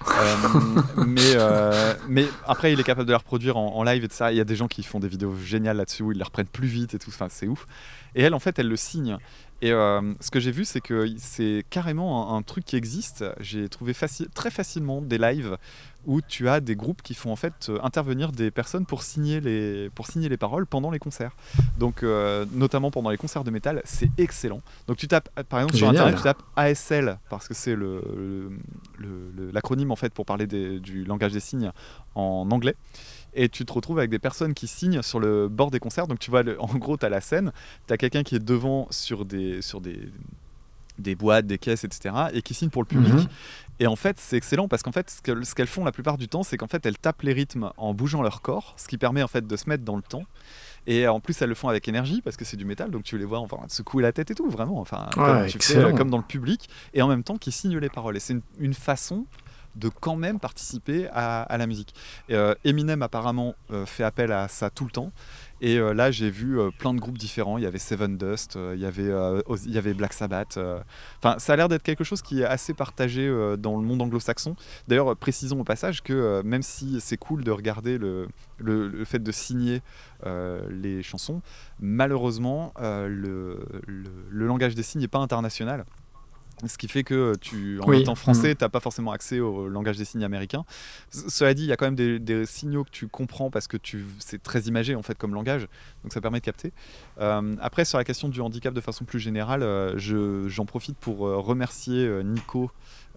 Mais après il est capable de les reproduire en live et tout ça. Il y a des gens qui font des vidéos géniales là-dessus où ils les reprennent plus vite et tout, enfin c'est ouf. Et elle, en fait, elle le signe. Et ce que j'ai vu, c'est que c'est carrément un truc qui existe. J'ai trouvé très facilement des lives où tu as des groupes qui font en fait intervenir des personnes pour signer les paroles pendant les concerts. Donc notamment pendant les concerts de métal, c'est excellent. Donc tu tapes, par exemple, sur internet, tu tapes ASL, parce que c'est l'acronyme en fait pour parler du langage des signes en anglais. Et tu te retrouves avec des personnes qui signent sur le bord des concerts. Donc tu vois, en gros, tu as la scène, tu as quelqu'un qui est devant sur des boîtes, des caisses, etc. et qui signe pour le public. Et en fait, c'est excellent, parce qu'en fait, ce qu'elles font la plupart du temps, c'est qu'en fait, elles tapent les rythmes en bougeant leur corps, ce qui permet en fait de se mettre dans le temps. Et en plus, elles le font avec énergie, parce que c'est du métal, donc tu les vois enfin secouer la tête et tout, vraiment. Enfin, comme dans le public, et en même temps, qui signent les paroles. Et c'est une façon de quand même participer à la musique. Et, Eminem apparemment fait appel à ça tout le temps. Et là, j'ai vu plein de groupes différents. Il y avait Seven Dust, il y avait Black Sabbath. Enfin, ça a l'air d'être quelque chose qui est assez partagé dans le monde anglo-saxon. D'ailleurs, précisons au passage que même si c'est cool de regarder le fait de signer les chansons, malheureusement, le langage des signes n'est pas international. Ce qui fait que en étant français, t'as pas forcément accès au langage des signes américain. Cela dit, il y a quand même des signaux que tu comprends parce que c'est très imagé en fait comme langage, donc ça permet de capter. Après, sur la question du handicap de façon plus générale, j'en profite pour remercier Nico,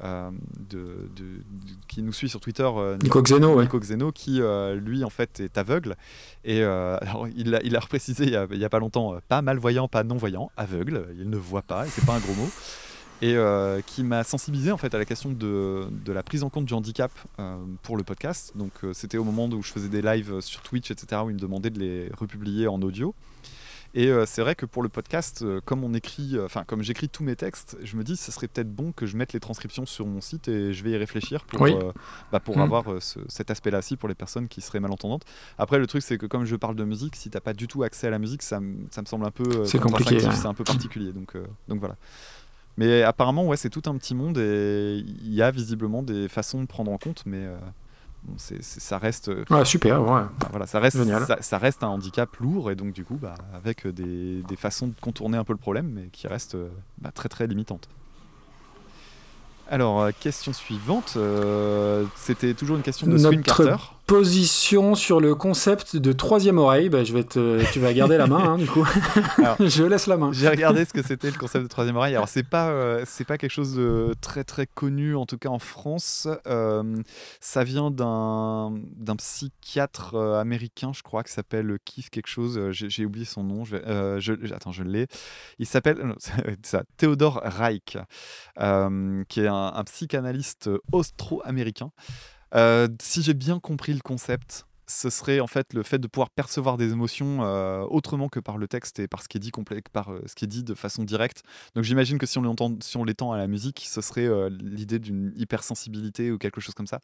qui nous suit sur Twitter, Nico Xeno, qui lui en fait est aveugle. Et alors, il a reprécisé il y a pas longtemps, pas malvoyant, pas non-voyant, aveugle, il ne voit pas, et c'est pas un gros mot. Et qui m'a sensibilisé en fait à la question de la prise en compte du handicap pour le podcast. Donc c'était au moment où je faisais des lives sur Twitch, etc., où il me demandait de les republier en audio. Et c'est vrai que pour le podcast, comme j'écris tous mes textes, je me dis ce serait peut-être bon que je mette les transcriptions sur mon site et je vais y réfléchir pour avoir cet aspect-là aussi pour les personnes qui seraient malentendantes. Après, le truc c'est que comme je parle de musique, si t'as pas du tout accès à la musique, ça me semble un peu c'est compliqué, c'est un peu particulier. Donc voilà. Mais apparemment, ouais, c'est tout un petit monde et il y a visiblement des façons de prendre en compte, mais ça reste. Ouais, super, ouais. Voilà, ça reste, génial. Ça reste un handicap lourd et donc du coup, avec des façons de contourner un peu le problème, mais qui restent très très limitantes. Alors, question suivante, c'était toujours une question de Swim Carter. Position sur le concept de troisième oreille, tu vas garder la main, du coup. Alors, je laisse la main. J'ai regardé ce que c'était le concept de troisième oreille. Alors c'est pas quelque chose de très très connu, en tout cas en France. Ça vient d'un psychiatre américain, je crois, qui s'appelle Keith quelque chose. J'ai oublié son nom. Attends, je l'ai. Il s'appelle Theodore Reich, qui est un psychanalyste austro-américain. Si j'ai bien compris le concept, ce serait en fait le fait de pouvoir percevoir des émotions autrement que par le texte et par ce qui est dit ce qui est dit de façon directe. Donc j'imagine que si on l'étend à la musique, ce serait l'idée d'une hypersensibilité ou quelque chose comme ça.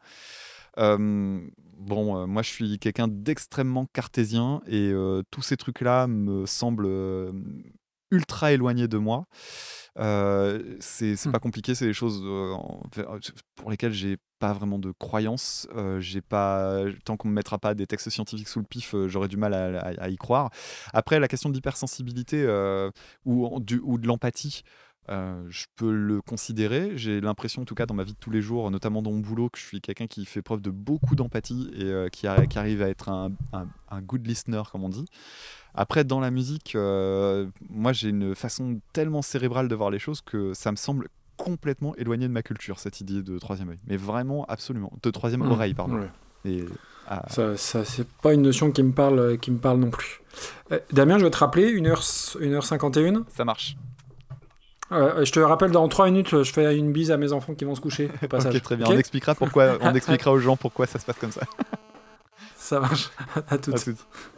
Moi je suis quelqu'un d'extrêmement cartésien et tous ces trucs-là me semblent ultra éloignés de moi. C'est pas compliqué, c'est des choses pour lesquelles j'ai pas vraiment de croyance. Tant qu'on me mettra pas des textes scientifiques sous le pif, j'aurais du mal à y croire. Après, la question de l'hypersensibilité ou de l'empathie, je peux le considérer. J'ai l'impression, en tout cas dans ma vie de tous les jours, notamment dans mon boulot, que je suis quelqu'un qui fait preuve de beaucoup d'empathie et qui arrive à être un good listener, comme on dit. Après, dans la musique, moi j'ai une façon tellement cérébrale de voir les choses que ça me semble complètement éloigné de ma culture, cette idée de troisième œil. Mais vraiment, absolument. De troisième oreille, pardon. Ouais. Et, ça, c'est pas une notion qui me parle non plus. Damien, je vais te rappeler, 1h51. Ça marche. Je te rappelle, dans 3 minutes, je fais une bise à mes enfants qui vont se coucher. Au passage. Ok, très bien. Okay. On expliquera aux gens pourquoi ça se passe comme ça. Ça marche. À toutes.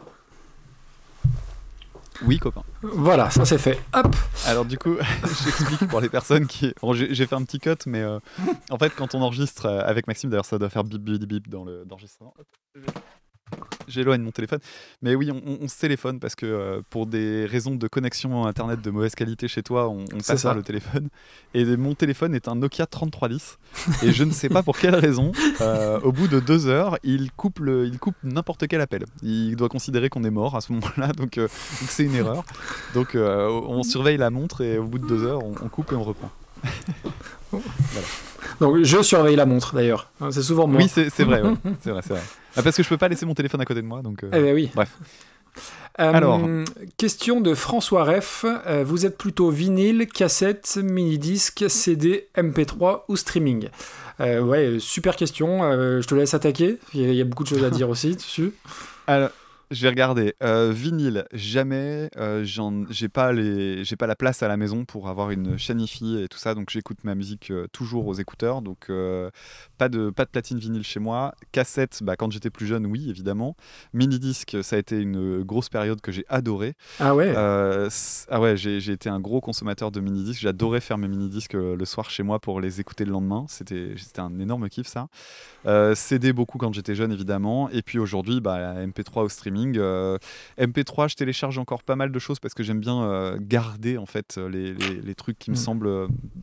Oui, copain. Voilà, ça c'est fait. Hop. Alors du coup, j'explique pour les personnes qui... Bon, j'ai fait un petit cut, mais en fait, quand on enregistre avec Maxime, d'ailleurs, ça doit faire bip bip bip dans l'enregistrement. J'éloigne mon téléphone. Mais oui, on se téléphone parce que pour des raisons de connexion Internet de mauvaise qualité chez toi, on passe par le téléphone. Et mon téléphone est un Nokia 3310. Et je ne sais pas pour quelle raison, au bout de 2 heures, il coupe n'importe quel appel. Il doit considérer qu'on est mort à ce moment-là, donc c'est une erreur. Donc on surveille la montre et au bout de 2 heures, on coupe et on reprend. Voilà. Donc je surveille la montre d'ailleurs, c'est souvent moi. Oui, c'est vrai, ouais. c'est vrai. Parce que je peux pas laisser mon téléphone à côté de moi, donc. Eh ben oui. Bref. Alors, question de François Reff. Vous êtes plutôt vinyle, cassette, mini-disque, CD, MP3 ou streaming? Ouais, super question. Je te laisse attaquer. Il y a beaucoup de choses à dire aussi dessus. Alors, je vais regarder. Vinyle, jamais. J'ai pas la place à la maison pour avoir une chaîne hi-fi et tout ça, donc j'écoute ma musique toujours aux écouteurs. Donc pas de platine vinyle chez moi. Cassette, quand j'étais plus jeune, oui, évidemment. Mini-disque, ça a été une grosse période que j'ai adorée. Ah ouais. J'ai été un gros consommateur de mini-disques. J'adorais faire mes mini-disques le soir chez moi pour les écouter le lendemain. C'était un énorme kiff, ça. CD beaucoup quand j'étais jeune, évidemment. Et puis aujourd'hui, MP3 au streaming. MP3, je télécharge encore pas mal de choses parce que j'aime bien garder en fait les trucs qui me semblent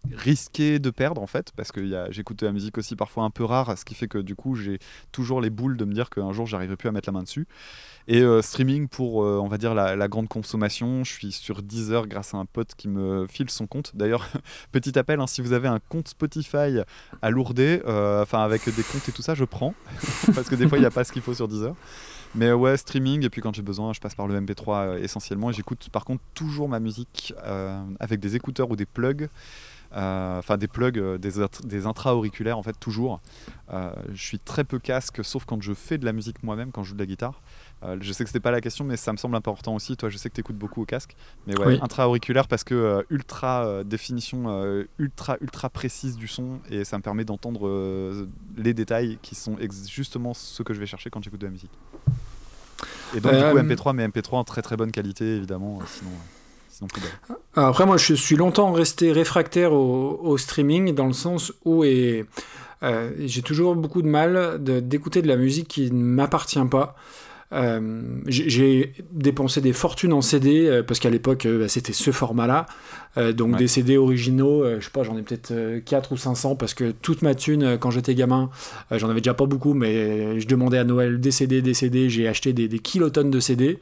risquer de perdre en fait, parce que j'écoute de la musique aussi parfois un peu rare, ce qui fait que du coup j'ai toujours les boules de me dire qu'un jour j'arriverai plus à mettre la main dessus. Et streaming pour on va dire la grande consommation, je suis sur Deezer grâce à un pote qui me file son compte. D'ailleurs, petit appel, hein, si vous avez un compte Spotify à lourder, avec des comptes et tout ça, je prends, parce que des fois il n'y a pas ce qu'il faut sur Deezer. Mais ouais, streaming, et puis quand j'ai besoin, je passe par le MP3 essentiellement, et j'écoute par contre toujours ma musique avec des écouteurs ou des plugs. Des plugs, des intra-auriculaires en fait, toujours. Je suis très peu casque, sauf quand je fais de la musique moi-même, quand je joue de la guitare. Je sais que c'était pas la question, mais ça me semble important aussi. Toi, je sais que tu écoutes beaucoup au casque, mais ouais, Oui. intra-auriculaire parce que ultra définition ultra précise du son, et ça me permet d'entendre les détails qui sont justement ce que je vais chercher quand j'écoute de la musique. Et donc du coup MP3, mais MP3 en très très bonne qualité évidemment, sinon plus belle. Après, moi, je suis longtemps resté réfractaire au streaming, dans le sens où j'ai toujours beaucoup de mal d'écouter de la musique qui ne m'appartient pas. J'ai dépensé des fortunes en CD, parce qu'à l'époque, c'était ce format-là. Donc des CD originaux, je sais pas, j'en ai peut-être 4 ou 500, parce que toute ma thune, quand j'étais gamin, j'en avais déjà pas beaucoup, mais je demandais à Noël des CD, j'ai acheté des kilotonnes de CD.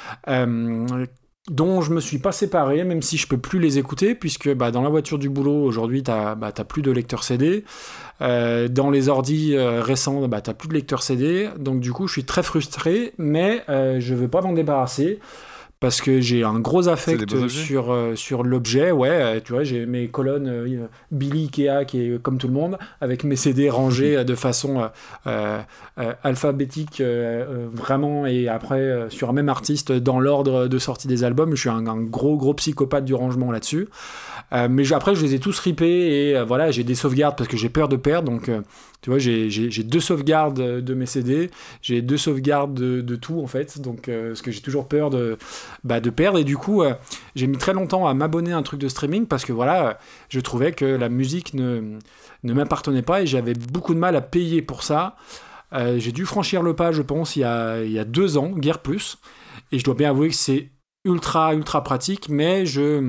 Dont je me suis pas séparé, même si je peux plus les écouter, puisque dans la voiture du boulot, aujourd'hui, t'as plus de lecteur CD. Dans les ordis récents, t'as plus de lecteur CD. Donc du coup, je suis très frustré, mais je veux pas m'en débarrasser, parce que j'ai un gros affect sur l'objet. Ouais, tu vois, j'ai mes colonnes Billy Ikea, qui est comme tout le monde, avec mes CD rangés de façon alphabétique, vraiment, et après sur un même artiste dans l'ordre de sortie des albums. Je suis un gros psychopathe du rangement là-dessus. Mais après, je les ai tous ripés, et voilà, j'ai des sauvegardes parce que j'ai peur de perdre. Donc, tu vois, j'ai 2 sauvegardes de mes CD, j'ai 2 sauvegardes de tout, en fait. Donc, parce que j'ai toujours peur de perdre. Et du coup, j'ai mis très longtemps à m'abonner à un truc de streaming, parce que voilà, je trouvais que la musique ne m'appartenait pas, et j'avais beaucoup de mal à payer pour ça. J'ai dû franchir le pas, je pense, il y a 2 ans, guère plus. Et je dois bien avouer que c'est ultra pratique, mais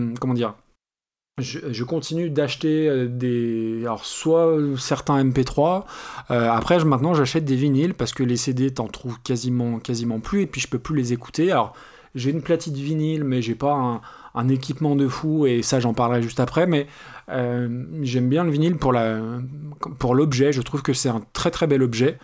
je continue d'acheter alors soit certains MP3. Après, maintenant, j'achète des vinyles, parce que les CD, t'en trouves quasiment plus, et puis je peux plus les écouter. Alors, j'ai une platine vinyle, mais j'ai pas un équipement de fou, et ça, j'en parlerai juste après. Mais j'aime bien le vinyle pour l'objet. Je trouve que c'est un très bel objet.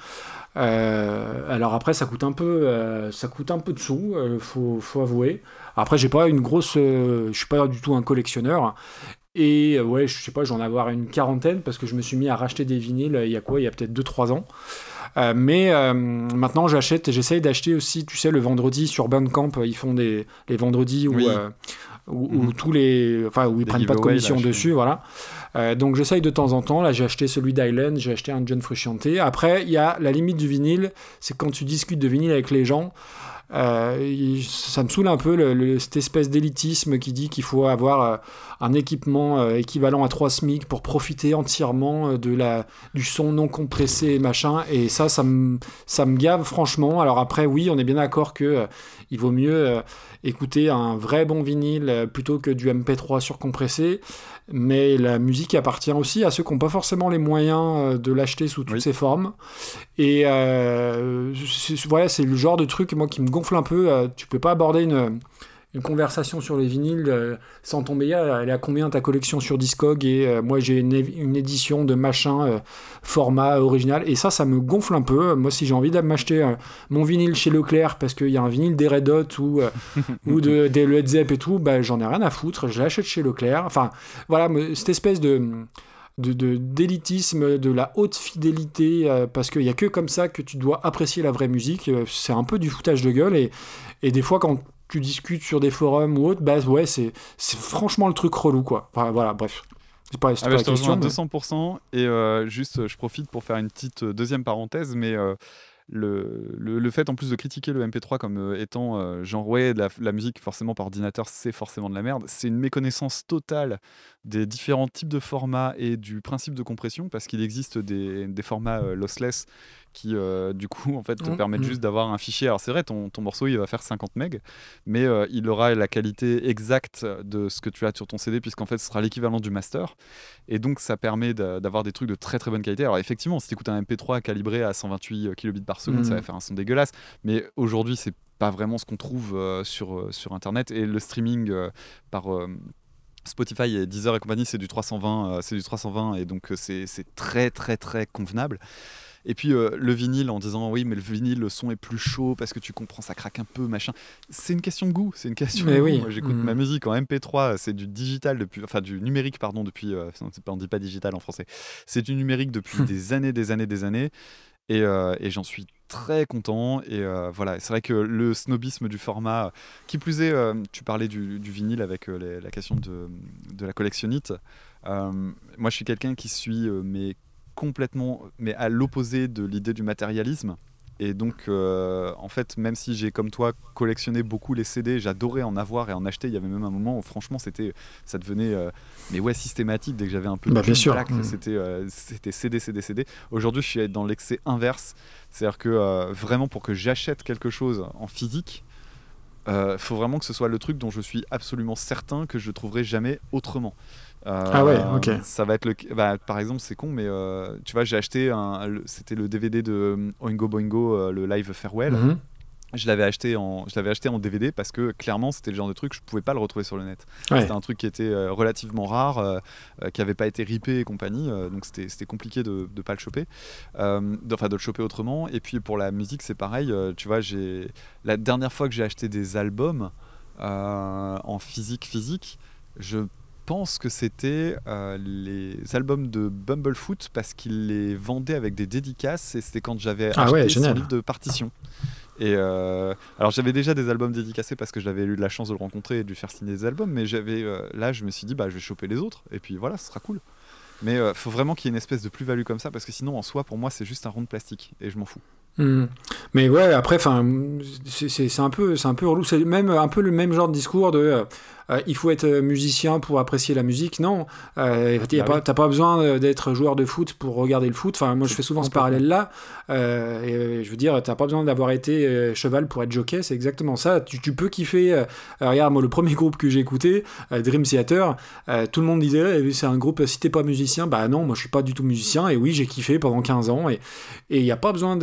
Alors après, ça coûte un peu de sous, faut avouer. Après, j'ai pas je suis pas du tout un collectionneur. Et ouais, je sais pas, j'en ai avoir une quarantaine, parce que je me suis mis à racheter des vinyles il y a peut-être 2-3 ans. Mais maintenant, j'essaye d'acheter aussi, tu sais, le vendredi sur Bandcamp, ils font les vendredis où, Oui. où tous où ils prennent pas de commission dessus, voilà. Donc j'essaye de temps en temps. Là, j'ai acheté celui d'Island, j'ai acheté un John Frusciante. Après, il y a la limite du vinyle, c'est quand tu discutes de vinyle avec les gens. Ça me saoule un peu cette espèce d'élitisme qui dit qu'il faut avoir un équipement équivalent à 3 SMIC pour profiter entièrement du son non compressé et machin, et ça me gave franchement. Alors après, oui, on est bien d'accord que il vaut mieux écouter un vrai bon vinyle plutôt que du MP3 surcompressé, mais la musique appartient aussi à ceux qui n'ont pas forcément les moyens de l'acheter sous toutes ses formes. Et c'est le genre de truc, moi, qui me gonfle un peu. Tu peux pas aborder une conversation sur les vinyles sans tomber. Elle est à combien ta collection sur Discog? Et moi, j'ai une édition de machin format original, et ça me gonfle un peu. Moi, si j'ai envie de m'acheter mon vinyle chez Leclerc parce qu'il y a un vinyle des Red Hot ou des Led Zepp et tout, j'en ai rien à foutre, je l'achète chez Leclerc. Enfin voilà, cette espèce d'élitisme, de la haute fidélité, parce qu'il n'y a que comme ça que tu dois apprécier la vraie musique. C'est un peu du foutage de gueule, et des fois, quand tu discutes sur des forums ou autre, ouais, c'est franchement le truc relou, quoi. Enfin, voilà, bref. C'est pas je te rejoins à 200%, et juste, je profite pour faire une petite deuxième parenthèse, mais le fait en plus de critiquer le MP3 comme étant genre ouais, la musique forcément par ordinateur, c'est forcément de la merde, c'est une méconnaissance totale des différents types de formats et du principe de compression, parce qu'il existe des formats lossless qui du coup en fait te permettent juste d'avoir un fichier. Alors c'est vrai, ton morceau il va faire 50 MB, mais il aura la qualité exacte de ce que tu as sur ton CD, puisqu'en fait ce sera l'équivalent du master, et donc ça permet d'avoir des trucs de très très bonne qualité. Alors effectivement, si tu écoutes un MP3 calibré à 128 kilobits par seconde, ça va faire un son dégueulasse, mais aujourd'hui c'est pas vraiment ce qu'on trouve sur internet, et le streaming par Spotify et Deezer et compagnie, c'est du 320, et donc c'est très très très convenable. Et puis le vinyle, en disant oui mais le vinyle le son est plus chaud parce que tu comprends, ça craque un peu machin, c'est une question de goût, c'est une question de goût. Moi j'écoute ma musique en MP3, c'est du digital du numérique depuis on dit pas digital en français, c'est du numérique depuis des années, et j'en suis très content, et voilà, c'est vrai que le snobisme du format, qui plus est, tu parlais du vinyle avec la question de la collectionnite, moi je suis quelqu'un qui suit complètement à l'opposé de l'idée du matérialisme, et donc en fait, même si j'ai comme toi collectionné beaucoup les CD, j'adorais en avoir et en acheter. Il y avait même un moment où franchement ça devenait systématique. Dès que j'avais un peu de bien sûr. C'était CD. Aujourd'hui je suis dans l'excès inverse, c'est-à-dire que vraiment pour que j'achète quelque chose en physique, faut vraiment que ce soit le truc dont je suis absolument certain que je ne trouverai jamais autrement. Ok. Ça va être par exemple, c'est con, mais tu vois, j'ai acheté c'était le DVD de Oingo Boingo, le live Farewell. Je l'avais acheté en DVD parce que clairement c'était le genre de truc, je pouvais pas le retrouver sur le net. C'était un truc qui était relativement rare, qui avait pas été ripé et compagnie, donc c'était compliqué de pas le choper, de le choper autrement. Et puis pour la musique c'est pareil, tu vois, la dernière fois que j'ai acheté des albums en physique, je pense que c'était les albums de Bumblefoot, parce qu'ils les vendaient avec des dédicaces, et c'était quand j'avais acheté son livre de partition. Et alors j'avais déjà des albums dédicacés parce que j'avais eu de la chance de le rencontrer et de lui faire signer des albums, mais là je me suis dit je vais choper les autres et puis voilà, ce sera cool. Mais faut vraiment qu'il y ait une espèce de plus-value comme ça, parce que sinon en soi pour moi c'est juste un rond de plastique et je m'en fous. Mais ouais, après c'est un peu relou, c'est même un peu le même genre de discours de il faut être musicien pour apprécier la musique. Non, t'as pas besoin d'être joueur de foot pour regarder le foot. Enfin, moi je fais souvent ce parallèle là, et je veux dire, t'as pas besoin d'avoir été cheval pour être jockey, c'est exactement ça. Tu peux kiffer. Regarde, moi le premier groupe que j'ai écouté, Dream Theater, tout le monde disait c'est un groupe, si t'es pas musicien, non, moi je suis pas du tout musicien, et oui j'ai kiffé pendant 15 ans, et il y a pas besoin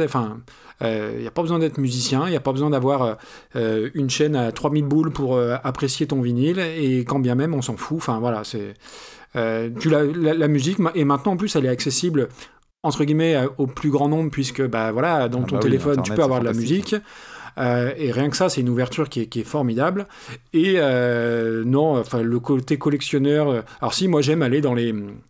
d'être musicien, il n'y a pas besoin d'avoir une chaîne à 3000 boules pour apprécier ton vinyle, et quand bien même on s'en fout. Enfin voilà, c'est la musique, et maintenant en plus elle est accessible entre guillemets au plus grand nombre, puisque dans ton téléphone Internet, tu peux avoir de la musique. Et rien que ça, c'est une ouverture qui est formidable. Et le côté collectionneur, alors si, moi j'aime aller dans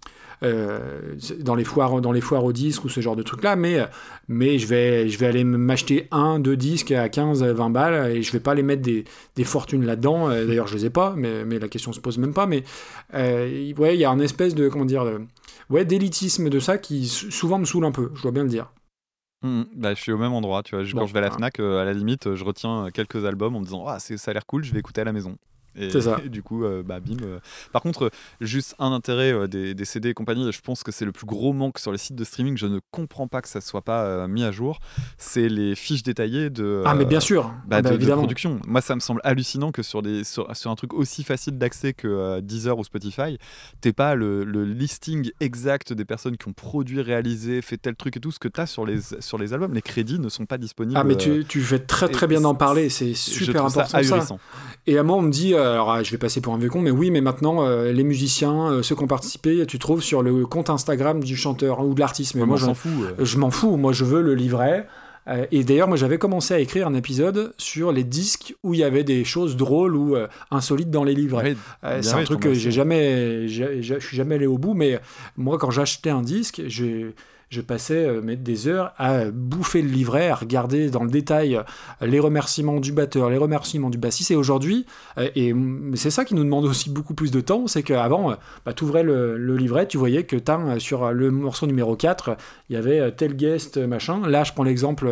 les foires aux disques ou ce genre de trucs là, mais je vais aller m'acheter 2 disques à 15-20 balles, et je vais pas les mettre des fortunes là-dedans. D'ailleurs je les ai pas, mais la question se pose même pas. Mais il y a une espèce de d'élitisme de ça qui souvent me saoule un peu, je dois bien le dire. Je suis au même endroit, tu vois. Quand je vais à la Fnac, à la limite je retiens quelques albums en me disant ça a l'air cool, je vais écouter à la maison. C'est ça. Et du coup, bim. Par contre, juste un intérêt des CD et compagnie, je pense que c'est le plus gros manque sur les sites de streaming, je ne comprends pas que ça ne soit pas mis à jour, c'est les fiches détaillées de, mais bien sûr. De production. Moi, ça me semble hallucinant que sur un truc aussi facile d'accès que Deezer ou Spotify, t'aies pas le listing exact des personnes qui ont produit, réalisé, fait tel truc et tout, ce que t'as sur les albums. Les crédits ne sont pas disponibles. Mais tu fais très très bien d'en parler, c'est super important ça. Et à moi, on me dit, alors je vais passer pour un vieux con, mais oui, mais maintenant, les musiciens, ceux qui ont participé, tu trouves sur le compte Instagram du chanteur ou de l'artiste. Mais moi, je m'en fous. Moi, je veux le livret. Et d'ailleurs, moi, j'avais commencé à écrire un épisode sur les disques où il y avait des choses drôles ou insolites dans les livrets. C'est un truc que je suis jamais allé au bout, mais moi, quand j'achetais un disque, je passais des heures à bouffer le livret, à regarder dans le détail les remerciements du batteur, les remerciements du bassiste. Et aujourd'hui, et c'est ça qui nous demande aussi beaucoup plus de temps, c'est qu'avant, tu ouvrais le livret, tu voyais que sur le morceau numéro 4, il y avait tel guest, machin. Là, je prends l'exemple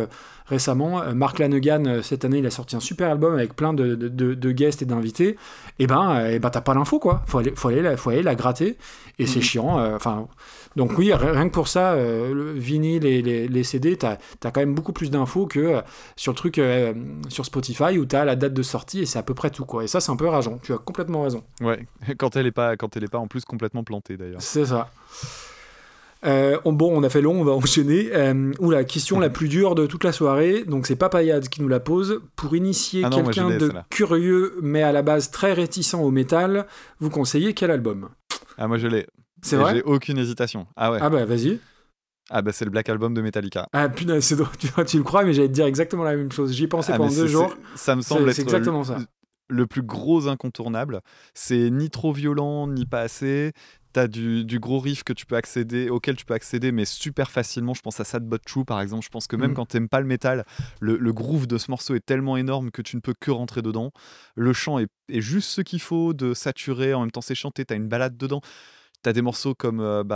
récemment. Mark Lanegan, cette année, il a sorti un super album avec plein de guests et d'invités. Et ben t'as pas l'info, quoi. Faut aller la gratter. Et c'est chiant. Donc oui, rien que pour ça, le vinyle et les CD, t'as quand même beaucoup plus d'infos que sur le truc sur Spotify où t'as la date de sortie et c'est à peu près tout, quoi. Et ça, c'est un peu rageant. Tu as complètement raison. Ouais, quand elle est pas en plus complètement plantée d'ailleurs. C'est ça. On a fait long, on va enchaîner. La question la plus dure de toute la soirée, donc c'est Papayade qui nous la pose. Pour initier quelqu'un de curieux mais à la base très réticent au métal, vous conseillez quel album ? Ah, moi je l'ai. C'est vrai ? J'ai aucune hésitation. Ah ouais. Ah bah vas-y. Ah bah c'est le Black Album de Metallica. Ah putain, c'est drôle. Tu le crois, mais j'allais te dire exactement la même chose. J'y pensais pendant 2 jours. Ça me semble être exactement ça. Le plus gros incontournable. C'est ni trop violent, ni pas assez. T'as du gros riff auquel tu peux accéder, mais super facilement. Je pense à Sad But True, par exemple. Je pense que même quand t'aimes pas le métal, le groove de ce morceau est tellement énorme que tu ne peux que rentrer dedans. Le chant est juste ce qu'il faut, de saturer, en même temps c'est chanté, t'as une balade dedans. T'as des morceaux comme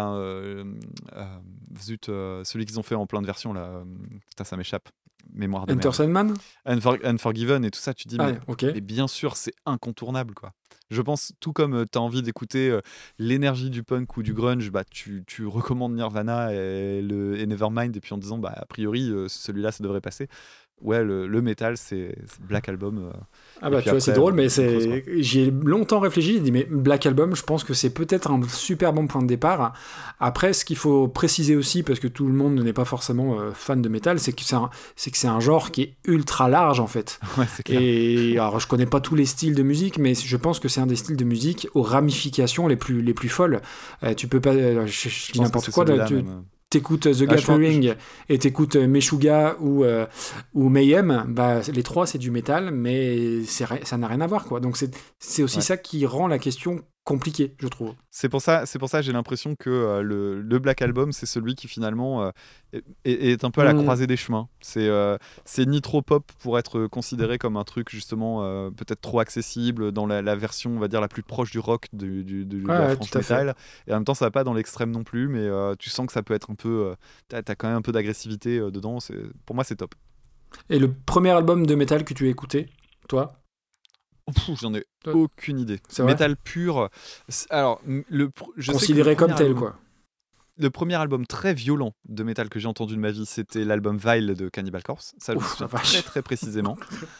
celui qu'ils ont fait en plein de versions là. Putain, ça m'échappe. Mémoire de Enter Sandman, Unforgiven et tout ça. Tu dis okay. mais bien sûr c'est incontournable, quoi. Je pense tout comme t'as envie d'écouter l'énergie du punk ou du grunge, bah tu recommandes Nirvana et Nevermind, et puis en disant bah a priori celui-là ça devrait passer. Ouais, le métal, c'est Black Album. Tu vois, c'est drôle, mais j'y ai longtemps réfléchi. J'ai dit, mais Black Album, je pense que c'est peut-être un super bon point de départ. Après, ce qu'il faut préciser aussi, parce que tout le monde n'est pas forcément fan de métal, c'est que c'est un genre qui est ultra large, en fait. Ouais, c'est clair. Et alors, je connais pas tous les styles de musique, mais je pense que c'est un des styles de musique aux ramifications les plus folles. Tu peux pas... je dis n'importe quoi. T'écoutes The Gathering et t'écoutes Meshuggah ou Mayhem, bah, les trois c'est du métal, mais ça n'a rien à voir, quoi. Donc c'est aussi ça qui rend la question compliquée, je trouve. C'est pour ça j'ai l'impression que le Black Album, c'est celui qui finalement est un peu à la croisée des chemins. C'est ni trop pop pour être considéré comme un truc justement peut-être trop accessible dans la version, on va dire, la plus proche du rock de la frange métal, et en même temps ça va pas dans l'extrême non plus, mais tu sens que ça peut être un peu t'as quand même un peu d'agressivité dedans. Pour moi c'est top. Et le premier album de métal que tu as écouté, toi ? J'en ai aucune idée. Métal pur. Alors, considéré comme tel, quoi. Le premier album très violent de métal que j'ai entendu de ma vie, c'était l'album Vile de Cannibal Corpse. Ça, je me souviens très très précisément.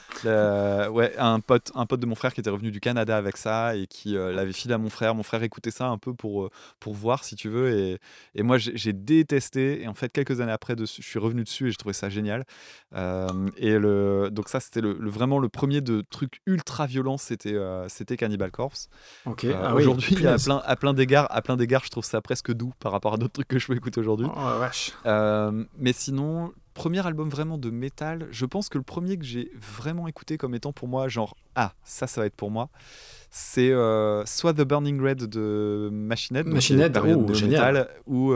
Un pote de mon frère qui était revenu du Canada avec ça et qui l'avait filé à mon frère. Mon frère écoutait ça un peu pour voir, si tu veux. Et moi, j'ai détesté. Et en fait, quelques années après, je suis revenu dessus et j'ai trouvé ça génial. Donc ça, c'était vraiment le premier de trucs ultra violents. C'était Cannibal Corpse. Okay. Aujourd'hui, à plein d'égards, je trouve ça presque doux par rapport à d'autres trucs que je peux écouter aujourd'hui. Oh vache. Mais sinon, premier album vraiment de métal, je pense que le premier que j'ai vraiment écouté comme étant pour moi genre ça va être pour moi, c'est soit The Burning Red de Machine Head, génial, ou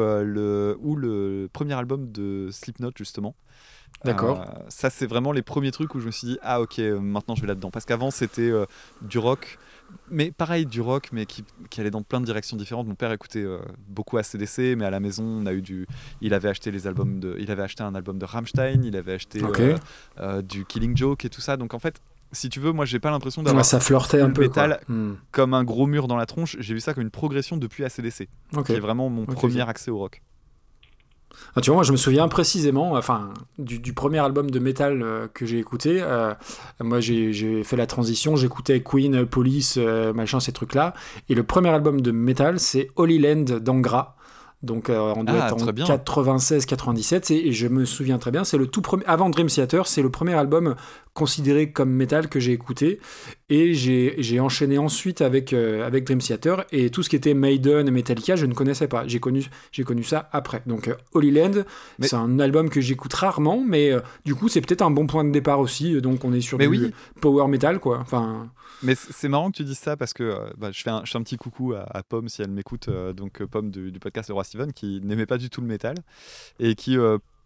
le premier album de Slipknot, justement. D'accord. Ça c'est vraiment les premiers trucs où je me suis dit ok, maintenant je vais là-dedans, parce qu'avant c'était du rock, mais pareil, du rock, mais qui allait dans plein de directions différentes. Mon père écoutait beaucoup AC/DC, mais à la maison on a il avait acheté un album de Rammstein, il avait acheté du Killing Joke et tout ça. Donc en fait, si tu veux, moi j'ai pas l'impression d'avoir ça flirtait un peu métal comme un gros mur dans la tronche. J'ai vu ça comme une progression depuis AC/DC, qui est vraiment mon premier accès au rock. Tu vois, moi je me souviens précisément du premier album de métal que j'ai écouté. Moi j'ai fait la transition, j'écoutais Queen, Police, machin, ces trucs-là. Et le premier album de métal, c'est Holy Land d'Angra. Donc on doit être en 96-97, et je me souviens très bien, c'est le tout premier, avant Dream Theater, c'est le premier album considéré comme métal que j'ai écouté, et j'ai enchaîné ensuite avec Dream Theater, et tout ce qui était Maiden et Metallica je ne connaissais pas, j'ai connu ça après. Donc Holy Land, c'est un album que j'écoute rarement, mais du coup c'est peut-être un bon point de départ aussi, donc on est sur power metal, quoi. Mais c'est marrant que tu dises ça, parce que je fais un petit coucou à Pomme si elle m'écoute, donc Pomme du podcast de Roi Steven, qui n'aimait pas du tout le métal et qui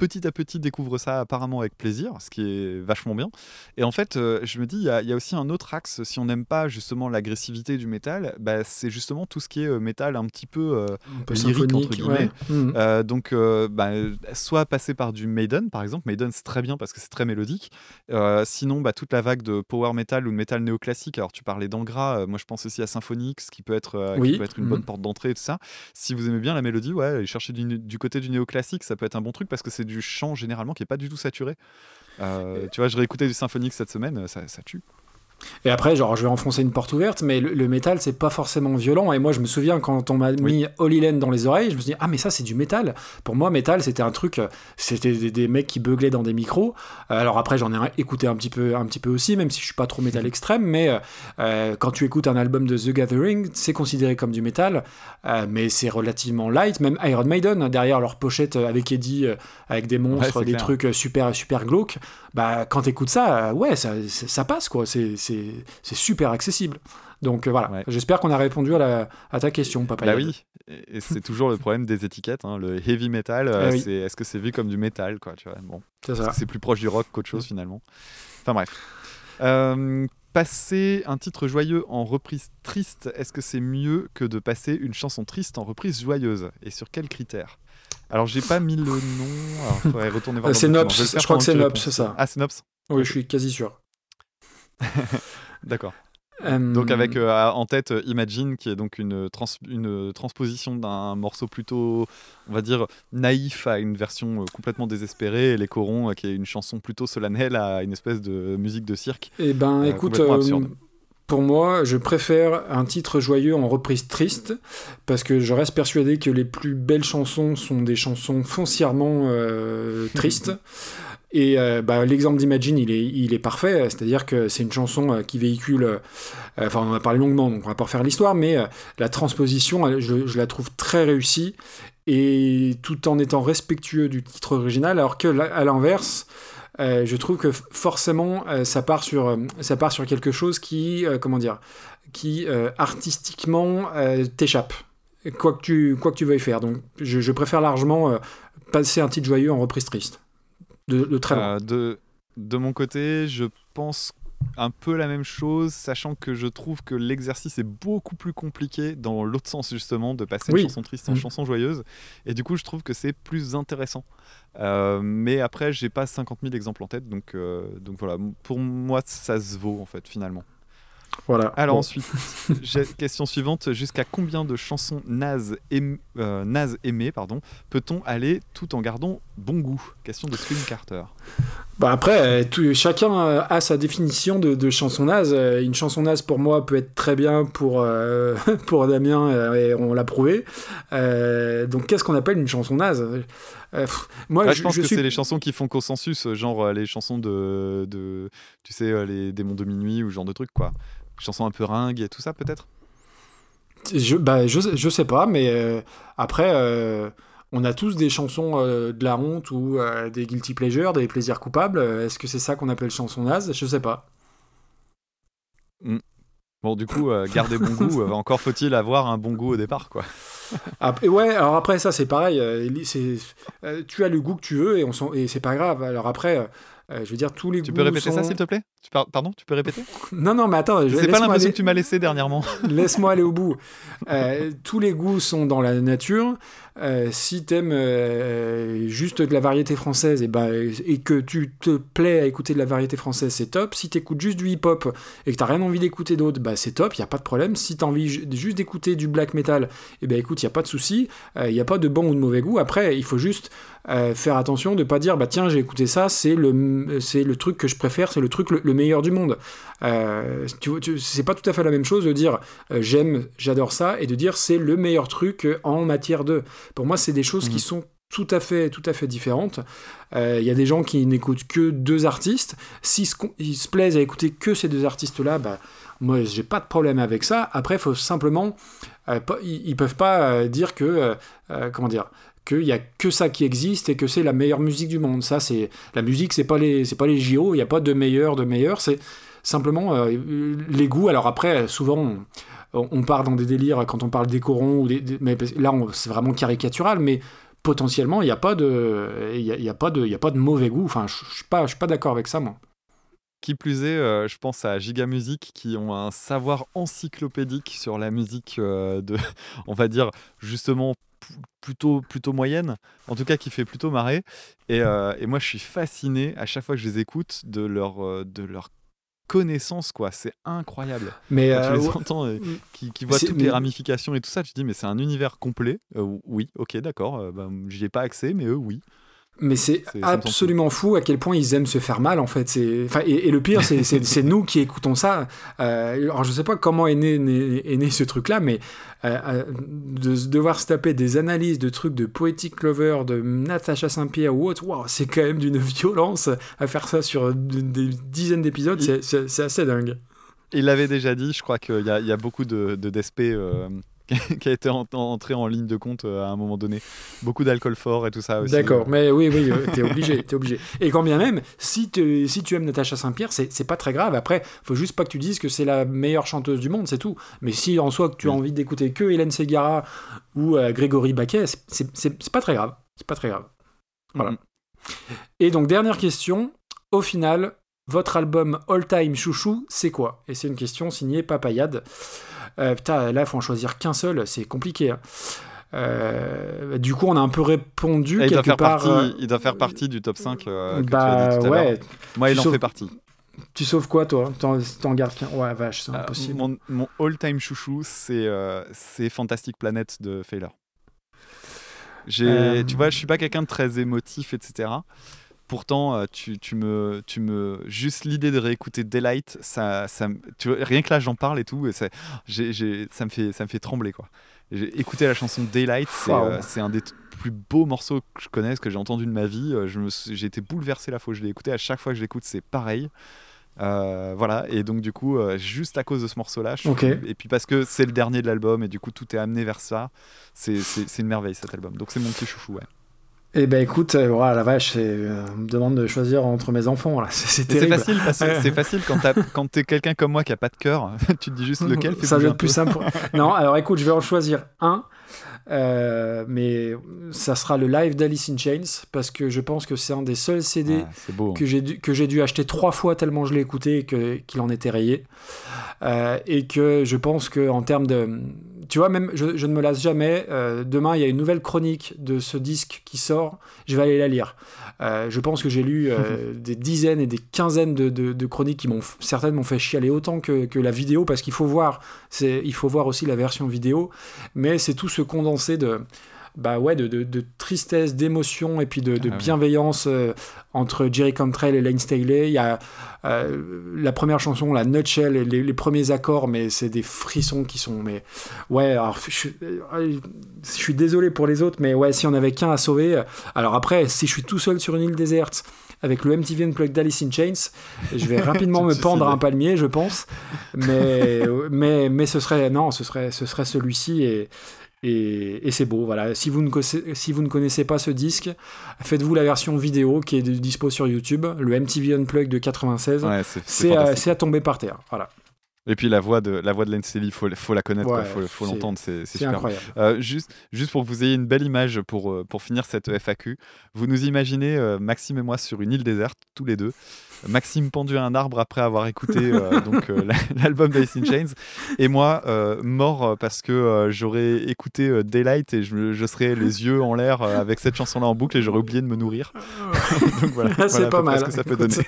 petit à petit découvre ça apparemment avec plaisir, ce qui est vachement bien. Et en fait, je me dis, il y a aussi un autre axe, si on n'aime pas justement l'agressivité du métal, bah, c'est justement tout ce qui est métal un petit peu Un peu lyrique, entre symphonique, guillemets. ouais. Donc, bah, soit passer par du Maiden, par exemple. Maiden, c'est très bien parce que c'est très mélodique. Sinon, bah, toute la vague de power metal ou de metal néoclassique. Alors, tu parlais d'Angra, moi je pense aussi à Symphonix, qui peut être Oui. une bonne porte d'entrée et tout ça. Si vous aimez bien la mélodie, ouais, allez chercher du côté du néoclassique, ça peut être un bon truc parce que c'est du chant généralement qui est pas du tout saturé. Tu vois, je réécoutais du Symphonix cette semaine, ça tue. Et après, genre, je vais enfoncer une porte ouverte, mais le métal, c'est pas forcément violent. Et moi, je me souviens quand on m'a mis Holy Land dans les oreilles, je me suis dit, ah, mais ça, c'est du métal. Pour moi, métal, c'était un truc, c'était des mecs qui beuglaient dans des micros. Alors après, j'en ai écouté un petit peu aussi, même si je suis pas trop métal extrême. Mais quand tu écoutes un album de The Gathering, c'est considéré comme du métal, mais c'est relativement light. Même Iron Maiden, derrière leur pochette avec Eddie, avec des monstres, Ouais, des clair. trucs super glauques, bah, quand t'écoutes ça, ouais, ça passe, quoi. C'est super accessible. Donc voilà, Ouais. j'espère qu'on a répondu à ta question, Papa. Bah oui, et c'est toujours le problème des étiquettes. Hein. Le heavy metal, Oui. est-ce que c'est vu comme du métal, quoi, tu vois, bon. C'est Parce ça. que c'est plus proche du rock qu'autre chose finalement. Enfin bref. Passer un titre joyeux en reprise triste, est-ce que c'est mieux que de passer une chanson triste en reprise joyeuse? Et sur quels critères? Alors j'ai pas mis le nom, alors il faudrait retourner voir dans C'est le document. Nops, vais le faire je crois que pendant c'est tu Nops, réponds. c'est ça. Ah, c'est Nops. Oui, je suis quasi sûr. D'accord. Donc avec en tête Imagine, qui est donc une transposition d'un morceau plutôt, on va dire, naïf à une version complètement désespérée, et Les Corons, qui est une chanson plutôt solennelle à une espèce de musique de cirque. Eh ben, écoute, complètement absurde. pour moi, je préfère un titre joyeux en reprise triste, parce que je reste persuadé que les plus belles chansons sont des chansons foncièrement tristes. Et bah, l'exemple d'Imagine, il est parfait, c'est-à-dire que c'est une chanson qui véhicule... Enfin, on en a parlé longuement, donc on va pas refaire l'histoire, mais la transposition, je la trouve très réussie, et tout en étant respectueux du titre original, alors que à l'inverse... je trouve que forcément ça part sur quelque chose qui artistiquement t'échappe, quoi que tu veuilles faire. Donc je préfère largement passer un titre joyeux en reprise triste de très loin. De mon côté, je pense un peu la même chose, sachant que je trouve que l'exercice est beaucoup plus compliqué dans l'autre sens, justement, de passer une chanson triste en chanson joyeuse, et du coup je trouve que c'est plus intéressant. Mais après, j'ai pas 50 000 exemples en tête, donc voilà, pour moi ça se vaut en fait finalement. Voilà. Alors bon. Ensuite, question suivante, jusqu'à combien de chansons nazes aimées peut-on aller tout en gardant bon goût? Question de Swing Carter. Bah après, chacun a sa définition de chanson naze. Une chanson naze pour moi peut être très bien pour Damien, et on l'a prouvé. Donc qu'est-ce qu'on appelle une chanson naze? Moi, je pense que c'est les chansons qui font consensus, genre les chansons de tu sais, les démons de minuit ou ce genre de trucs, quoi. Chansons un peu ringues et tout ça, peut-être. Je sais pas, mais après, on a tous des chansons de la honte ou des guilty pleasures, des plaisirs coupables. Est-ce que c'est ça qu'on appelle chanson naze? Je sais pas. Bon, du coup, garder bon goût, encore faut-il avoir un bon goût au départ, quoi. Ouais, alors après, ça, c'est pareil. Tu as le goût que tu veux et c'est pas grave. Alors après, je veux dire, tous les goûts. Tu peux répéter ça, s'il te plaît? Pardon, tu peux répéter? Non, mais attends. C'est pas l'impression que tu m'as laissé dernièrement. Laisse-moi aller au bout. Tous les goûts sont dans la nature. Si t'aimes juste de la variété française et que tu te plais à écouter de la variété française, c'est top. Si t'écoutes juste du hip-hop et que t'as rien envie d'écouter d'autre, c'est top, y a pas de problème. Si t'as envie juste d'écouter du black metal, écoute, y a pas de souci. Y a pas de bon ou de mauvais goût. Après, il faut juste faire attention de pas dire tiens, j'ai écouté ça, c'est le truc que je préfère, c'est le truc le meilleur du monde. C'est pas tout à fait la même chose de dire j'adore ça, et de dire c'est le meilleur truc en matière de... Pour moi, c'est des choses qui sont tout à fait différentes. Il y a des gens qui n'écoutent que deux artistes. S'ils se plaisent à écouter que ces deux artistes-là, moi, j'ai pas de problème avec ça. Après, il faut simplement... ils peuvent pas dire que... qu'il y a que ça qui existe et que c'est la meilleure musique du monde. Ça, c'est... La musique, c'est pas les JO, il y a pas de meilleur, c'est simplement les goûts. Alors après, souvent... On part dans des délires quand on parle des corons, mais là c'est vraiment caricatural, mais potentiellement, il n'y a pas de mauvais goût. Enfin, je suis pas d'accord avec ça, moi. Qui plus est, je pense à Giga Music qui ont un savoir encyclopédique sur la musique on va dire, justement, plutôt moyenne, en tout cas qui fait plutôt marrer. Et moi, je suis fasciné à chaque fois que je les écoute de leur connaissance, quoi. C'est incroyable. Mais Quand tu les entends et qui voient toutes les ramifications et tout ça, tu te dis, mais c'est un univers complet. Oui, ok, d'accord, j'y ai pas accès, mais eux, oui. Mais c'est absolument fou à quel point ils aiment se faire mal, en fait. Et le pire, c'est nous qui écoutons ça. Alors, je sais pas comment est né ce truc-là, mais de devoir se taper des analyses de trucs de Poetic Lover, de Natacha Saint-Pierre ou autre, wow, c'est quand même d'une violence à faire ça sur des dizaines d'épisodes. C'est assez dingue. Il l'avait déjà dit, je crois qu'il y a beaucoup de DSP qui a été entré en ligne de compte à un moment donné. Beaucoup d'alcool fort et tout ça aussi. D'accord, mais oui, t'es obligé. Et quand bien même, si tu aimes Natacha Saint-Pierre, c'est pas très grave. Après, faut juste pas que tu dises que c'est la meilleure chanteuse du monde, c'est tout. Mais si en soi que tu as envie d'écouter que Hélène Ségara ou Grégory Baquet, c'est pas très grave. C'est pas très grave. Voilà. Et donc, dernière question. Au final, votre album all-time chouchou, c'est quoi ? Et c'est une question signée Papayade. Putain, là, il faut en choisir qu'un seul, c'est compliqué. Hein. Du coup, on a un peu répondu quelque part. Il doit faire partie du top 5 que tu as dit tout à l'heure. Moi, il en fait partie. Tu sauves quoi, toi ? T'en gardes qu'un ? Ouais, vache, c'est impossible. Mon all-time chouchou, c'est Fantastic Planet de Failer. Tu vois, je suis pas quelqu'un de très émotif, etc. Pourtant, tu me juste l'idée de réécouter Daylight, rien que là j'en parle et tout, et ça me fait trembler, quoi. J'ai écouté la chanson Daylight, c'est un des plus beaux morceaux que je connaisse, que j'ai entendu de ma vie. J'ai été bouleversé la fois que je l'ai écouté. À chaque fois que je l'écoute, c'est pareil. Voilà, et donc du coup, juste à cause de ce morceau-là, et puis parce que c'est le dernier de l'album, et du coup tout est amené vers ça. C'est une merveille cet album. Donc c'est mon petit chouchou, ouais. Eh ben écoute, voilà, la vache, on me demande de choisir entre mes enfants, là. C'est terrible. C'est facile quand t'es quelqu'un comme moi qui a pas de cœur, tu te dis juste lequel fait ça bouger va être plus simple. Non, alors écoute, je vais en choisir un, mais ça sera le live d'Alice in Chains, parce que je pense que c'est un des seuls CD que j'ai dû acheter 3 fois tellement je l'ai écouté et qu'il en était rayé. Et que je pense qu'en termes de... Tu vois, même, je ne me lasse jamais. Demain, il y a une nouvelle chronique de ce disque qui sort. Je vais aller la lire. Je pense que j'ai lu des dizaines et des quinzaines de chroniques qui certaines m'ont fait chialer autant que la vidéo, parce qu'il faut voir aussi la version vidéo. Mais c'est tout ce condensé de tristesse, d'émotion et puis de bienveillance entre Jerry Cantrell et Layne Staley. Il y a la première chanson, la Nutshell, et les premiers accords, mais c'est des frissons qui sont... Mais ouais, alors je suis désolé pour les autres, mais ouais, si on avait qu'un à sauver... Alors après, si je suis tout seul sur une île déserte avec le MTV Unplugged d'Alice in Chains, je vais rapidement me pendre à un palmier, je pense. Mais ce serait celui-ci, et c'est beau, voilà. Si vous ne connaissez pas ce disque, faites-vous la version vidéo qui est dispo sur YouTube, le MTV Unplugged de 96. Ouais, c'est à tomber par terre, voilà. Et puis la voix de Layne Staley, faut la connaître, ouais, faut l'entendre, c'est super incroyable. Juste pour que vous ayez une belle image pour finir cette FAQ, vous nous imaginez Maxime et moi sur une île déserte, tous les deux. Maxime pendu à un arbre après avoir écouté l'album d'Alice in Chains, et moi mort parce que j'aurais écouté Daylight et je serais les yeux en l'air avec cette chanson-là en boucle et j'aurais oublié de me nourrir. Donc voilà, c'est pas mal. Ce que ça peut donner.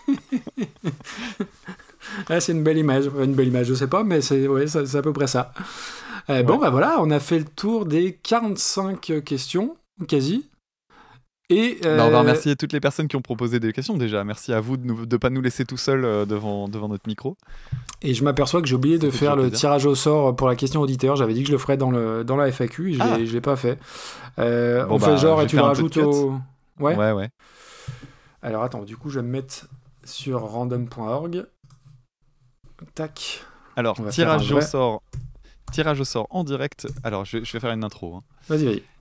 Ah, c'est une belle image, je sais pas, mais c'est à peu près ça. Bon, bah voilà, on a fait le tour des 45 questions, quasi. Et on va remercier toutes les personnes qui ont proposé des questions déjà. Merci à vous de ne pas nous laisser tout seuls devant notre micro. Et je m'aperçois que j'ai oublié de faire le tirage au sort pour la question auditeur. J'avais dit que je le ferais dans la FAQ, et je l'ai pas fait. On fait genre et tu le rajoutes au... Ouais. Alors attends, du coup je vais me mettre sur random.org. Tac. Alors, tirage au sort en direct. Alors, je vais faire une intro. Hein. Vas-y.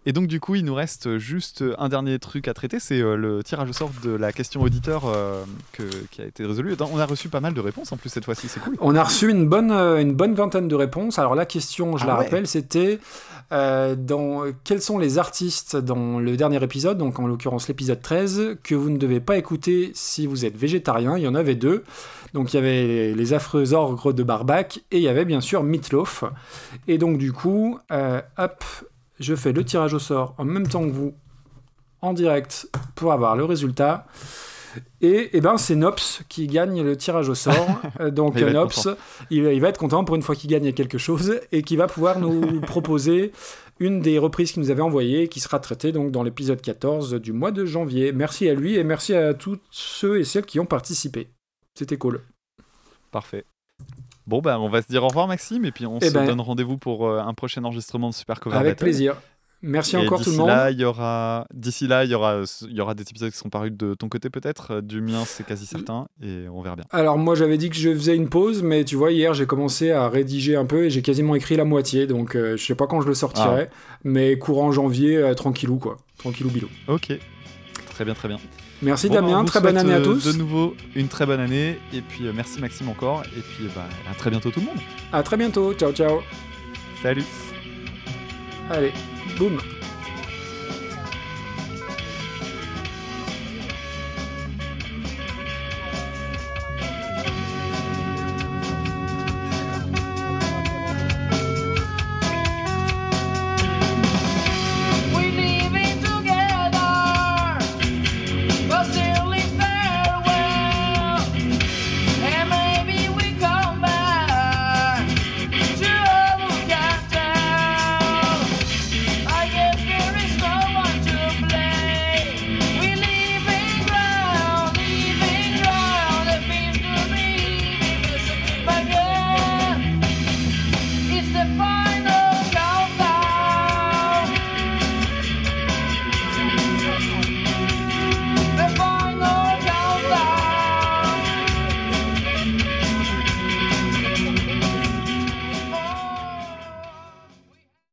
Et donc du coup, il nous reste juste un dernier truc à traiter, c'est le tirage au sort de la question auditeur qui a été résolue. On a reçu pas mal de réponses en plus cette fois-ci, c'est cool. On a reçu une bonne vingtaine de réponses. Alors la question, je la rappelle, c'était quels sont les artistes dans le dernier épisode, donc en l'occurrence l'épisode 13, que vous ne devez pas écouter si vous êtes végétarien. Il y en avait 2. Donc il y avait les affreux ogres de Barbac et il y avait bien sûr Meatloaf. Et donc du coup, je fais le tirage au sort en même temps que vous, en direct, pour avoir le résultat. Et c'est Nops qui gagne le tirage au sort. Donc Nops, il va être content pour une fois qu'il gagne quelque chose et qui va pouvoir nous proposer une des reprises qu'il nous avait envoyées, qui sera traitée donc dans l'épisode 14 du mois de janvier. Merci à lui et merci à tous ceux et celles qui ont participé. C'était cool. Parfait. Bon, on va se dire au revoir, Maxime, et puis on se donne rendez-vous pour un prochain enregistrement de Super Cover Battle. Avec plaisir. Merci encore tout le monde. D'ici là, il y aura des épisodes qui seront parus de ton côté peut-être. Du mien, c'est quasi certain, et on verra bien. Alors moi, j'avais dit que je faisais une pause, mais tu vois, hier, j'ai commencé à rédiger un peu et j'ai quasiment écrit la moitié, donc je sais pas quand je le sortirai, mais courant janvier, tranquillou quoi. Tranquillou bilou. Ok, très bien, très bien. Merci Damien, très bonne année à tous. De nouveau, une très bonne année, et puis merci Maxime encore, et puis à très bientôt tout le monde. À très bientôt, ciao ciao. Salut. Allez, boum.